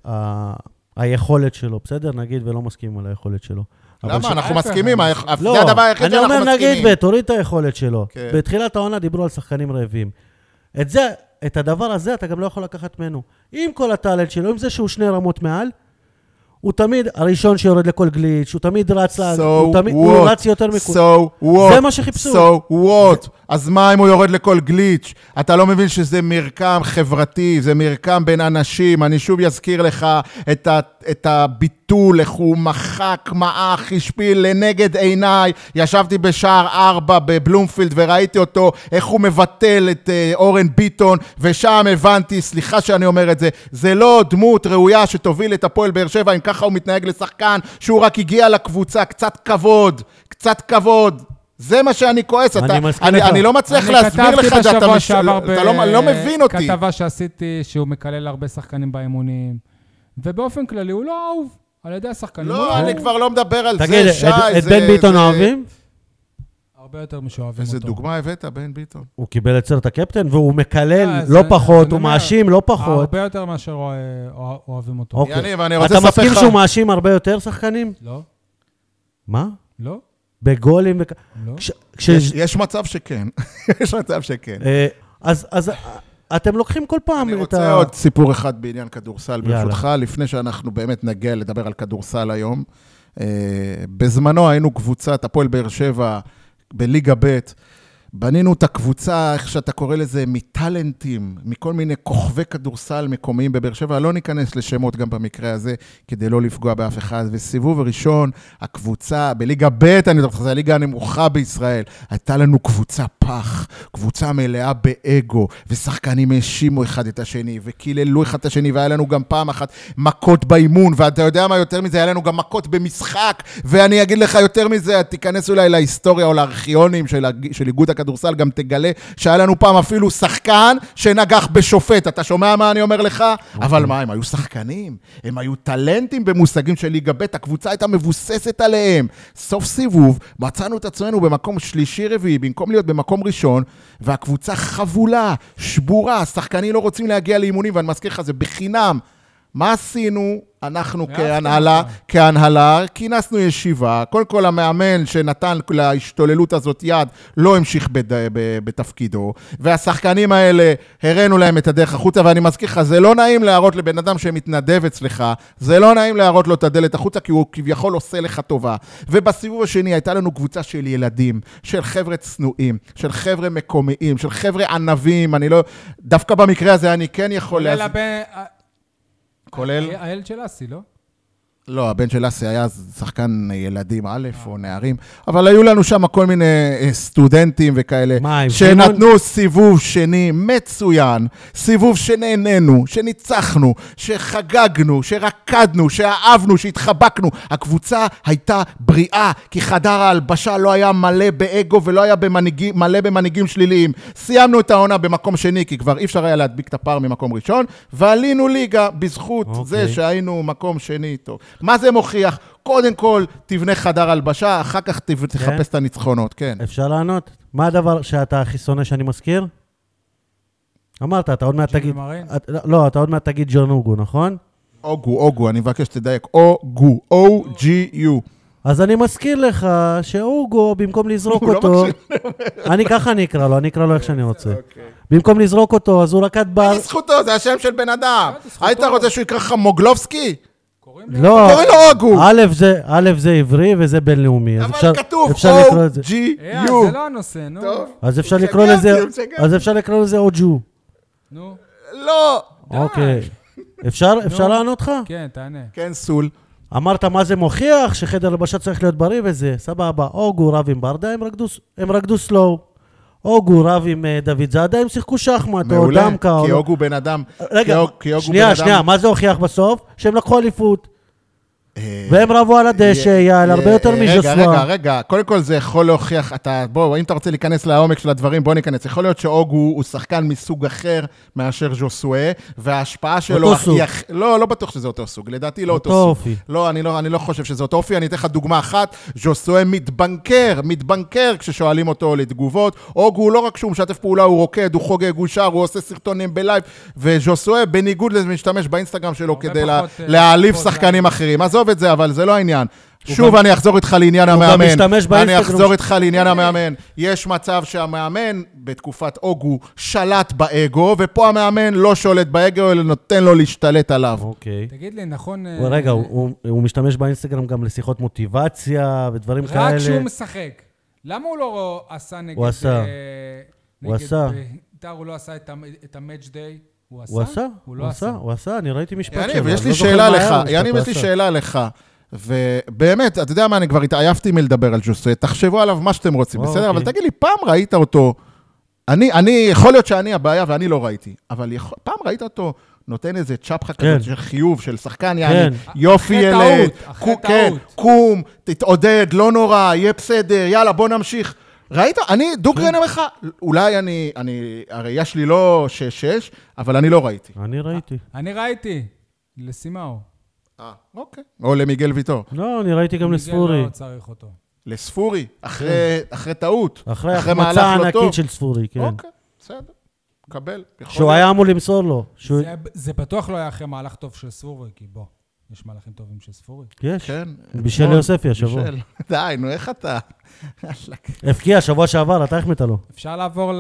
היכולת שלו, בסדר? נגיד ולא מסכימים על היכולת שלו.
למה? אנחנו מסכימים, זה הדבר היחיד שאנחנו מסכימים.
אני אומר, נגיד, תוריד את היכולת שלו. בתחילת העונה דיברו על שחקנים רעבים. את זה, את הדבר הזה, אתה גם לא יכול לקחת ממנו. עם כל הטלנט שלו, עם זה שהוא שני רמות מעל, הוא תמיד הראשון שיורד לכל גליץ', הוא תמיד רץ, הוא תמיד רץ יותר מכול.
So what?
זה מה שחיפשו.
So what? אז מה אם הוא יורד לכל גליץ'? אתה לא מבין שזה מרקם חברתי, זה מרקם בין אנשים. אני שוב אזכיר לך את, ה, את הביטול, איך הוא מחק, מעך, השפיל לנגד עיניי. ישבתי בשער ארבע בבלומפילד וראיתי אותו, איך הוא מבטל את uh, אורן ביטון, ושם הבנתי, סליחה שאני אומר את זה, זה לא דמות ראויה שתוביל את הפועל באר שבע, אם ככה הוא מתנהג לשחקן, שהוא רק הגיע לקבוצה, קצת כבוד, קצת כבוד. זה מה שאני כועס, אתה, אני, אני לא מצליח להסביר לך, אתה, אתה, מש... אתה לא, לא מבין אותי.
כתבה שעשיתי שהוא מקלל הרבה שחקנים באימונים, ובאופן כללי הוא לא אהוב על ידי השחקנים.
לא, אני כבר לא מדבר על זה, שי.
תגיד, את בן ביטון אוהבים?
הרבה יותר משאוהבים
אותו. איזה דוגמה הבאת, בן ביטון?
הוא קיבל את סרט הקפטן, והוא מקלל לא פחות, הוא מאשים לא פחות.
הרבה יותר מאשר אוהבים אותו.
אתה מסכים שהוא מאשים הרבה יותר שחקנים?
לא.
מה?
לא.
בגולים.
לא.
יש מצב שכן. יש מצב שכן.
אז אתם לוקחים כל פעם
אני רוצה עוד סיפור אחד בעניין כדורסל, ברשותך, לפני שאנחנו באמת נגיע לדבר על כדורסל היום. בזמנו היינו קבוצת הפועל באר שבע בליגה ב', בנינו את הקבוצה, איך שאתה קורא לזה, מטלנטים, מכל מיני כוכבי כדורסל מקומיים בבאר שבע, לא ניכנס לשמות גם במקרה הזה, כדי לא לפגוע באף אחד. וסיבוב ראשון, הקבוצה, בליגה ב', אני יודעת, זה הליגה הנמוכה בישראל, הייתה לנו קבוצה פח, קבוצה מלאה באגו, ושחקנים האשימו אחד את השני, וקיללו אחד את השני, והיה לנו גם פעם אחת מכות באימון, ואתה יודע מה יותר מזה, היה לנו גם מכות במשחק, ואני אגיד לך יותר מזה, תיכנס אולי להיסטוריה או לארכיונים של, של איגוד הכדורסל, גם תגלה שהיה לנו פעם אפילו שחקן שנגח בשופט. אתה שומע מה אני אומר לך? אבל מה, הם היו שחקנים, הם היו טלנטים במושגים של ליגה ב', הקבוצה הייתה מבוססת עליהם. סוף סיבוב, מצאנו את עצמנו במקום שלישי רביעי, במקום להיות במקום ראשון, והקבוצה חבולה, שבורה, השחקנים לא רוצים להגיע לאימונים, ואני מזכיר לך, זה בחינם. מה עשינו? אנחנו
ואהבתם
כהנהלה,
אותה.
כהנהלה, כינסנו ישיבה, קודם כל המאמן שנתן להשתוללות הזאת יד, לא המשיך בד... ב... בתפקידו, והשחקנים האלה, הראינו להם את הדרך החוצה, ואני מזכיר לך, זה לא נעים להראות לבן אדם שמתנדב אצלך, זה לא נעים להראות לו את הדלת החוצה, כי הוא כביכול עושה לך טובה. ובסיבוב השני הייתה לנו קבוצה של ילדים, של חבר'ה צנועים, של חבר'ה מקומיים, של חבר'ה ענבים, אני לא... דווקא במקרה הזה אני כן יכול...
כולל
להז...
הבן...
כולל...
הילד של אסי, לא?
לא, הבן של אסי היה שחקן ילדים א' או נערים, אבל היו לנו שם כל מיני סטודנטים וכאלה,
מה, עם
שנתנו סיבוב שני מצוין, סיבוב שנהננו, שניצחנו, שחגגנו, שרקדנו, שאהבנו, שהתחבקנו. הקבוצה הייתה בריאה, כי חדר ההלבשה לא היה מלא באגו ולא היה במנהיגים, מלא במנהיגים שליליים. סיימנו את העונה במקום שני, כי כבר אי אפשר היה להדביק את הפער ממקום ראשון, ועלינו ליגה בזכות
אוקיי.
זה שהיינו מקום שני טוב. מה זה מוכיח? קודם כל, תבנה חדר הלבשה, אחר כך תחפש את הניצחונות, כן.
אפשר לענות? מה הדבר שאתה הכי שונא שאני מזכיר? אמרת, אתה עוד מעט
ג'ימי
תגיד...
מרין?
את- לא, אתה עוד מעט תגיד ג'ון אוגו, נכון?
אוגו, אוגו, אני מבקש שתדייק. אוגו, O-G-U.
אז אני מזכיר לך שאוגו, במקום לזרוק
הוא לא
אותו...
מקשיב.
אני ככה אני אקרא לו, אני אקרא לו איך שאני רוצה. במקום לזרוק אותו, אז הוא רקד בר...
אין זכותו, זה השם של בן אדם.
זכותו.
היית רוצה שהוא יקרא לך מוגלובסקי?
קוראים לו?
לא,
קוראים לו אוגו.
א' זה, א' זה עברי וזה בינלאומי. אז
אבל
אפשר-
כתוב
אפשר לקרוא את זה.
אה,
O-G-U.
זה לא הנושא, נו.
טוב.
אז אפשר
הוא
לקרוא
משגע
לזה...
אותי, הוא משגע
אז אפשר לקרוא לזה אוג'ו.
נו.
לא.
אוקיי. אפשר אפשר
נו.
לענות לך?
כן, תענה.
כן, סול.
אמרת מה זה מוכיח, שחדר לבשה צריך להיות בריא וזה, סבבה. אוגו רב עם ברדה, הם רקדו, הם רקדו סלואו. אוגו רב עם אה, דוד זאדה, הם שיחקו שחמט, או
מעולה,
דמקה. או
כי
לא.
אוגו בן אדם.
רגע,
כי אוג- כי אוגו בן
שנייה,
אדם-
שנייה, מה זה הוכיח בסוף? שהם לקחו אליפות.
אה,
והם רבו על הדשא, יאללה, הרבה יותר
רגע, רגע,
מז'וסווה.
רגע, קודם כל זה יכול להוכיח, אתה, בוא, אם אתה רוצה להיכנס לעומק של הדברים, בוא ניכנס. יכול להיות שאוגו הוא שחקן מסוג אחר מאשר ז'וסואה, וההשפעה שלו...
אותו סוג.
יח- לא, לא בטוח שזה אותו סוג, לדעתי לא אותו
אותו
סוג.
אופי.
לא, אני לא, אני לא חושב שזה אותו אופי, אני אתן לך דוגמה אחת, ז'וסואה מתבנקר, מתבנקר כששואלים אותו לתגובות, אוגו הוא לא רק שהוא משתף פעולה, הוא רוקד, הוא חוגג, הוא שר, הוא עושה סרטונים בלייב, וז'וסואה בניגוד לזה משתמש באינסטגרם שלו
הרבה
כדי לה-
פחות, אה,
להעליב
פחות
שחקנים אחרים. עזוב את זה, אבל זה לא העניין. שוב
גם-
אני אחזור איתך לעניין
הוא גם
המאמן.
משתמש
אני
באינסטגרם
אחזור
ש-
איתך לעניין המאמן. יש מצב שהמאמן בתקופת אוגו שלט באגו, ופה המאמן לא שולט באגו, אלא נותן לו להשתלט עליו.
אוקיי.
תגיד לי, נכון... אה,
רגע, הוא- הוא- הוא משתמש באינסטגרם גם לשיחות מוטיבציה ודברים כאלה.
רק כשהוא משחק. למה הוא לא עשה נגד...
הוא עשה.
אה,
הוא
נגד,
עשה.
בית"ר הוא לא עשה את ה- את המאץ' דיי? הוא עשה?
הוא עשה,
הוא
הוא
לא
עשה,
עשה.
הוא עשה, אני ראיתי משפט שלו.
יניב, יש
אני
לי
לא זוכר
שאלה
מה היה
לך.
המשפט,
יניב,
הוא
יש לי
עשה.
שאלה לך. ובאמת, אתה יודע מה, אני כבר התעייפתי מלדבר על ג'וסוי. תחשבו עליו מה שאתם רוצים,
או,
בסדר? אבל
אוקיי.
תגיד לי, פעם ראית אותו... אני, אני, יכול להיות שאני הבעיה ואני לא ראיתי, אבל יכול, פעם ראית אותו נותן איזה צ'פחה
כן.
כזאת של חיוב, של שחקן,
כן.
יעני, יופי
אחרי
ילד,
טעות, אחרי
קו- כן,
טעות.
קום, תתעודד, לא נורא, יהיה בסדר, יאללה, בוא נמשיך. ראית? אני, דוגרי אני אומר לך, אולי אני, אני, הראייה שלי לא שש שש, אבל אני לא ראיתי.
אני ראיתי.
אני ראיתי, לסימאו.
אה, אוקיי. או למיגל ויטור.
לא, אני ראיתי גם
מיגל
לספורי.
לא צריך אותו.
לספורי, אחרי, אחרי טעות.
אחרי
אחרי
החמצה
מהלך לא טוב.
ענקית של ספורי, כן.
אוקיי, בסדר. קבל. יכול
שהוא
להיות.
היה אמור למסור לו. שהוא-
זה- זה בטוח לא היה אחרי מהלך טוב של ספורי, כי בוא, יש מהלכים טובים של ספורי.
יש.
כן.
בישל
אתמול,
יוספי השבוע.
בישל. די, נו, איך אתה? יאללה.
הפקיע שבוע שעבר, אתה החמאת לו.
אפשר לעבור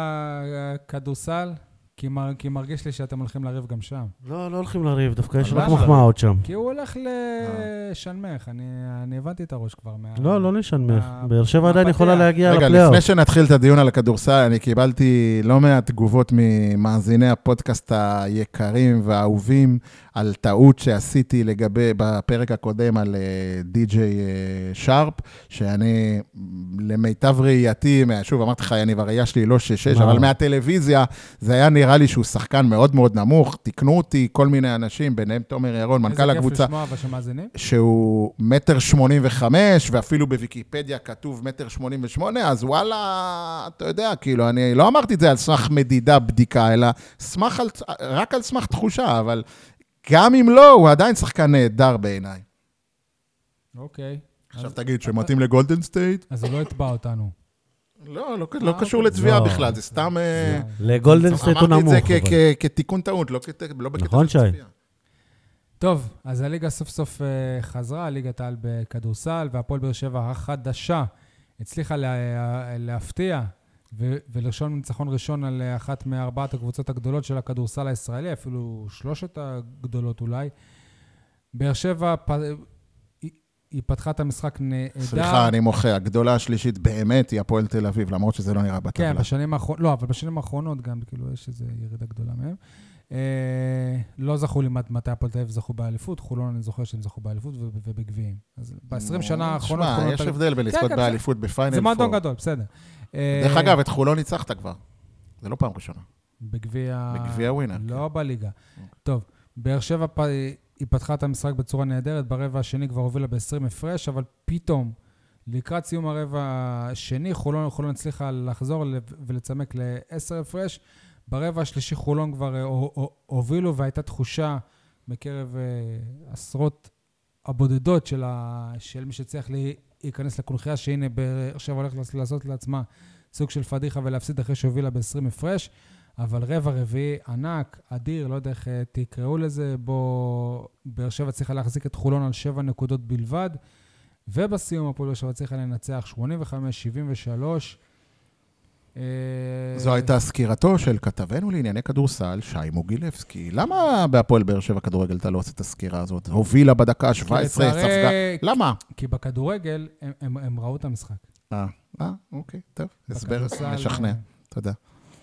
לכדורסל? כי מר- כי מרגיש לי שאתם הולכים לריב גם שם.
לא, לא הולכים לריב, דווקא יש
מה
רק
זה
מחמאות שם.
כי הוא הולך לשנמך, אני אני הבנתי את הראש כבר. מה-
לא, לא נשנמך.
מה-
באר שבע עדיין
מהפתח.
יכולה להגיע
רגע,
לפלייאוף.
לפני שנתחיל את הדיון על הכדורסל, אני קיבלתי לא מעט תגובות ממאזיני הפודקאסט היקרים והאהובים על טעות שעשיתי לגבי, בפרק הקודם על די-ג'יי שרפ, שאני למיטב ראייתי, שוב אמרתי לך, יניב, הראייה שלי לא שש שש, אבל מהטלוויזיה זה היה נראה לי שהוא שחקן מאוד מאוד נמוך, תקנו אותי כל מיני אנשים, ביניהם תומר ירון, מנכ"ל הקבוצה.
איזה כיף לשמוע ושמאזינים.
שהוא מטר שמונים וחמש, ואפילו בוויקיפדיה כתוב מטר שמונים ושמונה, אז וואלה, אתה יודע, כאילו, אני לא אמרתי את זה על סמך מדידה, בדיקה, אלא סמך על, רק על סמך תחושה, אבל גם אם לא, הוא עדיין שחקן נהדר בעיניי.
אוקיי.
עכשיו תגיד, שמתאים לגולדן סטייט?
אז הוא לא יתבע אותנו.
לא, לא, לא קשור לתביעה
לא.
בכלל, זה סתם... אה,
לגולדן סטייט הוא
אמרתי את
נמוך.
זה כ-
אבל.
כ- כתיקון טעות, לא כת- לא בקטע
נכון,
של
שי?
צפייה.
טוב, אז הליגה סוף סוף uh, חזרה, ליגת העל בכדורסל, והפועל באר שבע החדשה הצליחה לה, להפתיע ו- ולרשום ניצחון ראשון על אחת מארבעת הקבוצות הגדולות של הכדורסל הישראלי, אפילו שלושת הגדולות אולי. באר שבע, פ... היא, היא פתחה את המשחק נהדר.
סליחה, אני מוחה, הגדולה השלישית באמת היא הפועל תל אביב, למרות שזה לא נראה בטבלה.
כן, בשנים האחרונות, לא, אבל בשנים האחרונות גם, כאילו, יש איזו ירידה גדולה מהם. אה, לא זכו לי מתי הפועל תל אביב זכו באליפות, חולון אני זוכר שהם זכו באליפות ובגביעים. אז ב-עשרים שנה האחרונות...
שמע, יש הבדל בלזכות באליפות בפיינל פור.
זה מועדון גדול, בסדר.
דרך אגב, את חולון ניצחת כבר. זה לא פעם ראשונה.
בגביע...
בגביע ווינר.
לא בליגה. טוב, באר שבע היא פתחה את המשחק בצורה נהדרת, ברבע השני כבר הובילה ב-עשרים הפרש, אבל פתאום, לקראת סיום הרבע השני, חולון, חולון הצליחה לחזור ולצמק ל-עשרה הפרש. ברבע השלישי חולון כבר הובילו, והייתה תחושה בקרב עשרות הבודדות של, ה... של מי שצריך להיכנס לקונחייה, שהנה באר שבע הולך לעשות לעצמה סוג של פדיחה ולהפסיד אחרי שהובילה ב-עשרים הפרש, אבל רבע רביעי ענק, אדיר, לא יודע איך תקראו לזה, בו באר שבע צריכה להחזיק את חולון על שבע נקודות בלבד, ובסיום הפועל באר שבע צריכה לנצח שמונים וחמש שבעים ושלוש.
זו הייתה סקירתו של כתבנו לענייני כדורסל, שי מוגילבסקי. למה בהפועל באר שבע כדורגל אתה לא עושה את הסקירה הזאת? הובילה בדקה שבע עשרה, ספגה. למה?
כי בכדורגל הם, הם, הם ראו את המשחק.
אה, אה, אוקיי, טוב. הסבר משכנע. תודה.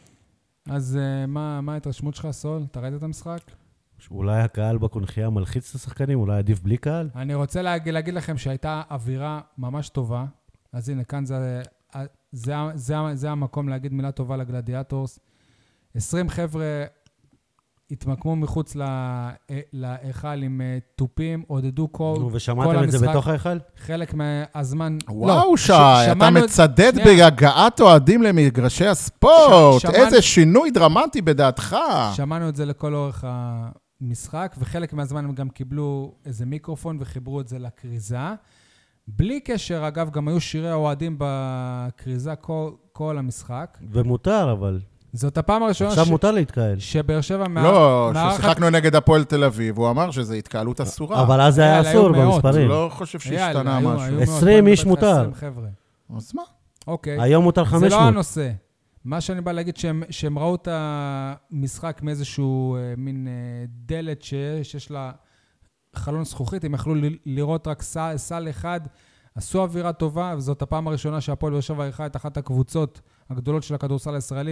אז מה, מה ההתרשמות שלך, סול? אתה ראית את המשחק?
אולי הקהל בקונחייה מלחיץ את השחקנים, אולי עדיף בלי קהל?
אני רוצה להגיד, להגיד לכם שהייתה אווירה ממש טובה. אז הנה, כאן זה... זה, זה, זה המקום להגיד מילה טובה לגלדיאטורס. עשרים חבר'ה התמקמו מחוץ להיכל עם טופים, עודדו כל, כל המשחק.
ושמעתם את זה בתוך ההיכל?
חלק מהזמן...
וואו, לא, שי, ש, אתה מצדד בהגעת אוהדים למגרשי הספורט. ש, שמענו, איזה שינוי דרמטי בדעתך.
שמענו את זה לכל אורך המשחק, וחלק מהזמן הם גם קיבלו איזה מיקרופון וחיברו את זה לקריזה. בלי קשר, אגב, גם היו שירי האוהדים בקריזה כל, כל המשחק.
ומותר, אבל...
זאת הפעם הראשונה...
עכשיו ש... מותר להתקהל.
שבאר שבע...
לא, מה... ששיחקנו נגד הפועל תל אביב, הוא אמר שזה התקהלות אסורה.
אבל אז זה היה אסור במספרים.
אני לא חושב שהשתנה משהו.
עשרים איש מותר.
אז מה?
אוקיי.
היום מותר חמש מאות.
זה לא הנושא. מה שאני בא להגיד, שהם, שהם ראו את המשחק מאיזשהו מין דלת שיש לה... חלון זכוכית, הם יכלו לראות רק סל, סל אחד, עשו אווירה טובה, וזאת הפעם הראשונה שהפועל באר שבע אירחה את אחת הקבוצות הגדולות של הכדורסל הישראלי,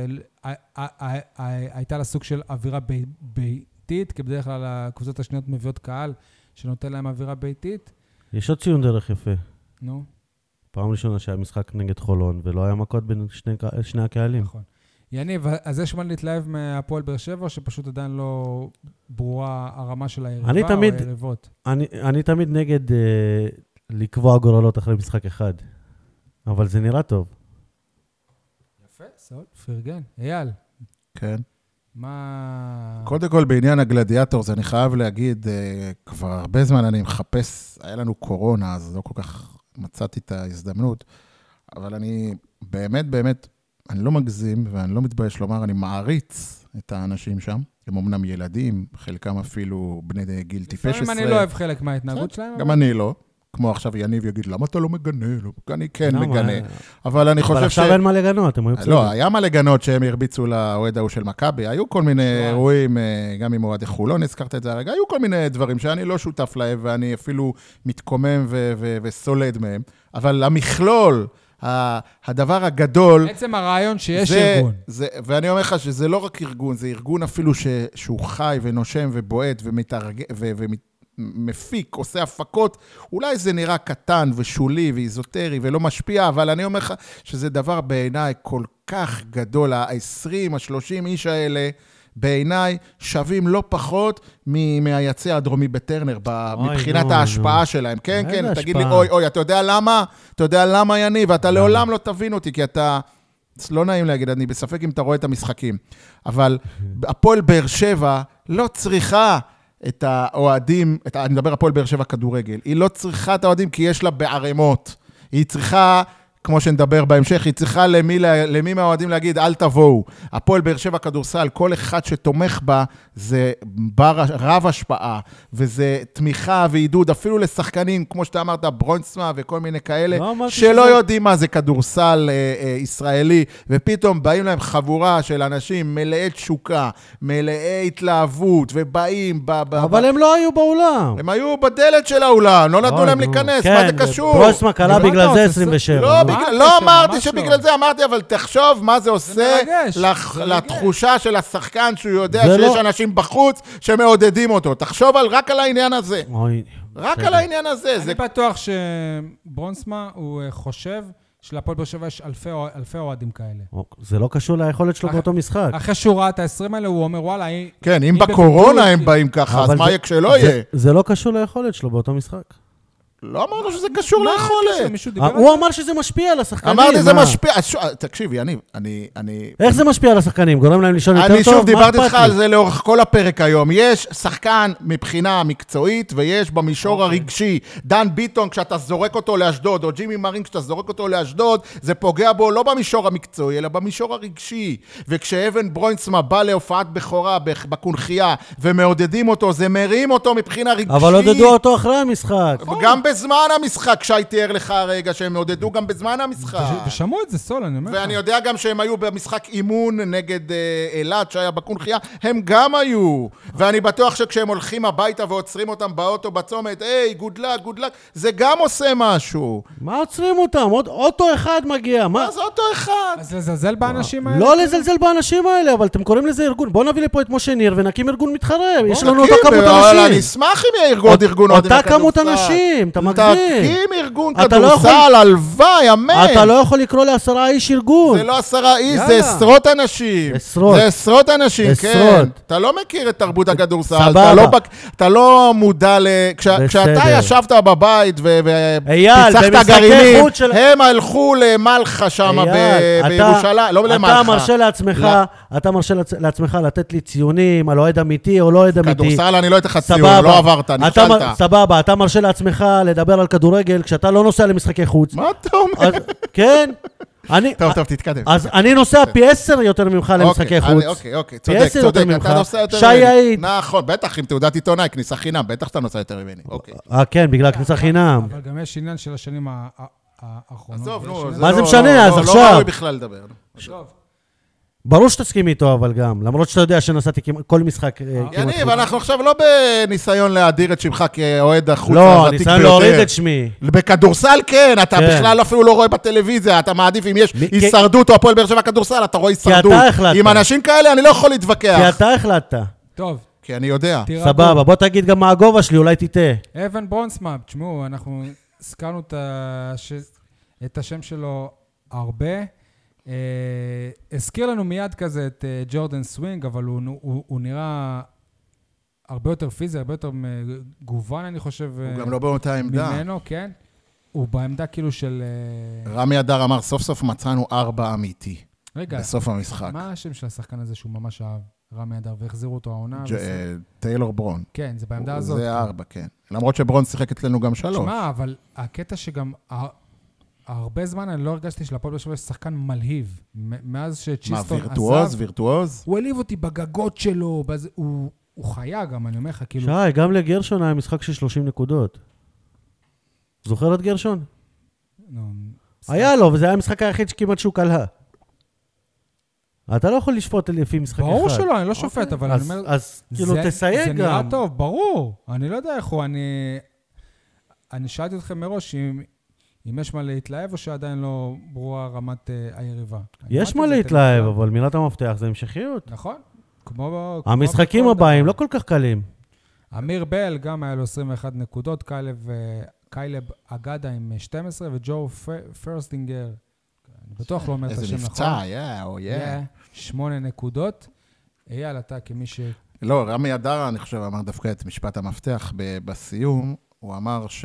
והייתה לה סוג של אווירה ביתית, כי בדרך כלל הקבוצות השניות מביאות קהל, שנותן להם אווירה ביתית.
יש עוד ציון דרך יפה.
נו.
פעם ראשונה שהיה משחק נגד חולון, ולא היה מכות בין שני, שני הקהלים.
נכון. יניב, אז יש מה להתלהב מהפועל באר שבע, שפשוט עדיין לא ברורה הרמה של היריבה
אני
או
תמיד,
היריבות?
אני, אני תמיד נגד אה, לקבוע גורלות אחרי משחק אחד, אבל זה נראה טוב.
יפה, סול, פרגן. אייל.
כן.
מה...
קודם כל, בעניין הגלדיאטורס, אני חייב להגיד, אה, כבר הרבה זמן אני מחפש, היה לנו קורונה, אז לא כל כך מצאתי את ההזדמנות, אבל אני באמת, באמת, אני לא מגזים, ואני לא מתבייש לומר, אני מעריץ את האנשים שם. הם אמנם ילדים, חלקם אפילו בני גיל טיפש עשרה.
לפעמים אני לא אוהב חלק מההתנהגות שלהם.
גם אני לא. כמו עכשיו יניב יגיד, למה אתה לא מגנה? אני כן מגנה. אבל אני חושב ש...
אבל עכשיו אין מה לגנות, הם היו בסדר.
לא, היה מה לגנות שהם הרביצו לאוהד ההוא של מכבי. היו כל מיני אירועים, גם עם אוהדי חולון, הזכרת את זה הרגע, היו כל מיני דברים שאני לא שותף להם, ואני אפילו מתקומם וסולד מהם. אבל המכלול... הדבר הגדול...
בעצם הרעיון שיש זה, ארגון.
זה, ואני אומר לך שזה לא רק ארגון, זה ארגון אפילו ש, שהוא חי ונושם ובועט ומתרג, ו, ומפיק, עושה הפקות. אולי זה נראה קטן ושולי ואיזוטרי ולא משפיע, אבל אני אומר לך שזה דבר בעיניי כל כך גדול. ה-עשרים, ה-שלושים איש האלה בעיניי שווים לא פחות מהיצא הדרומי בטרנר, מבחינת ההשפעה שלהם. כן, כן, תגיד לי, אוי, אוי, אתה יודע למה? אתה יודע למה, יניב? ואתה לעולם לא תבין אותי, כי אתה, לא נעים להגיד, אני בספק אם אתה רואה את המשחקים. אבל הפועל באר שבע לא צריכה את האוהדים, אני מדבר הפועל באר שבע כדורגל, היא לא צריכה את האוהדים כי יש לה בערימות. היא צריכה... כמו שנדבר בהמשך, היא צריכה למי, למי מהאוהדים להגיד, אל תבואו. הפועל באר שבע כדורסל, כל אחד שתומך בה, זה בר, רב השפעה, וזה תמיכה ועידוד, אפילו לשחקנים, כמו שאתה אמרת, ברוינסמה וכל מיני כאלה, לא שלא שזה... יודעים מה זה כדורסל אה, אה, ישראלי, ופתאום באים להם חבורה של אנשים מלאי תשוקה, מלאי התלהבות, ובאים... ב, ב,
אבל
ב...
הם לא היו באולם.
הם היו בדלת של האולם, לא נתנו להם להיכנס,
כן,
מה זה קשור?
ברוינסמה קלה בגלל זה עשרים ושבע.
לא, בגלל, לא אמרתי שבגלל זה, אמרתי, אבל תחשוב מה זה עושה לח, לתחושה של השחקן, שהוא יודע שיש לא... אנשים בחוץ שמעודדים אותו. תחשוב על, רק על העניין הזה. אוי, רק על העניין הזה.
אני זה... בטוח שברוינסמה הוא חושב שלהפועל באר שבע יש אלפי, אלפי אוהדים כאלה.
זה לא קשור ליכולת שלו באותו משחק.
אחרי שהוא ראה את ה-עשרים האלה, הוא אומר, וואלה, היא...
כן, אם בקורונה הם באים ככה, אז מה יהיה כשלא יהיה?
זה לא קשור ליכולת שלו באותו משחק.
לא אמרנו שזה קשור ליכולת.
הוא אמר שזה משפיע על השחקנים.
אמרתי זה משפיע. תקשיב, יניב, אני...
איך זה משפיע על השחקנים? גורם להם לישון יותר טוב?
אני שוב דיברתי איתך על זה לאורך כל הפרק היום. יש שחקן מבחינה מקצועית, ויש במישור הרגשי. דן ביטון, כשאתה זורק אותו לאשדוד, או ג'ימי מרין, כשאתה זורק אותו לאשדוד, זה פוגע בו לא במישור המקצועי, אלא במישור הרגשי. וכשאבן ברוינסמה בא להופעת בכורה בקונחייה, ומעודדים אותו, זה מרים אותו מבחינה רגשית.
אבל עודדו אותו אחרי המשחק.
גם בזמן המשחק, שי תיאר לך הרגע שהם מעודדו גם בזמן המשחק.
ושמעו את זה סול, אני אומר לך.
ואני יודע גם שהם היו במשחק אימון נגד אילת, שהיה בקונחייה, הם גם היו. ואני בטוח שכשהם הולכים הביתה ועוצרים אותם באוטו בצומת, היי, גוד לק, גוד לק, זה גם עושה משהו.
מה עוצרים אותם? עוד אוטו אחד מגיע.
מה זה אוטו אחד?
אז לזלזל באנשים האלה?
לא לזלזל באנשים האלה, אבל אתם קוראים לזה ארגון. בואו נביא לפה את משה ניר ונקים ארגון מתחרה. יש לנו אותה כמות אנשים.
אני אשמח אם יהיה ארגון ארגון
אותה כמות אנשים. אתה מגזים.
תקים ארגון כדורסל, הלוואי, אמן.
אתה לא יכול לקרוא לעשרה איש ארגון.
זה לא עשרה איש, זה עשרות אנשים.
עשרות.
זה עשרות אנשים, כן. אתה לא מכיר את תרבות הכדורסל. אתה לא מודע ל... כשאתה ישבת בבית ופיצחת גרעינים, הם הלכו למלחה שם בירושלים, לא למלחה.
אתה מרשה לעצמך, אתה מרשה לעצמך לתת לי ציונים על אוהד אמיתי או לא אוהד אמיתי.
כדורסל אני לא אתן לך ציון, לא עברת, נכשלת.
סבבה, אתה מרשה לעצמך לדבר על כדורגל כשאתה לא נוסע למשחקי חוץ.
מה אתה אומר?
כן.
טוב, טוב, תתקדם.
אז אני נוסע פי עשר יותר ממך למשחקי חוץ.
אוקיי, אוקיי, צודק, צודק. אתה נוסע יותר ממני.
שי היית.
נכון, בטח, עם תעודת עיתונאי, כניסה חינם, בטח אתה נוסע יותר ממני. אוקיי.
אה, כן, בגלל כניסה חינם.
אבל גם יש עניין של השנים האחרונות.
עזוב, נו.
מה זה משנה, אז עכשיו?
לא ראוי בכלל לדבר.
עזוב.
ברור שתסכים איתו, אבל גם, למרות שאתה יודע שנסעתי כל משחק כמעט חוץ.
יניב, אנחנו עכשיו לא בניסיון להדיר את שמך כאוהד החוץ
הוותיק ביותר. לא, ניסיון להוריד את שמי.
בכדורסל כן, אתה בכלל אפילו לא רואה בטלוויזיה, אתה מעדיף אם יש הישרדות או הפועל באר שבע כדורסל, אתה רואה הישרדות.
כי אתה החלטת.
עם אנשים כאלה אני לא יכול להתווכח.
כי אתה החלטת.
טוב.
כי אני יודע.
סבבה, בוא תגיד גם מה הגובה שלי, אולי תטעה.
אבן ברוינסמה, תשמעו, אנחנו הזכרנו את השם שלו הרבה. Uh, הזכיר לנו מיד כזה את uh, ג'ורדן סווינג, אבל הוא, הוא, הוא נראה הרבה יותר פיזי, הרבה יותר מגוון, אני חושב.
הוא uh, גם לא באותה עמדה.
ממנו, כן. הוא בעמדה כאילו של... Uh...
רמי אדר אמר, סוף סוף מצאנו ארבע אמיתי.
רגע.
בסוף המשחק.
מה השם של השחקן הזה שהוא ממש אהב? רמי אדר, והחזירו אותו העונה?
ג'... טיילור ברון.
כן, זה בעמדה הזאת.
זה ארבע, כן. למרות שברון שיחק אצלנו גם שלוש.
תשמע, אבל הקטע שגם... הרבה זמן אני לא הרגשתי שלפועל באר שבע יש שחקן מלהיב. מאז שצ'יסטון עזב...
מה, וירטואוז? וירטואוז?
הוא העליב אותי בגגות שלו, הוא חיה גם, אני אומר לך, כאילו...
שי, גם לגרשון היה משחק של שלושים נקודות. זוכר את גרשון? היה לו, וזה היה המשחק היחיד שכמעט שהוא קלה. אתה לא יכול לשפוט לפי משחק אחד.
ברור שלא, אני לא שופט, אבל אני אומר...
אז כאילו תסייג גם.
זה נראה טוב, ברור. אני לא יודע איך הוא, אני... אני שאלתי אתכם מראש אם... אם יש מה להתלהב או שעדיין לא ברורה רמת uh, היריבה.
יש מה להתלהב, אבל מילת המפתח זה המשכיות.
נכון. כמו,
המשחקים
כמו
הבאים לא כל כך קלים.
אמיר בל גם היה לו עשרים ואחת נקודות, קיילב, קיילב אגדה עם שתים עשרה, וג'ו פרסטינגר, אני בטוח לא אומר את השם נכון.
איזה מבצע, יא, או יא.
שמונה נקודות. אייל, אתה כמי ש...
לא, רמי אדר, אני חושב, אמר דווקא את משפט המפתח בסיום, הוא אמר ש...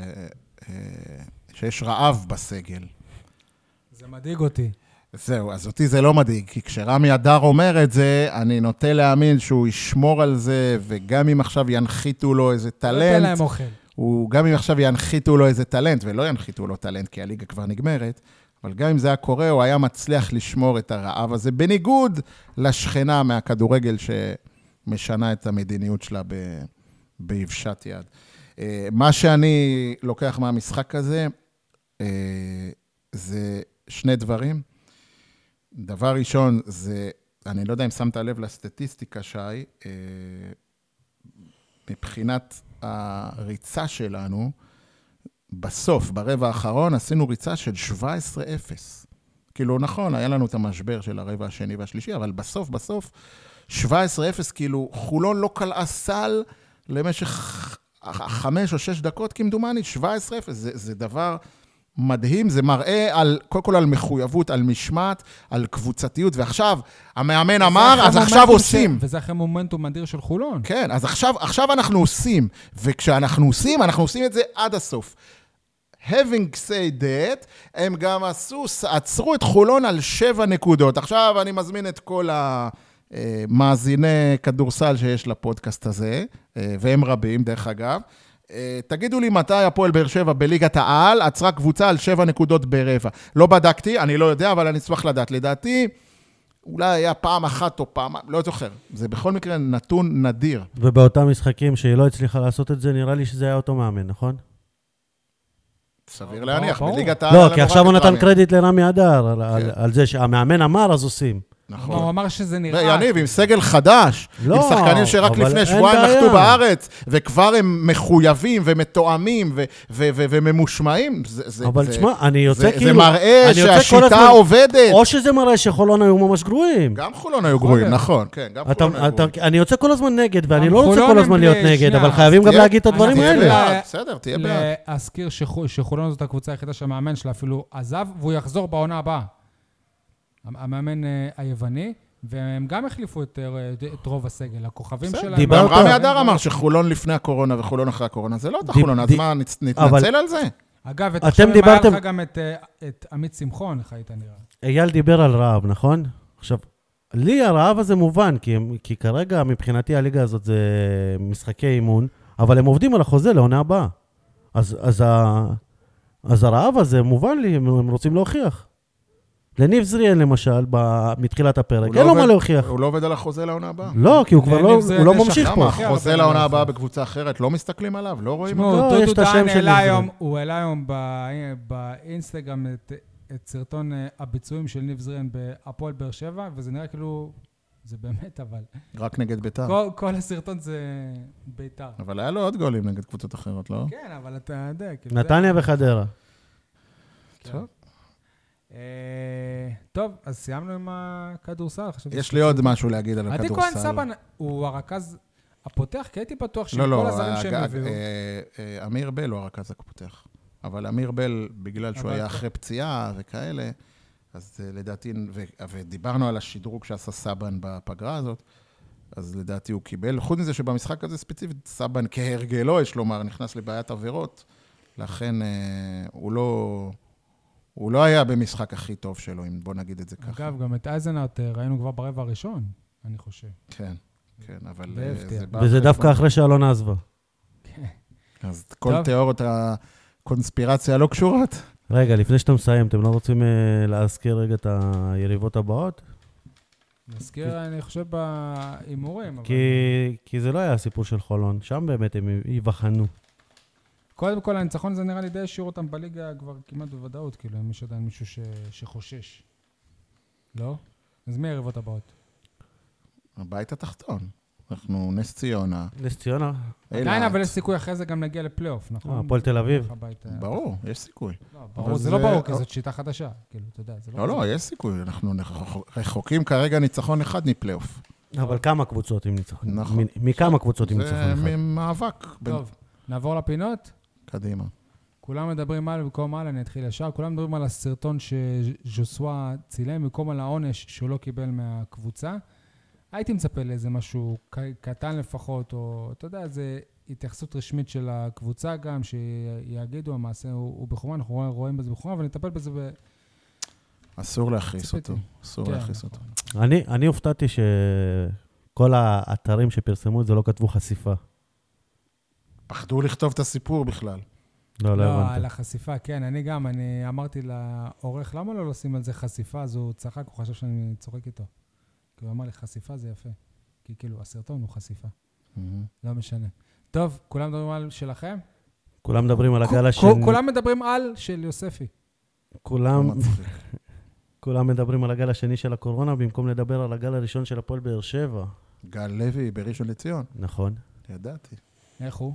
שיש רעב בסגל.
זה מדאיג אותי.
זהו, אז אותי זה לא מדאיג, כי כשרמי אדר אומר את זה, אני נוטה להאמין שהוא ישמור על זה, וגם אם עכשיו ינחיתו לו איזה טלנט, לא
ייתן להם אוכל.
הוא, גם אם עכשיו ינחיתו לו איזה טלנט, ולא ינחיתו לו טלנט, כי הליגה כבר נגמרת, אבל גם אם זה היה קורה, הוא היה מצליח לשמור את הרעב הזה, בניגוד לשכנה מהכדורגל שמשנה את המדיניות שלה ביבשת יד. מה שאני לוקח מהמשחק הזה, זה שני דברים. דבר ראשון, זה, אני לא יודע אם שמת לב לסטטיסטיקה, שי, מבחינת הריצה שלנו, בסוף, ברבע האחרון, עשינו ריצה של שבע עשרה אפס. כאילו, נכון, היה לנו את המשבר של הרבע השני והשלישי, אבל בסוף, בסוף, שבע עשרה אפס, כאילו, חולון לא קלעה סל למשך חמש או שש דקות, כמדומני, שבע עשרה אפס. זה, זה דבר מדהים, זה מראה על, קודם כל על מחויבות, על משמעת, על קבוצתיות, ועכשיו, המאמן אמר, אז עכשיו עושים.
וזה אחרי מומנטום מדהיר של חולון.
כן, אז עכשיו, עכשיו אנחנו עושים, וכשאנחנו עושים, אנחנו עושים את זה עד הסוף. Having said that, הם גם עשו, עצרו את חולון על שבע נקודות. עכשיו אני מזמין את כל המאזיני כדורסל שיש לפודקאסט הזה, והם רבים דרך אגב. תגידו לי מתי הפועל באר שבע בליגת העל, עצרה קבוצה על שבע נקודות ברבע. לא בדקתי, אני לא יודע, אבל אני אשמח לדעת. לדעתי, אולי היה פעם אחת או פעם, לא זוכר. זה בכל מקרה נתון נדיר.
ובאותם משחקים שהיא לא הצליחה לעשות את זה, נראה לי שזה היה אותו מאמן, נכון?
סביר להניח, בליגת העל...
לא, כי עכשיו הוא נתן קרדיט לרמי אדר, על זה שהמאמן אמר, אז עושים.
נכון.
הוא אמר שזה נראה...
יניב, עם סגל חדש, עם שחקנים שרק לפני שבועיים נחתו בארץ, וכבר הם מחויבים ומתואמים וממושמעים,
אבל תשמע, אני יוצא כאילו...
זה מראה שהשיטה עובדת.
או שזה מראה שחולון היו ממש גרועים.
גם חולון היו גרועים, נכון, כן, גם חולון היו גרועים.
אני יוצא כל הזמן נגד, ואני לא רוצה כל הזמן להיות נגד, אבל חייבים גם להגיד את הדברים האלה.
בסדר, תהיה בעד.
להזכיר שחולון זאת הקבוצה היחידה שהמאמן שלה אפילו עזב, והוא יחזור בעונה הבאה. המאמן היווני, והם גם החליפו את, את רוב הסגל, הכוכבים שלהם.
רמי אדר אמר שחולון לפני הקורונה וחולון אחרי הקורונה, זה לא אותה חולון, אז מה, נתנצל על זה?
אגב, עכשיו אם היה לך גם את, את עמית שמחון, איך היית נראה?
אייל דיבר על רעב, נכון? עכשיו, לי הרעב הזה מובן, כי, כי כרגע מבחינתי הליגה הזאת זה משחקי אימון, אבל הם עובדים על החוזה לעונה הבאה. אז, אז, ה, אז הרעב הזה מובן לי, הם רוצים להוכיח. לניב זריאן למשל, מתחילת הפרק, אין לו מה להוכיח.
הוא לא עובד על החוזה לעונה הבאה.
לא, כי הוא כבר לא ממשיך פה.
החוזה לעונה הבאה בקבוצה אחרת, לא מסתכלים עליו, לא רואים.
תשמעו, דודו דן הוא העלה היום באינסטגרם את סרטון הביצועים של ניב זריאן בהפועל באר שבע, וזה נראה כאילו, זה באמת, אבל...
רק נגד ביתר.
כל הסרטון זה ביתר.
אבל היה לו עוד גולים נגד קבוצות אחרות, לא?
כן, אבל אתה יודע.
נתניה וחדרה.
טוב.
טוב, אז סיימנו עם הכדורסל.
יש לי עוד משהו להגיד על הכדורסל.
עדי כהן סבן הוא הרכז הפותח, כי הייתי בטוח שכל הזרים שהם הביאו.
אמיר בל הוא הרכז הפותח. אבל אמיר בל, בגלל שהוא היה אחרי פציעה וכאלה, אז לדעתי, ודיברנו על השדרוג שעשה סבן בפגרה הזאת, אז לדעתי הוא קיבל. חוץ מזה שבמשחק הזה ספציפית, סבן כהרגלו, יש לומר, נכנס לבעיית עבירות, לכן הוא לא... הוא לא היה במשחק הכי טוב שלו, אם בוא נגיד את זה ככה.
אגב, גם את אייזנאוט ראינו כבר ברבע הראשון, אני חושב.
כן, כן, אבל...
וזה דווקא אחרי שאלון עזבה.
כן.
אז כל תיאוריות הקונספירציה לא קשורות.
רגע, לפני שאתם מסיים, אתם לא רוצים להזכיר רגע את היריבות הבאות?
נזכיר, אני חושב, באימורים.
כי זה לא היה הסיפור של חולון, שם באמת הם יבחנו.
קודם כל, הניצחון הזה נראה לי די השאיר אותם בליגה כבר כמעט בוודאות, כאילו, אם יש עדיין מישהו ש... שחושש. לא? אז מי היריבות הבאות?
הבית התחתון. אנחנו נס ציונה.
נס ציונה.
עדיין, אבל יש סיכוי אחרי זה גם נגיע לפלייאוף, נכון?
הפועל תל אביב.
ברור, יש סיכוי.
זה לא ברור, כי זאת שיטה חדשה.
לא, לא, יש סיכוי. אנחנו רחוקים כרגע ניצחון אחד מפלייאוף.
אבל כמה קבוצות עם ניצחון?
נכון.
מכמה קבוצות עם ניצחון אחד?
זה מאבק.
טוב, נעבור לפינות?
קדימה.
כולם מדברים על, במקום על, אני אתחיל ישר, כולם מדברים על הסרטון שז'וסווה צילם, במקום על העונש שהוא לא קיבל מהקבוצה. הייתי מצפה לאיזה משהו קטן לפחות, או אתה יודע, איזו התייחסות רשמית של הקבוצה גם, שיגידו, המעשה הוא בחומה, אנחנו רואים בזה בחומה, אבל נטפל בזה ב...
אסור להכריס אותו, אסור להכריס אותו.
אני הופתעתי שכל האתרים שפרסמו את זה לא כתבו חשיפה.
פחדו לכתוב את הסיפור בכלל.
לא, לא
לא,
הבנתי.
על החשיפה, כן, אני גם, אני אמרתי לעורך, למה לא לשים על זה חשיפה? אז הוא צחק, הוא חשב שאני צוחק איתו. כי הוא אמר לי, חשיפה זה יפה. כי כאילו, הסרטון הוא חשיפה. לא משנה. טוב, כולם מדברים על שלכם?
כולם מדברים על הגל
כ-
השני.
כולם מדברים על של יוספי.
כולם,
לא מצחיק.
כולם מדברים על הגל השני של הקורונה, במקום לדבר על הגל הראשון של הפועל באר שבע.
גל לוי בראשון לציון.
נכון.
ידעתי.
איך הוא?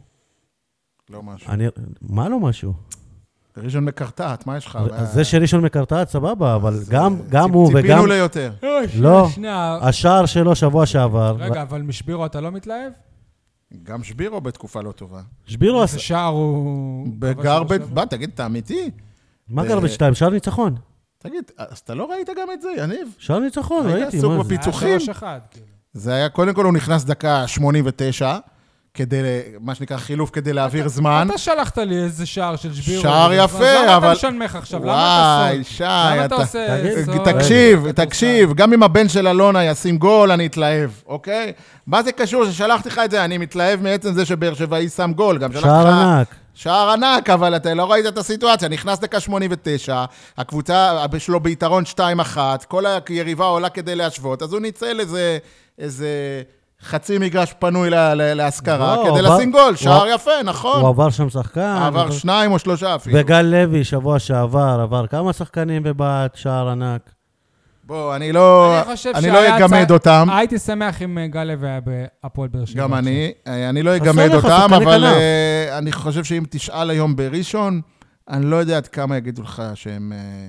לא משהו.
אני, מה לא משהו?
בראשון מקרטעת, מה יש לך?
אז זה שראשון מקרטעת, סבבה, אבל
אז,
גם,
אה,
גם
ציפ-
הוא וגם...
ציפינו ליותר.
לא.
שנייה.
השער שלו שבוע שעבר.
רגע, אבל משבירו אתה לא מתלהב?
גם שבירו בתקופה לא טובה.
שבירו
איזה
עשה...
שער הוא...
בגרבג'
כבש
בא, תגיד, אתה אמיתי?
מה
ב-
גרבג' שתיים? שער ניצחון.
תגיד, אז אתה לא ראית גם את זה, יניב?
שער ניצחון,
היית
ראיתי,
עסוק
מה זה?
בפי-
זה היה
פיצוחים?
שלוש אחד, כאילו.
זה היה, קודם כל הוא נכנס דקה שמונים ותשע, כדי, מה שנקרא חילוף, כדי להעביר זמן.
אתה שלחת לי איזה שער של שבירו.
שער
אז
יפה,
למה
אבל...
אתה משנמך עכשיו? למה אתה
וואי,
סוד?
שי,
למה אתה
אתה...
עושה
תגיד,
סוד?
תקשיב,
רגע,
תקשיב, גם אם הבן של אלונה ישים גול, אני אתלהב, אוקיי? מה זה קשור ששלחתי לך את זה? אני מתלהב מעצם זה שבאר שבעי שם גול. גם שלחתי
שער
לך-
ענק.
שער ענק, אבל אתה לא ראית את הסיטואציה. נכנס דקה שמונים ותשע, הקבוצה שלו ביתרון שתיים אחת, כל היריבה עולה כדי להשוות, אז הוא ניצל איזה, איזה חצי מגרש פנוי לה- לה- להשכרה,
לא,
כדי
עבר-
לשים גול. שער
הוא-
יפה, נכון.
הוא עבר שם שחקן.
עבר שניים או שלושה אפילו.
וגל לוי, שבוע שעבר, עבר כמה שחקנים ובעט, שער ענק.
בוא, אני לא,
אני חושב
אני לא
שהיה
אגמד
צ-
אותם.
הייתי שמח אם גל לוי היה בהפועל באר שבע.
גם
עכשיו.
אני, אני לא
חסר
אגמד
לך
אותם,
שחקני
אבל
כנף.
אה, אני חושב שאם תשאל היום בראשון, אני לא יודע עד כמה יגידו לך שהם, אה,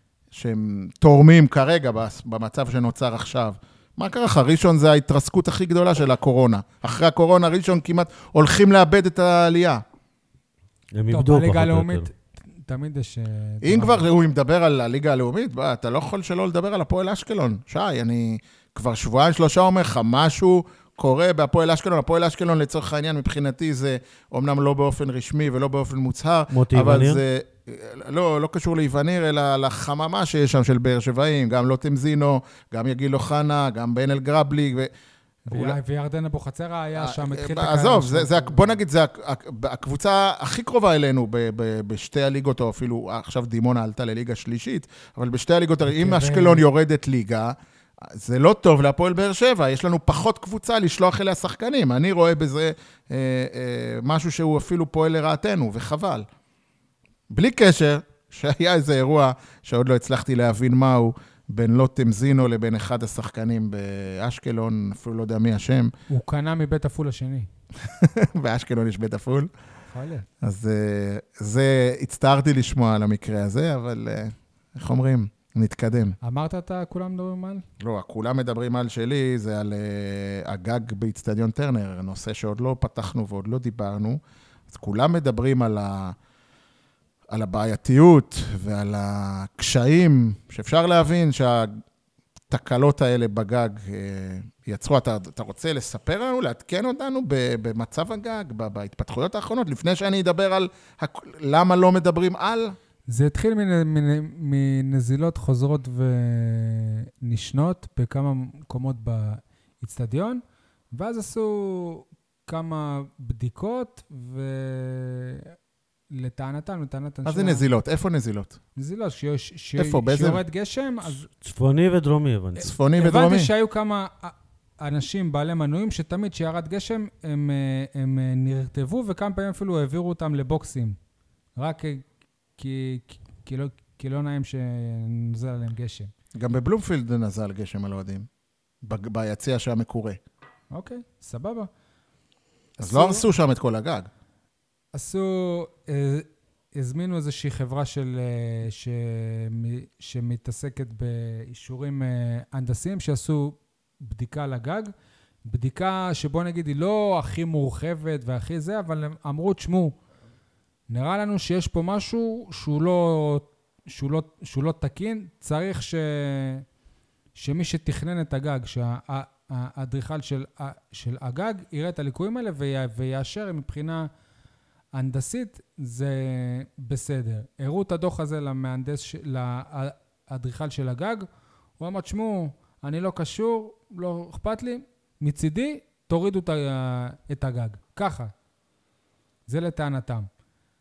שהם תורמים כרגע במצב שנוצר עכשיו. מה קרה לך? ראשון זה ההתרסקות הכי גדולה של הקורונה. אחרי הקורונה, ראשון כמעט הולכים לאבד את העלייה.
הם
טוב,
איבדו פחות
בליגה
או יותר.
הלאומית, תמיד יש... אה,
אם
דבר.
כבר הוא מדבר על הליגה הלאומית, בוא, אתה לא יכול שלא לדבר על הפועל אשקלון. שי, אני כבר שבועיים שלושה אומר לך, משהו קורה בהפועל אשקלון. הפועל אשקלון לצורך העניין מבחינתי זה אומנם לא באופן רשמי ולא באופן מוצהר,
מוטי
אבל
איווניר?
זה לא, לא קשור לאיווניר, אלא לחממה שיש שם של באר שבעים, גם לוטם זינו, גם יגיל אוחנה, גם בן אל גרבליג. ו...
ו- וירדן אבוחצירא היה שם, התחיל את
אה,
הקריירה
עזוב,
שלו.
זה, זה, בוא נגיד, זה הקבוצה הכי קרובה אלינו ב, ב, בשתי הליגות, או אפילו עכשיו דימונה עלתה לליגה שלישית, אבל בשתי הליגות, אם
ו-
אשקלון יורדת ליגה, זה לא טוב להפועל באר שבע, יש לנו פחות קבוצה לשלוח אליה שחקנים. אני רואה בזה אה, אה, משהו שהוא אפילו פועל לרעתנו, וחבל. בלי קשר, שהיה איזה אירוע שעוד לא הצלחתי להבין מהו, בין לוטם זינו לבין אחד השחקנים באשקלון, אפילו לא יודע מי השם,
הוא קנה מבית עפול השני.
באשקלון יש בית עפול.
יכול להיות.
אז אה, זה, הצטערתי לשמוע על המקרה הזה, אבל אה, איך אומרים? נתקדם.
אמרת אתה, כולם מדברים על?
לא, כולם מדברים על שלי, זה על uh, הגג באצטדיון טרנר, נושא שעוד לא פתחנו ועוד לא דיברנו. אז כולם מדברים על, ה, על הבעייתיות ועל הקשיים, שאפשר להבין שהתקלות האלה בגג uh, יצרו. אתה, אתה רוצה לספר לנו, לעדכן אותנו במצב הגג, בהתפתחויות האחרונות, לפני שאני אדבר על הכ... למה לא מדברים על...
זה התחיל מנ- מנ- מנזילות חוזרות ונשנות בכמה מקומות באצטדיון, ואז עשו כמה בדיקות, ולטענתם, לטענתם...
מה זה נזילות? איפה נזילות?
נזילות, שיש- ש-
איפה? באיזה-
שיורד גשם, אז
צפוני ודרומי, הבנתי.
צפוני ודרומי?
הבנתי שהיו כמה אנשים בעלי מנויים, שתמיד כשירד גשם, הם, הם נרטבו, וכמה פעמים אפילו העבירו אותם לבוקסים. רק כי, כי, לא, כי לא נעים שנוזל עליהם גשם.
גם בבלומפילד נזל גשם על אוהדים, ב- ביציע שהמקורה.
אוקיי, סבבה.
אז
עשו-
לא הרסו שם את כל הגג.
עשו, אה, הזמינו איזושהי חברה של, אה, שמ- שמתעסקת באישורים אה, הנדסיים, שעשו בדיקה לגג. בדיקה שבוא נגיד היא לא הכי מורחבת והכי זה, אבל הם אמרו, תשמעו, נראה לנו שיש פה משהו שהוא לא, שהוא לא, שהוא לא תקין, צריך ש, שמי שתכנן את הגג, שהאדריכל של, של הגג, יראה את הליקויים האלה ויאשר מבחינה הנדסית, זה בסדר. הראו את הדוח הזה למהנדס, לאדריכל של הגג, הוא אמר, תשמעו, אני לא קשור, לא אכפת לי, מצידי, תורידו את הגג. ככה. זה לטענתם.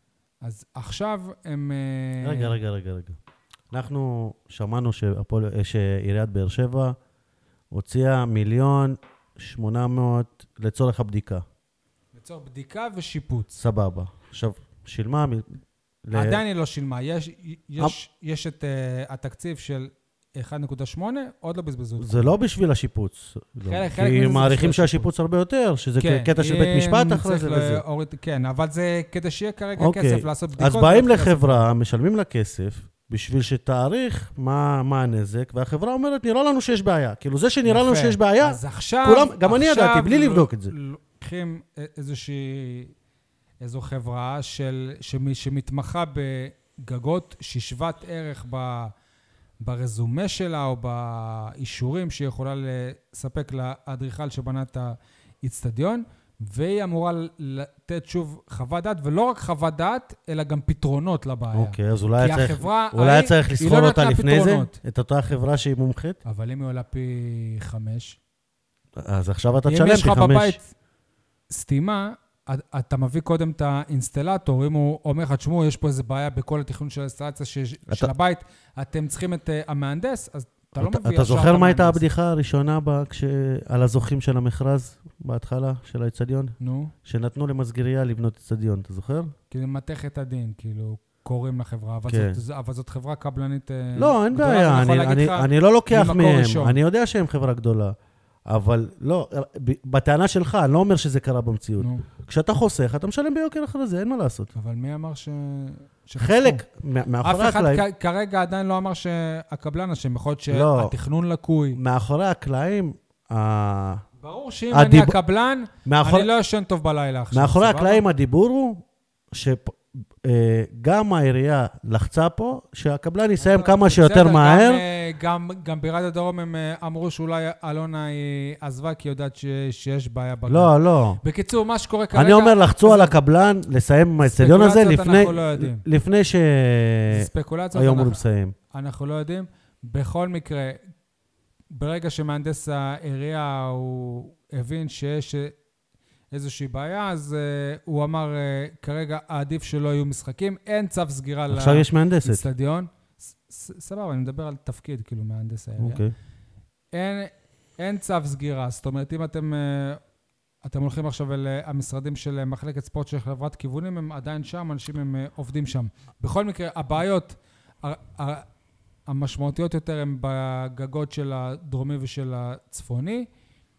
אז עכשיו הם... אה,
רגע, רגע, רגע, רגע. אנחנו שמענו שהפועל- שעיריית באר שבע הוציאה מיליון שמונה מאות לצורך הבדיקה.
לצורך בדיקה ושיפוץ.
סבבה. עכשיו, שילמה... מ- ל-
עדיין היא לא שילמה. יש, יש, יש את uh, התקציב של אחת נקודה שמונה, עוד לא בזבזו.
זה לא בשביל השיפוץ.
חלק-
לא.
חלק
כי
מזה זה
מעריכים
בשביל
שהשיפוץ הרבה יותר, שזה
כן,
קטע של בית
אם
משפט אחרי
צריך
זה וזה.
להוריד- כן, אבל זה כדי שיהיה כרגע
אוקיי.
כסף לעשות בדיקות.
אז באים
ולהתחיל
לחברה, משלמים לה כסף, בשביל שתאריך מה, מה הנזק, והחברה אומרת, נראה לנו שיש בעיה. כאילו זה שנראה לנו
יפה.
שיש בעיה,
אז עכשיו...
כולם- גם אני
עכשיו
ידעתי, בלי לבדוק את זה.
לוקחים איזושהי... איזו חברה של, שמי, שמתמחה בגגות ששוות ערך ב, ברזומה שלה או באישורים שהיא יכולה לספק לאדריכל שבנה את האצטדיון, והיא אמורה לתת שוב חוות דעת, ולא רק חוות דעת, אלא גם פתרונות לבעיה.
אוקיי, אז אולי
כי
היה צריך,
החברה
אולי היה צריך
היא
לסחור
לא
אותה
נתנה
לפני זה,
פתרונות.
את אותה חברה שהיא מומחית,
אבל אם היא עולה פי חמש,
אז עכשיו אתה
אם
תשלם
יש
פי
לך
חמש.
בבית סתימה, אתה מביא קודם את האינסטלטור, אם הוא אומר לך, תשמעו, יש פה איזו בעיה בכל התכנון של האינסטלציה ש-
אתה-
של הבית, אתם צריכים את uh, המהנדס, אז אתה לא
אתה,
מביא
אתה
ישר את
זוכר מה הייתה
המהנדס.
הבדיחה הראשונה בה, כש... על הזוכים של המכרז בהתחלה, של האצטדיון?
נו,
שנתנו למסגריה לבנות אצטדיון, אתה זוכר?
כאילו מתכת הדין, כאילו, קוראים לחברה, אבל,
כן.
זאת, אבל זאת חברה קבלנית אה,
לא, אין
גדולה,
בעיה,
ואני יכול
אני,
להגיד
אני,
לך,
אני לא לוקח
ממקור
מהם,
ראשון.
אני יודע שהם חברה גדולה, אבל לא, ב- בטענה שלך, אני לא אומר שזה קרה במציאות.
נו,
כשאתה חוסך, אתה משלם ביוקר אחרי זה, אין מה לעשות.
אבל מי אמר ש... שחסכו?
חלק, מה-
אף
מאחורי
אחד
הקלעים,
כ- כרגע עדיין לא אמר שהקבלן אשם, יכול להיות
לא.
שהתכנון לקוי.
מאחורי הקלעים, ה-
ברור שאם
הדיב-
אני הקבלן,
מאחור-
אני לא ישן טוב בלילה עכשיו.
מאחורי
סבבה?
הקלעים הדיבור הוא שגם העירייה לחצה פה, שהקבלן יסיים כמה שיותר
בסדר,
מהר.
גם, אה, גם, גם בירת הדרום הם אה, אמרו שאולי אלונה היא עזבה, כי היא יודעת ש- שיש בעיה בגן.
לא, לא.
בקיצור, מה שקורה כרגע...
אני אומר, לחצו
זה-
על הקבלן לסיים עם האצטדיון הזה
ספקולציות
לפני-
אנחנו לא יודעים.
לפני
זה ספקולציות,
שהיום הוא
אנחנו,
מסיים.
אנחנו לא יודעים. בכל מקרה, ברגע שמהנדס העירייה הוא הבין שיש איזושהי בעיה, אז uh, הוא אמר, uh, כרגע עדיף שלא יהיו משחקים, אין צו סגירה
עכשיו יש מהנדסת.
לאצטדיון. ס- ס- סבבה, אני מדבר על תפקיד, כאילו, מהנדס העירייה.
אוקיי.
אין, אין צו סגירה, זאת אומרת, אם אתם, אה, אתם הולכים עכשיו אל אה, המשרדים של אה, מחלקת ספורט של חברת כיוונים, הם עדיין שם, אנשים הם אה, עובדים שם. בכל מקרה, הבעיות ה- ה- המשמעותיות יותר הן בגגות של הדרומי ושל הצפוני.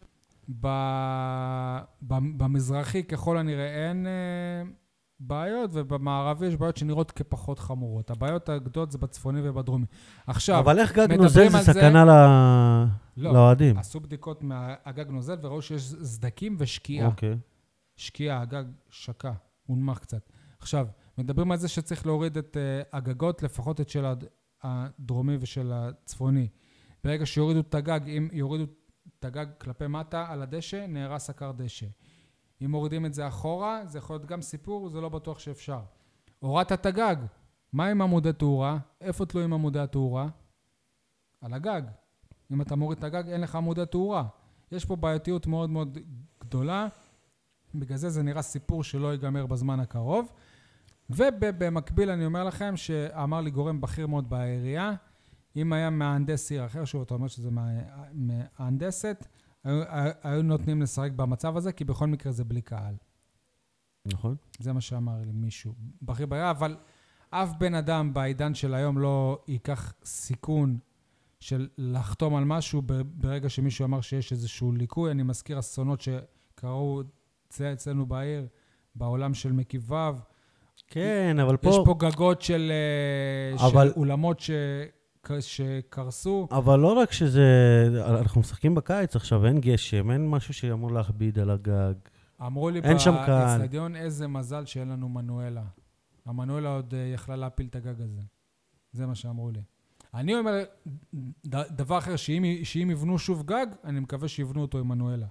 ב- ב- במזרחי ככל הנראה אין אה, בעיות, ובמערבי יש בעיות שנראות כפחות חמורות. הבעיות הגדולות זה בצפוני ובדרומי. עכשיו,
אבל איך גג
מדברים
נוזל זה
על זה-
סכנה ל-
לא,
לאוהדים?
עשו בדיקות מהגג נוזל וראו שיש סדקים ושקיעה.
אוקיי.
שקיעה, הגג שקע, הונמך קצת. עכשיו, מדברים על זה שצריך להוריד את uh, הגגות, לפחות את של הד- הדרומי ושל הצפוני. ברגע שיורידו את הגג, אם יורידו את הגג כלפי מטה על הדשא, נהרס עקר דשא. אם מורידים את זה אחורה, זה יכול להיות גם סיפור, זה לא בטוח שאפשר. הורדת את הגג, מה עם עמודי תאורה? איפה תלויים עמודי התאורה? על הגג. אם אתה מוריד את הגג, אין לך עמודי תאורה. יש פה בעייתיות מאוד מאוד גדולה, בגלל זה זה נראה סיפור שלא ייגמר בזמן הקרוב. ובמקביל אני אומר לכם שאמר לי גורם בכיר מאוד בעירייה, אם היה מהנדס עיר אחר, שוב אתה אומר שזה מה- מהנדסת, היו, היו נותנים לשחק במצב הזה, כי בכל מקרה זה בלי קהל.
נכון.
זה מה שאמר לי מישהו בכיר בעירייה, אבל אף בן אדם בעידן של היום לא ייקח סיכון של לחתום על משהו ב- ברגע שמישהו אמר שיש איזשהו ליקוי. אני מזכיר אסונות שקראו אצל- אצלנו בעיר, בעולם של מקיף ו'.
כן, אבל פה...
יש פה גגות של, אה,
אבל-
של אולמות ש... שקרסו.
אבל לא רק שזה... אנחנו משחקים בקיץ עכשיו, אין גשם, אין משהו שאמור להכביד על הגג.
אמרו לי
אין שם קהל.
באצטדיון, איזה מזל שאין לנו מנואלה. המנואלה עוד אה, יכלה להפיל את הגג הזה. זה מה שאמרו לי. אני אומר, ד- דבר אחר, שאם, שאם יבנו שוב גג, אני מקווה שיבנו אותו עם מנואלה.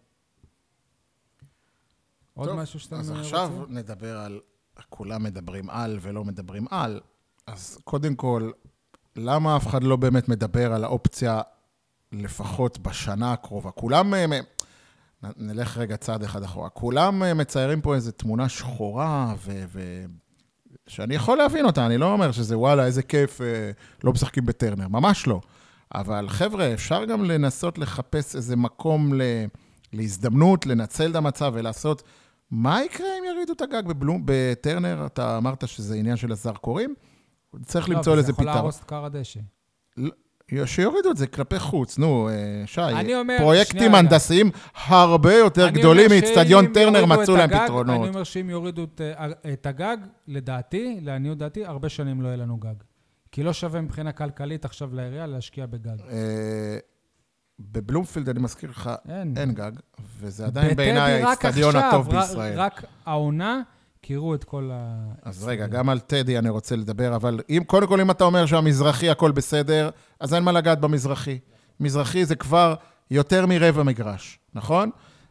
עוד
טוב,
משהו שאתם
אז
רוצים?
עכשיו נדבר על, כולם מדברים על ולא מדברים על. אז קודם כל, למה אף אחד לא באמת מדבר על האופציה לפחות בשנה הקרובה? כולם, אה, נ- נלך רגע צעד אחד אחורה, כולם אה, מציירים פה איזו תמונה שחורה ו... ו... שאני יכול להבין אותה, אני לא אומר שזה וואלה, איזה כיף, אה, לא משחקים בטרנר, ממש לא. אבל חבר'ה, אפשר גם לנסות לחפש איזה מקום ל... להזדמנות, לנצל את המצב ולעשות, מה יקרה אם ירידו את הגג בבלום, בטרנר? אתה אמרת שזה עניין של הזרקורים? צריך למצוא לזה פתרון.
זה יכול להרוס את קר הדשא.
שיורידו את זה כלפי חוץ, נו, שי,
אומר,
פרויקטים הנדסיים הרבה יותר גדולים מאצטדיון טרנר מצאו להם פתרונות.
אני אומר שאם יורידו את הגג, לדעתי, לעניות דעתי, הרבה שנים לא יהיה לנו גג. כי לא שווה מבחינה כלכלית עכשיו לעירייה להשקיע בגג.
בבלומפילד, אני מזכיר לך,
אין,
אין גג, וזה עדיין בעיניי האצטדיון הטוב בישראל.
רק העונה, קירו את כל ה...
אז רגע, גם על טדי אני רוצה לדבר, אבל אם, קודם כל אם אתה אומר שהמזרחי הכל בסדר, אז אין מה לגעת במזרחי. מזרחי זה כבר יותר מרבע מגרש, נכון?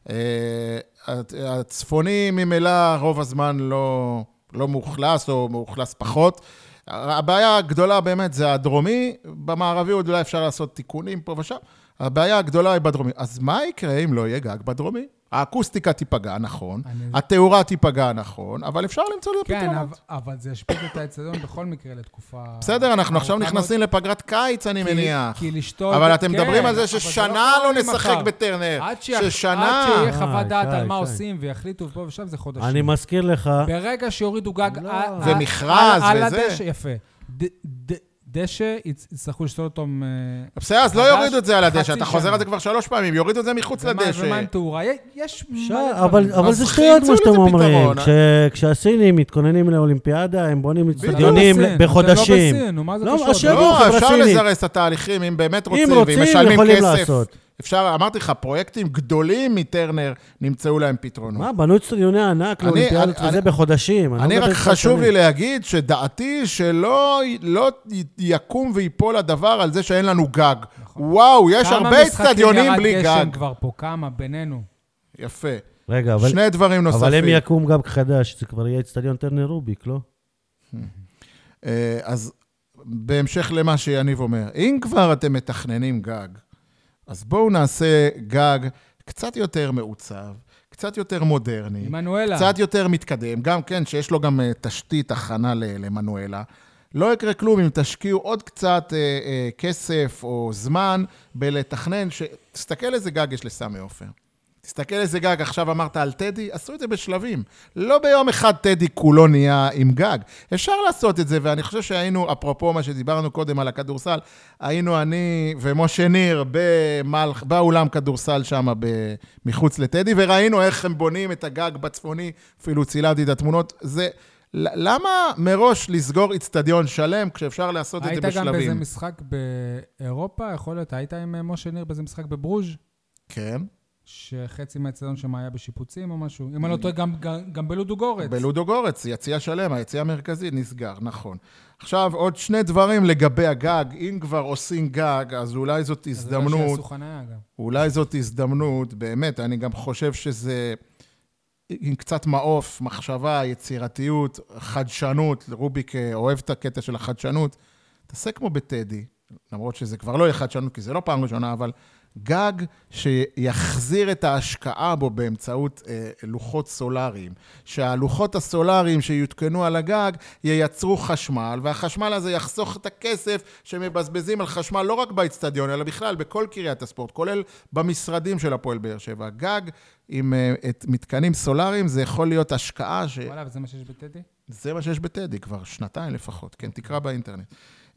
הצפוני ממילא רוב הזמן לא, לא מאוכלס או מאוכלס פחות. הבעיה הגדולה באמת זה הדרומי, במערבי עוד אולי אפשר לעשות תיקונים פה ושם. הבעיה הגדולה היא בדרומי. אז מה יקרה אם לא יהיה גג בדרומי? האקוסטיקה תיפגע, נכון. התאורה תיפגע, נכון, אבל אפשר למצוא לזה פתרונות.
כן, אבל זה ישפיע את האצטדיון בכל מקרה לתקופה...
בסדר, אנחנו עכשיו נכנסים לפגרת קיץ, אני מניח. אבל אתם מדברים על זה ששנה לא נשחק בטרנר. ששנה...
עד שיהיה חוות דעת על מה עושים ויחליטו פה ושם, זה חודשים.
אני מזכיר לך...
ברגע שיורידו גג...
ומכרז וזה...
יפה. דשא, יצטרכו לשתול אותו...
בסדר, אז לא יורידו את זה על הדשא, אתה חוזר על זה כבר שלוש פעמים, יורידו את זה מחוץ לדשא.
ומה עם תאורה? יש...
אבל זה שטויות מה שאתם אומרים. כשהסינים מתכוננים לאולימפיאדה, הם בונים אצטדיונים בחודשים.
לא, אפשר לזרס את התהליכים, אם באמת רוצים, ואם משלמים כסף. אפשר, אמרתי לך, פרויקטים גדולים מטרנר נמצאו להם פתרונות.
מה, בנו אצטדיוני ענק לאולימפיאדות וזה בחודשים.
אני רק חשוב לי להגיד שדעתי שלא יקום ויפול הדבר על זה שאין לנו גג. וואו, יש הרבה אצטדיונים בלי גג.
כמה משחקים ירד גשם כבר פה, כמה בינינו.
יפה.
רגע, אבל...
שני דברים נוספים.
אבל אם יקום גג חדש, זה כבר יהיה אצטדיון טרנר רוביק, לא?
אז בהמשך למה שיניב אומר, אם כבר אתם מתכננים גג, אז בואו נעשה גג קצת יותר מעוצב, קצת יותר מודרני,
מנואלה.
קצת יותר מתקדם, גם כן שיש לו גם תשתית הכנה למנואלה. לא יקרה כלום אם תשקיעו עוד קצת אה, אה, כסף או זמן בלתכנן, ש... תסתכל איזה גג יש לסמי עופר. תסתכל איזה גג, עכשיו אמרת על טדי, עשו את זה בשלבים. לא ביום אחד טדי כולו נהיה עם גג. אפשר לעשות את זה, ואני חושב שהיינו, אפרופו מה שדיברנו קודם על הכדורסל, היינו אני ומשה ניר במל... באולם כדורסל שם מחוץ לטדי, וראינו איך הם בונים את הגג בצפוני, אפילו צילמתי את התמונות. זה... למה מראש לסגור אצטדיון שלם כשאפשר לעשות את זה בשלבים?
היית גם באיזה משחק באירופה, יכול להיות, היית עם משה ניר באיזה משחק בברוז'?
כן.
שחצי מהאצטדיון שם היה בשיפוצים או משהו. אם אני לא טועה, גם, גם, גם בלודו גורץ.
בלודו גורץ, יציע שלם, היציע המרכזי נסגר, נכון. עכשיו, עוד שני דברים לגבי הגג. אם כבר עושים גג, אז אולי זאת הזדמנות... אז אולי שיעשו חניה גם. אולי זאת הזדמנות, באמת, אני גם חושב שזה... עם קצת מעוף, מחשבה, יצירתיות, חדשנות, רוביק אוהב את הקטע של החדשנות, תעשה כמו בטדי, למרות שזה כבר לא יהיה חדשנות, כי זה לא פעם ראשונה, אבל גג שיחזיר את ההשקעה בו באמצעות אה, לוחות סולריים, שהלוחות הסולריים שיותקנו על הגג ייצרו חשמל, והחשמל הזה יחסוך את הכסף שמבזבזים על חשמל לא רק באצטדיון, אלא בכלל בכל קריית הספורט, כולל במשרדים של הפועל באר שבע. גג עם אה, את מתקנים סולריים, זה יכול להיות השקעה ש...
וואלה, וזה מה שיש בטדי?
זה מה שיש בטדי, כבר שנתיים לפחות, כן, תקרא באינטרנט.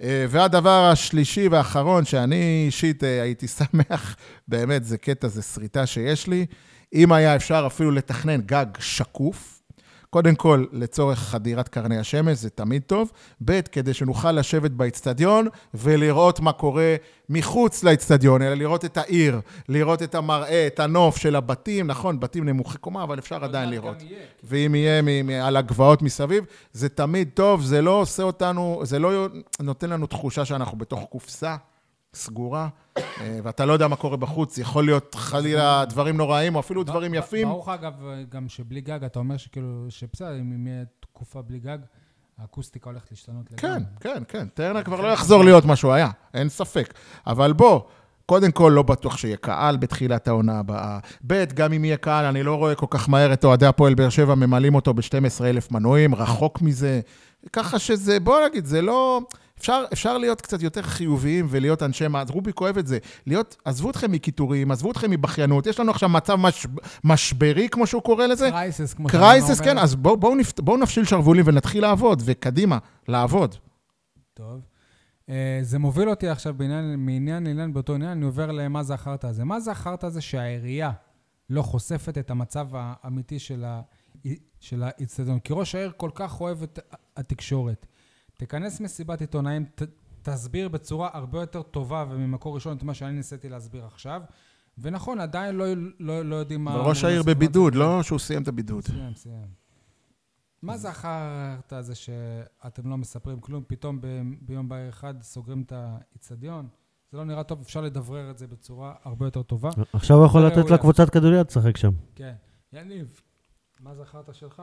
והדבר השלישי והאחרון, שאני אישית הייתי שמח, באמת זה קטע, זה שריטה שיש לי, אם היה אפשר אפילו לתכנן גג שקוף, קודם כל לצורך חדירת קרני השמש, זה תמיד טוב, ב' כדי שנוכל לשבת באצטדיון ולראות מה קורה מחוץ לאצטדיון, אלא לראות את העיר, לראות את המראה, את הנוף של הבתים, נכון, בתים נמוכי קומה, אבל אפשר עדיין לראות. ואם יהיה על הגבעות מסביב, זה תמיד טוב, זה לא עושה אותנו, זה לא נותן לנו תחושה שאנחנו בתוך קופסה סגורה, ואתה לא יודע מה קורה בחוץ, יכול להיות חלילה דברים נוראים, או אפילו דברים יפים.
ברוך אגב, גם שבלי גג, אתה אומר שכאילו, שבסדר, אם יהיה תקופה בלי גג, האקוסטיקה הולכת להשתנות לגמרי.
כן, כן, כן. טרנר כבר לא יחזור להיות מה שהוא היה, אין ספק. אבל בוא, קודם כל, לא בטוח שיהיה קהל בתחילת העונה הבאה. ב', גם אם יהיה קהל, אני לא רואה כל כך מהר את אוהדי הפועל באר שבע, ממלאים אותו ב-שנים עשר אלף מנויים, רחוק מזה. ככה שזה, בוא נגיד, זה לא... אפשר, אפשר להיות קצת יותר חיוביים ולהיות אנשי מעט. רוביק אוהב את זה. להיות, עזבו אתכם מכיתורים, עזבו אתכם מבחיינות. יש לנו עכשיו מצב מש, משברי, כמו שהוא קורא לזה.
קרייסס, כמו
קרייסס, כן. אז בואו בוא נפ, בוא נפשיל שרבולים ונתחיל לעבוד, וקדימה, לעבוד.
טוב. זה מוביל אותי עכשיו בעניין, מעניין לעניין באותו עניין, אני עובר למה זה החרטא הזה. מה זה החרטא הזה שהעירייה לא חושפת את המצב האמיתי של ה, של האצטדיון? כי ראש העיר כל כך אוהב את התקשורת. תכנס מסיבת עיתונאים, ת, תסביר בצורה הרבה יותר טובה וממקור ראשון את מה שאני ניסיתי להסביר עכשיו. ונכון, עדיין לא, לא, לא יודעים מה...
ראש העיר בבידוד, לא שהוא סיים את הבידוד.
סיים, סיים. מה זה החרטא הזה שאתם לא מספרים כלום? פתאום ב, ביום בהיר אחד סוגרים את האצטדיון? זה לא נראה טוב, אפשר לדברר את זה בצורה הרבה יותר טובה.
עכשיו הוא יכול לתת לקבוצת כדוריד לשחק שם.
כן. יניב, מה זה החרטא שלך?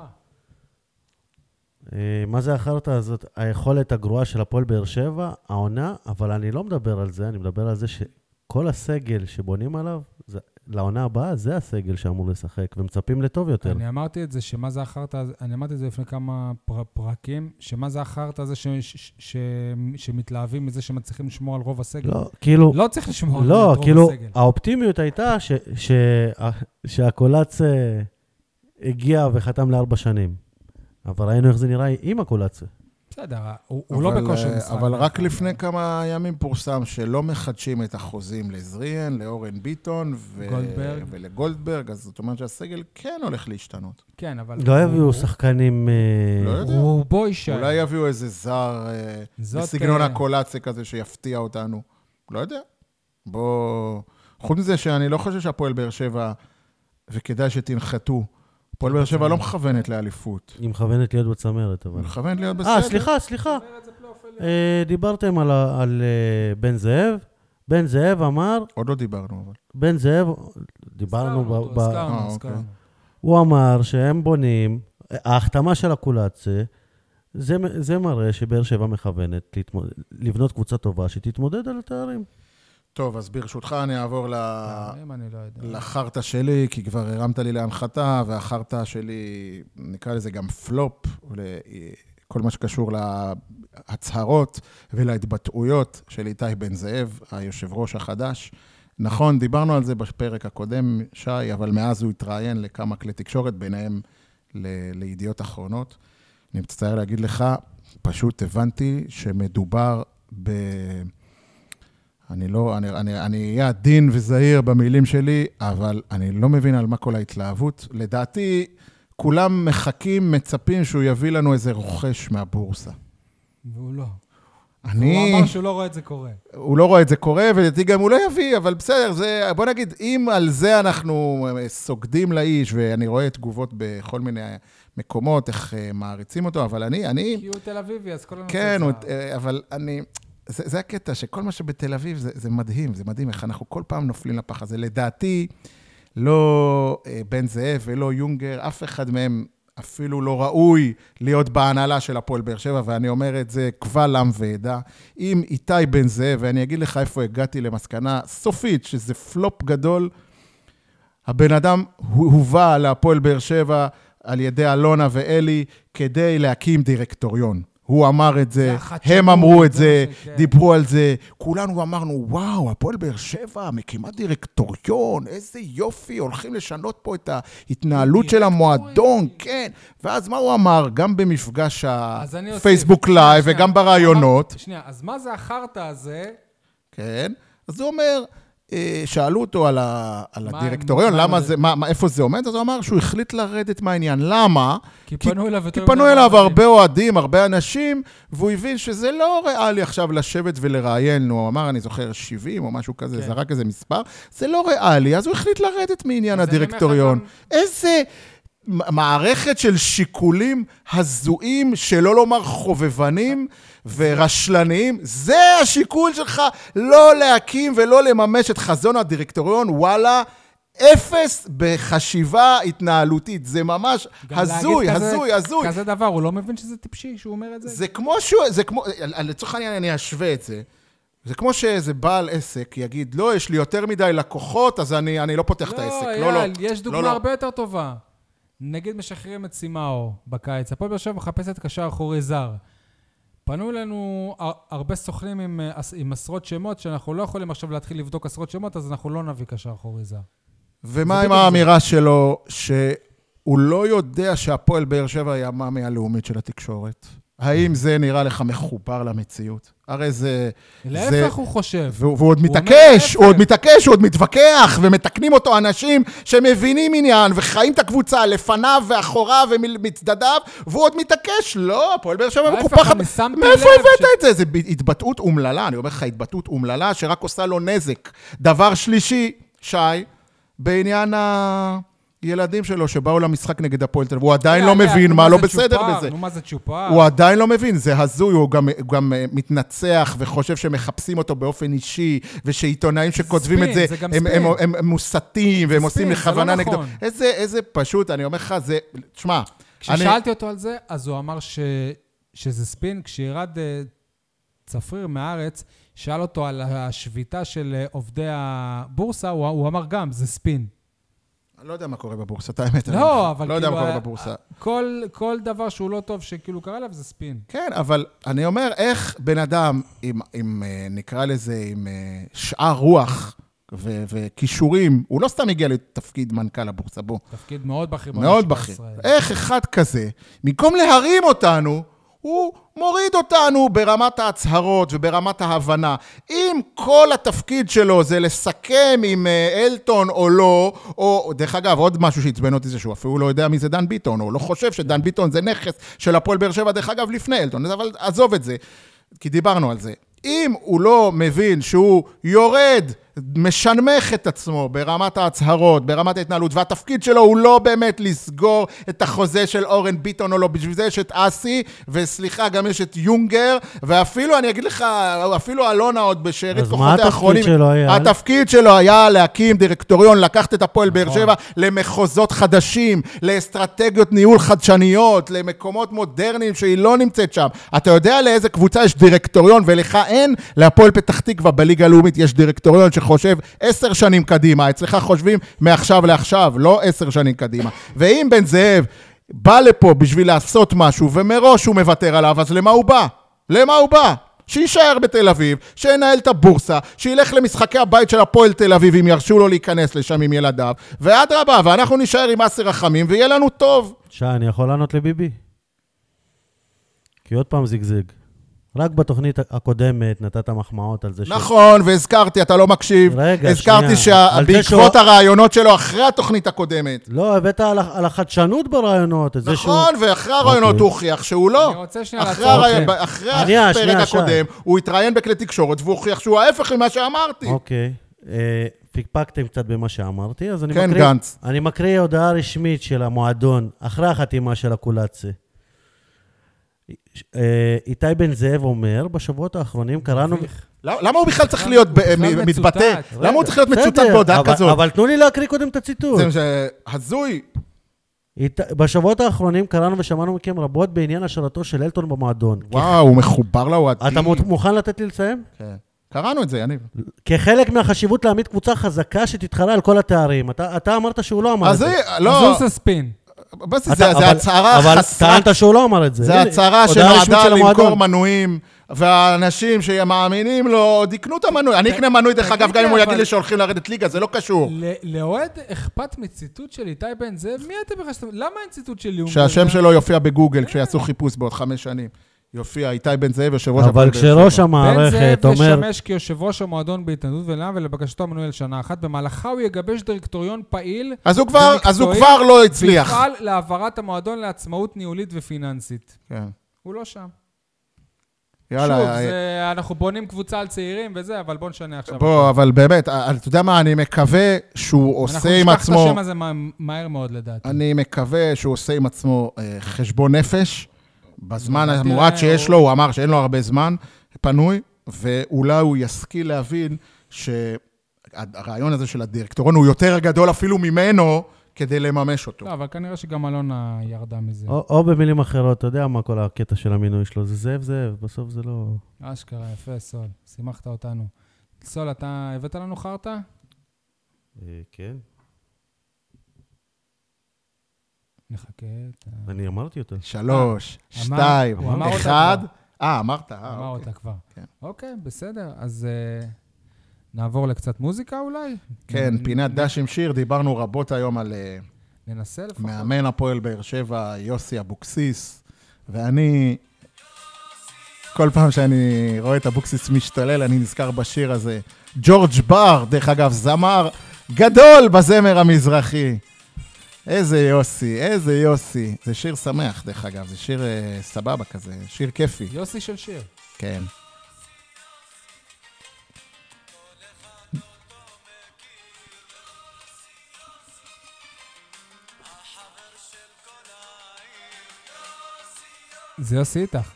מה זה החרטא הזאת? היכולת הגרועה של הפועל באר שבע, העונה, אבל אני לא מדבר על זה, אני מדבר על זה שכל הסגל שבונים עליו, זה, לעונה הבאה, זה הסגל שאמור לשחק, ומצפים לטוב יותר.
אני אמרתי את זה, שמה זה החרטא, אני אמרתי את זה לפני כמה פר, פרקים, שמה זה החרטא הזה ש, ש, ש, ש, שמתלהבים מזה שמצליחים לשמור על רוב הסגל.
לא, כאילו...
לא צריך לשמור
לא,
על רוב
כאילו,
הסגל.
האופטימיות הייתה ש, ש, שהקולץ הגיע וחתם לארבע שנים. אבל ראינו איך זה נראה עם הקולציה.
בסדר, הוא, הוא לא בכושר משחק.
אבל רק לפני כמה ימים פורסם שלא מחדשים את החוזים לזריאן, לאורן ביטון ו... ולגולדברג, אז זאת אומרת שהסגל כן הולך להשתנות.
כן, אבל...
לא יביאו שחקנים...
לא יודע.
הוא בוי שם.
אולי יביאו איזה זר בסגנון הקולציה כזה שיפתיע אותנו. לא יודע. בוא... חוץ מזה שאני לא חושב שהפועל באר שבע, וכדאי שתנחתו, הפועל באר שבע לא מכוונת לאליפות.
היא מכוונת להיות בצמרת, אבל...
היא מכוונת להיות בסדר.
אה, סליחה, סליחה. דיברתם על בן זאב. בן זאב אמר...
עוד לא דיברנו, אבל.
בן זאב, דיברנו...
הזכרנו, הזכרנו.
הוא אמר שהם בונים, ההחתמה של הקולציה, זה מראה שבאר שבע מכוונת לבנות קבוצה טובה שתתמודד על התארים.
טוב, אז ברשותך אני אעבור לחרטה שלי, כי כבר הרמת לי להנחתה, והחרטה שלי, נקרא לזה גם פלופ, כל מה שקשור להצהרות ולהתבטאויות של איתי בן זאב, היושב ראש החדש. נכון, דיברנו על זה בפרק הקודם, שי, אבל מאז הוא התראיין לכמה כלי תקשורת, ביניהם לידיעות אחרונות. אני מצטער להגיד לך, פשוט הבנתי שמדובר ב... אני לא, אני, אני, אני אהיה עדין וזהיר במילים שלי, אבל אני לא מבין על מה כל ההתלהבות. לדעתי, כולם מחכים, מצפים שהוא יביא לנו איזה רוכש מהבורסה.
והוא לא.
אני...
הוא אמר שהוא לא רואה את זה קורה.
הוא לא רואה את זה קורה, ולדעתי גם הוא לא יביא, אבל בסדר, זה, בוא נגיד, אם על זה אנחנו סוגדים לאיש, ואני רואה תגובות בכל מיני מקומות, איך מעריצים אותו, אבל אני... אני...
כי הוא תל אביבי, אז כל הנושא
כן, הוא, אבל אני... זה, זה הקטע, שכל מה שבתל אביב זה, זה מדהים, זה מדהים איך אנחנו כל פעם נופלים לפח הזה. לדעתי, לא בן זאב ולא יונגר, אף אחד מהם אפילו לא ראוי להיות בהנהלה של הפועל באר שבע, ואני אומר את זה קבל עם ועדה. אם איתי בן זאב, ואני אגיד לך איפה הגעתי למסקנה סופית, שזה פלופ גדול, הבן אדם הובא להפועל באר שבע על ידי אלונה ואלי, כדי להקים דירקטוריון. הוא אמר את זה, הם אמרו את זה, דיברו על זה, כולנו אמרנו, וואו, הפועל באר שבע, מקימה דירקטוריון, איזה יופי, הולכים לשנות פה את ההתנהלות של המועדון, כן. ואז מה הוא אמר? גם במפגש הפייסבוק לייב וגם ברעיונות.
שנייה, אז מה זה החרטא הזה?
כן, אז הוא אומר... שאלו אותו על, ה, על הדירקטוריון, למה זה, מה, מה, איפה זה עומד, אז הוא אמר שהוא החליט לרדת מהעניין. למה?
כי פנו אליו,
כי פנו אליו הרבה אוהדים, הרבה אנשים, והוא הבין שזה לא ריאלי עכשיו לשבת ולראיין, הוא אמר, אני זוכר שבעים או משהו כזה, כן. זרק איזה מספר, זה לא ריאלי, אז הוא החליט לרדת מעניין הדירקטוריון. איזה מערכת של שיקולים הזויים, שלא לומר חובבנים, ורשלניים, זה השיקול שלך, לא להקים ולא לממש את חזון הדירקטוריון, וואלה, אפס בחשיבה התנהלותית, זה ממש הזוי, הזוי, הזוי.
כזה דבר, הוא לא מבין שזה טיפשי, שהוא אומר את זה?
זה כמו שהוא, זה כמו, לצורך העניין אני אשווה את זה, זה כמו שאיזה בעל עסק יגיד, לא, יש לי יותר מדי לקוחות, אז אני, אני לא פותח את העסק. לא, לא.
יש דוגמה
לא, לא.
הרבה יותר טובה. נגיד משחררים את סימאו בקיץ. הפועל באר שבע מחפשת קשר אחורי זר. פנו לנו הרבה סוכנים עם, עם עשרות שמות, שאנחנו לא יכולים עכשיו להתחיל לבדוק עשרות שמות, אז אנחנו לא נביא קשר אחורי זר.
ומה עם האמירה שלו, שהוא לא יודע שהפועל באר שבע היא המאמי הלאומית של התקשורת? האם זה נראה לך מחובר למציאות? הרי זה...
להפך הוא חושב.
והוא עוד מתעקש, הוא עוד מתעקש, הוא עוד מתווכח, ומתקנים אותו אנשים שמבינים עניין, וחיים את הקבוצה לפניו ואחוריו ומצדדיו, והוא עוד מתעקש. לא, הפועל באר שבע מקופחת. מאיפה הבאת את זה? זה התבטאות אומללה, אני אומר לך, התבטאות אומללה, שרק עושה לו נזק. דבר שלישי, שי, בעניין ה... ילדים שלו שבאו למשחק נגד הפועל תל אביב, הוא עדיין לא מבין מה לא בסדר בזה.
נו, מה זה צ'ופר?
הוא עדיין לא מבין, זה הזוי, הוא גם מתנצח וחושב שמחפשים אותו באופן אישי, ושעיתונאים שכותבים את זה, הם מוסתים והם עושים לכוונה נגדו. איזה פשוט, אני אומר לך, זה, תשמע.
כששאלתי אותו על זה, אז הוא אמר שזה ספין, כשירד צפריר מהארץ, שאל אותו על השביתה של עובדי הבורסה, הוא אמר גם, זה ספין.
אני לא יודע מה קורה בבורסה, אתה האמת.
לא, אבל
לא יודע מה קורה בבורסה.
כל, כל דבר שהוא לא טוב שכאילו קרה לה, זה ספין.
כן, אבל אני אומר, איך בן אדם, עם, עם נקרא לזה, עם שאר רוח ו- וכישורים, הוא לא סתם הגיע לתפקיד מנכ"ל הבורסה, בוא.
תפקיד מאוד בכיר.
מאוד בכיר. איך אחד כזה, במקום להרים אותנו, הוא מוריד אותנו ברמת ההצהרות וברמת ההבנה. אם כל התפקיד שלו זה לסכם עם אלטון או לא, או דרך אגב, עוד משהו שהצבן אותי זה שהוא אפילו לא יודע מי זה דן ביטון, או לא חושב שדן ביטון זה נכס של הפועל באר שבע, דרך אגב, לפני אלטון, אבל עזוב את זה, כי דיברנו על זה. אם הוא לא מבין שהוא יורד, משנמך את עצמו ברמת ההצהרות, ברמת ההתנהלות, והתפקיד שלו הוא לא באמת לסגור את החוזה של אורן ביטון או לא, בשביל זה יש את אסי, וסליחה, גם יש את יונגר, ואפילו, אני אגיד לך, אפילו אלונה עוד בשארית כוחות האחרונים.
אז מה התפקיד שלו היה?
התפקיד שלו היה להקים דירקטוריון, לקחת את הפועל באר שבע למחוזות חדשים, לאסטרטגיות ניהול חדשניות, למקומות מודרניים שהיא לא נמצאת שם. אתה יודע לאיזה קבוצה יש דירקטוריון, ולך אין, להפועל פתח תקווה בליגה הלאומית יש דירקטוריון שחושב עשר שנים קדימה, אצלך חושבים מעכשיו לעכשיו, לא עשר שנים קדימה. ואם בן זאב בא לפה בשביל לעשות משהו, ומראש הוא מוותר עליו, אז למה הוא בא? למה הוא בא? שישאר בתל אביב, שינהל את הבורסה, שילך למשחקי הבית של הפועל תל אביב, אם ירשו לו להיכנס לשם עם ילדיו, ועד רבה, ואנחנו נשאר עם עשר רחמים, ויהיה לנו טוב.
שי, אני יכול לענות לביבי? כי עוד פעם זיגזג. רק בתוכנית הקודמת נתת מחמאות על זה.
נכון, והזכרתי, אתה לא מקשיב.
רגע,
הזכרתי שבעקבות הרעיונות שלו אחרי התוכנית הקודמת.
לא, הבאת על החדשנות ברעיונות.
נכון, ואחרי הרעיונות הוא הוכיח שהוא לא.
אני רוצה שנייה לעצור.
אחרי הפרק הקודם, הוא התראיין בכלי תקשורת, והוא הוכיח שהוא ההפך ממה שאמרתי.
אוקיי. פיקפקתם קצת במה שאמרתי, אז אני מקריא הודעה רשמית של המועדון, אחרי החתימה של הקולציה. איתי בן זאב אומר, בשבועות האחרונים קראנו...
למה הוא בכלל צריך להיות מתבטא? למה הוא צריך להיות מצוטט בהודעה כזאת?
אבל תנו לי להקריא קודם את הציטוט.
זה הזוי.
בשבועות האחרונים קראנו ושמענו מכם רבות בעניין השארתו של אלטון במועדון.
וואו, הוא מחובר לאוהדים.
אתה מוכן לתת לי לסיים?
כן. קראנו את זה, יניב.
כחלק מהחשיבות להעמיד קבוצה חזקה שתתחרה על כל התארים. אתה אמרת שהוא לא אמר את זה.
אז הוא עושה ספין.
זה הצהרה חסרת...
אבל טענת שהוא לא אמר את זה.
זה הצהרה שנועדה למכור מנויים, והאנשים שמאמינים לו, עוד יקנו את המנוי. אני אקנה מנוי, דרך אגב, גם אם הוא יגיד לי שהולכים לרדת ליגה, זה לא קשור.
לאוהד אכפת מציטוט של איתי בן זאב, מי אתם בכלל? למה אין ציטוט של יונגר?
שהשם שלו יופיע בגוגל, כשיעשו חיפוש בעוד חמש שנים. יופיע איתי בן זאב, יושב ראש...
אבל כשראש המערכת אומר...
בן זאב ישמש כיושב ראש המועדון בהתנדבות ולמה, ולבקשתו המנוי לשנה אחת, במהלכה הוא יגבש דירקטוריון פעיל...
אז הוא כבר, אז הוא כבר לא הצליח.
ויפעל להעברת המועדון לעצמאות ניהולית ופיננסית.
כן.
הוא לא שם.
יאללה.
שוב, זה, אנחנו בונים קבוצה על צעירים וזה, אבל בוא נשנה עכשיו.
בוא, אבל באמת, אתה יודע מה, אני מקווה שהוא עושה עם עצמו... אנחנו נשכח את
השם הזה מהר מאוד לדעתי.
אני מקווה שהוא עושה עם עצמו חשבון נפש, בזמן המועט שיש לו, הוא אמר שאין לו הרבה זמן פנוי, ואולי הוא ישכיל להבין שהרעיון הזה של הדירקטוריון הוא יותר גדול אפילו ממנו, כדי לממש אותו.
לא, אבל כנראה שגם אלונה ירדה מזה.
או, או במילים אחרות, אתה יודע מה כל הקטע של המינוי שלו, זה זאב זאב, בסוף זה לא...
אשכרה, יפה, סול. שימחת אותנו. סול, אתה הבאת לנו חרטה?
אה, כן,
נחכה. את ה-
אני אמרתי אותו.
שלוש,
אמר-
שתיים,
הוא אמר אותה
אחד.
כבר.
אה, אמרת. אה,
אמר
אוקיי.
אותה כבר.
כן.
אוקיי, בסדר. אז אה, נעבור לקצת מוזיקה אולי?
כן,
נ-
פינת
נ-
דש עם שיר, דיברנו רבות היום על אה,
ננסה לפחות.
מאמן הפועל באר שבע, יוסי אבוקסיס, ואני, כל פעם שאני רואה את אבוקסיס משתולל, אני נזכר בשיר הזה. ג'ורג' בר, דרך אגב, זמר גדול בזמר המזרחי. איזה יוסי, איזה יוסי. זה שיר שמח, דרך אגב, זה שיר אה, סבבה כזה, שיר כיפי.
יוסי של שיר.
כן.
זה יוסי איתך.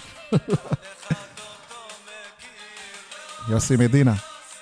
יוסי מדינה.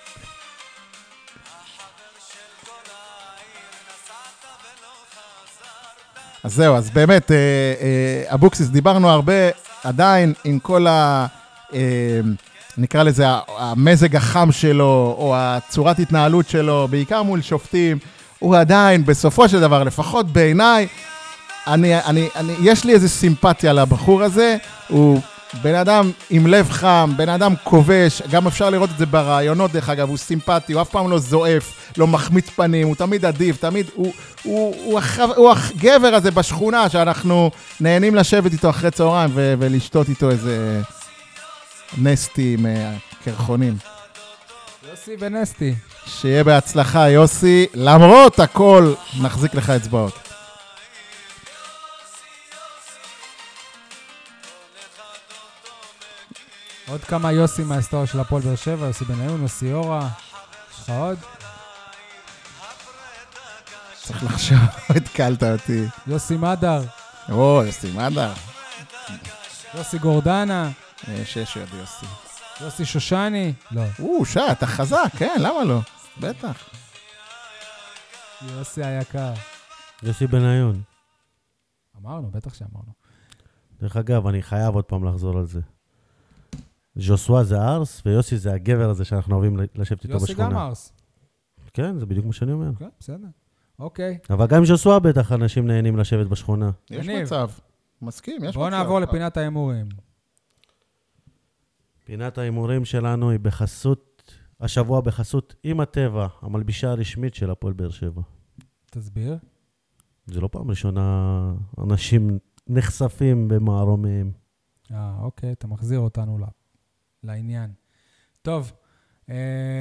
אז זהו, אז באמת, אה, אה, אבוקסיס, דיברנו הרבה, עדיין עם כל ה... אה, נקרא לזה, המזג החם שלו, או הצורת התנהלות שלו, בעיקר מול שופטים, הוא עדיין, בסופו של דבר, לפחות בעיניי, אני, אני, אני, יש לי איזו סימפתיה לבחור הזה, הוא בן אדם עם לב חם, בן אדם כובש, גם אפשר לראות את זה ברעיונות, דרך אגב, הוא סימפטי, הוא אף פעם לא זועף, לא מחמיץ פנים, הוא תמיד עדיף, תמיד, הוא, הוא, הוא, החו, הוא הגבר הזה בשכונה, שאנחנו נהנים לשבת איתו אחרי צהריים, ו, ולשתות איתו איזה נסטי עם קרחונים.
יוסי ונסטי.
שיהיה בהצלחה, יוסי, למרות הכל, נחזיק לך אצבעות.
עוד כמה יוסי מההיסטוריה של הפועל באר שבע, יוסי בניון, יוסי אורה. יש לך עוד?
צריך לחשוב, התקלת אותי.
יוסי מדר.
או, יוסי מדר.
יוסי גורדנה.
יש, יש עוד יוסי.
יוסי שושני. לא.
או, שי, אתה חזק, כן, למה לא? בטח.
יוסי היקר.
יוסי בניון.
אמרנו, בטח שאמרנו.
דרך אגב, אני חייב עוד פעם לחזור על זה. ז'וסווה זה ארס, ויוסי זה הגבר הזה שאנחנו אוהבים לשבת איתו בשכונה.
יוסי גם ארס.
כן, זה בדיוק מה שאני אומר.
כן, בסדר. אוקיי.
אבל גם עם ז'וסווה בטח אנשים נהנים לשבת בשכונה.
יש
יניב.
מצב. מסכים, יש מצב.
בואו נעבור לפינת ההימורים.
פינת ההימורים שלנו היא בחסות, השבוע בחסות עם הטבע, המלבישה הרשמית של הפועל באר שבע.
תסביר.
זה לא פעם ראשונה, אנשים נחשפים במערומיהם.
אה, אוקיי, אתה מחזיר אותנו ל... לעניין. טוב, אה,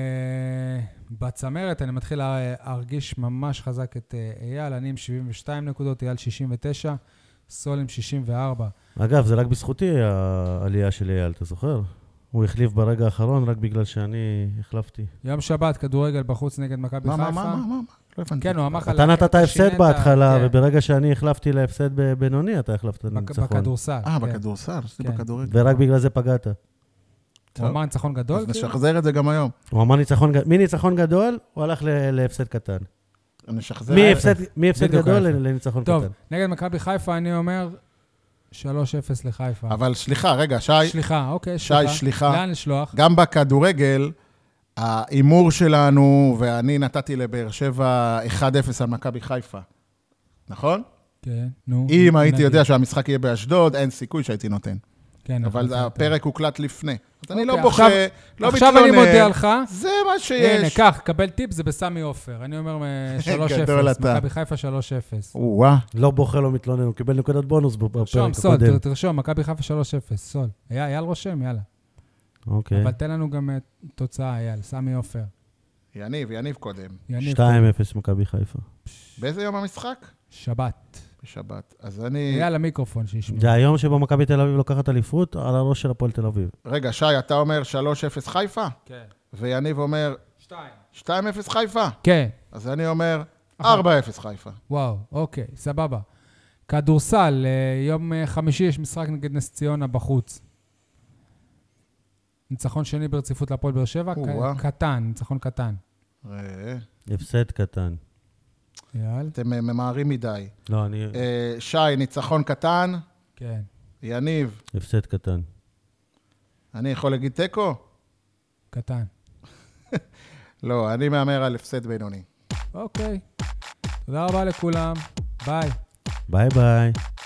בצמרת אני מתחיל להרגיש ממש חזק את אה, אייל, אני עם שבעים ושתיים נקודות, אייל שישים ותשע, סול עם שישים וארבע.
אגב, זה רק בזכותי העלייה של אייל, אתה זוכר? הוא החליף ברגע האחרון רק בגלל שאני החלפתי.
יום שבת, כדורגל בחוץ נגד מכבי
מה,
חיפה.
מה, מה, מה, מה? לא הבנתי.
כן, הוא אמר לך...
אתה נתת הפסד בהתחלה,
כן.
וברגע שאני החלפתי להפסד בבינוני, אתה החלפת ניצחון.
בכדורסל.
אה,
כן.
בכדורסל, עשיתי
כן.
בכדורגל.
ורק בגלל זה פגעת.
הוא אמר ניצחון גדול?
אז
כאילו?
נשחזר את זה גם היום.
הוא אמר ניצחון, ג- מניצחון גדול, הוא הלך ל- להפסד קטן.
נשחזר.
מהפסד, מהפסד
בדיוק
גדול
ההפך.
לניצחון
טוב,
קטן.
נגד מכבי חיפה אני אומר שלוש אפס לחיפה.
אבל סליחה, רגע, שי,
סליחה, אוקיי,
שי,
סליחה.
סליחה.
לאן לשלוח?
גם בכדורגל, האימור שלנו, ואני נתתי לבאר שבע אחד אפס על מכבי חיפה. נכון?
כן, נו.
אם הייתי
נגיד.
יודע שהמשחק יהיה באשדוד, אין סיכוי שהייתי נותן.
כן,
אבל
נכון,
הפרק הוקלט לפני. אז אני לא
אוקיי,
בוכה,
עכשיו-
לא
עכשיו
מתלונן.
אני מודיע לך.
זה מה
הנה,
שיש.
קח, קבל טיפ, זה בסמי עופר. אני אומר שלוש
גדול
אפס,
אתה.
מכבי חיפה שלוש אפס.
וואה.
לא בוכה, לא מתלונן, הוא קיבל נקודת בונוס בפרק
תרשום, סול,
הקודם.
תר- תרשום, מכבי חיפה שלוש אפס, סול. היה- אייל רושם, יאללה.
אוקיי.
אבל תן לנו גם אה, תוצאה, אייל, סמי עופר.
יניב, יניב קודם.
יניב,
שתיים אפס מכבי חיפה.
באיזה יום המשחק?
שבת.
בשבת. אז אני...
אייל המיקרופון שישמע.
זה היום שבו מכבי תל אביב לוקחת אליפות על הראש של הפועל תל אביב.
רגע, שי, אתה אומר שלוש אפס חיפה?
כן.
ויניב אומר
שתיים.
שתיים אפס חיפה?
כן.
אז אני אומר ארבע אפס חיפה.
וואו, אוקיי, סבבה. כדורסל, אה, יום אה, חמישי יש משחק נגד נס ציונה בחוץ. ניצחון שני ברציפות להפועל באר שבע, ק-
או-אה.
קטן, ניצחון קטן.
ראה.
הפסד קטן.
יאללה.
אתם ממהרים מדי.
לא, אני...
אה, שי, ניצחון קטן.
כן.
יניב,
הפסד קטן.
אני יכול להגיד תיקו?
קטן.
לא, אני מאמר על הפסד בינוני.
אוקיי. תודה רבה לכולם. ביי.
ביי ביי.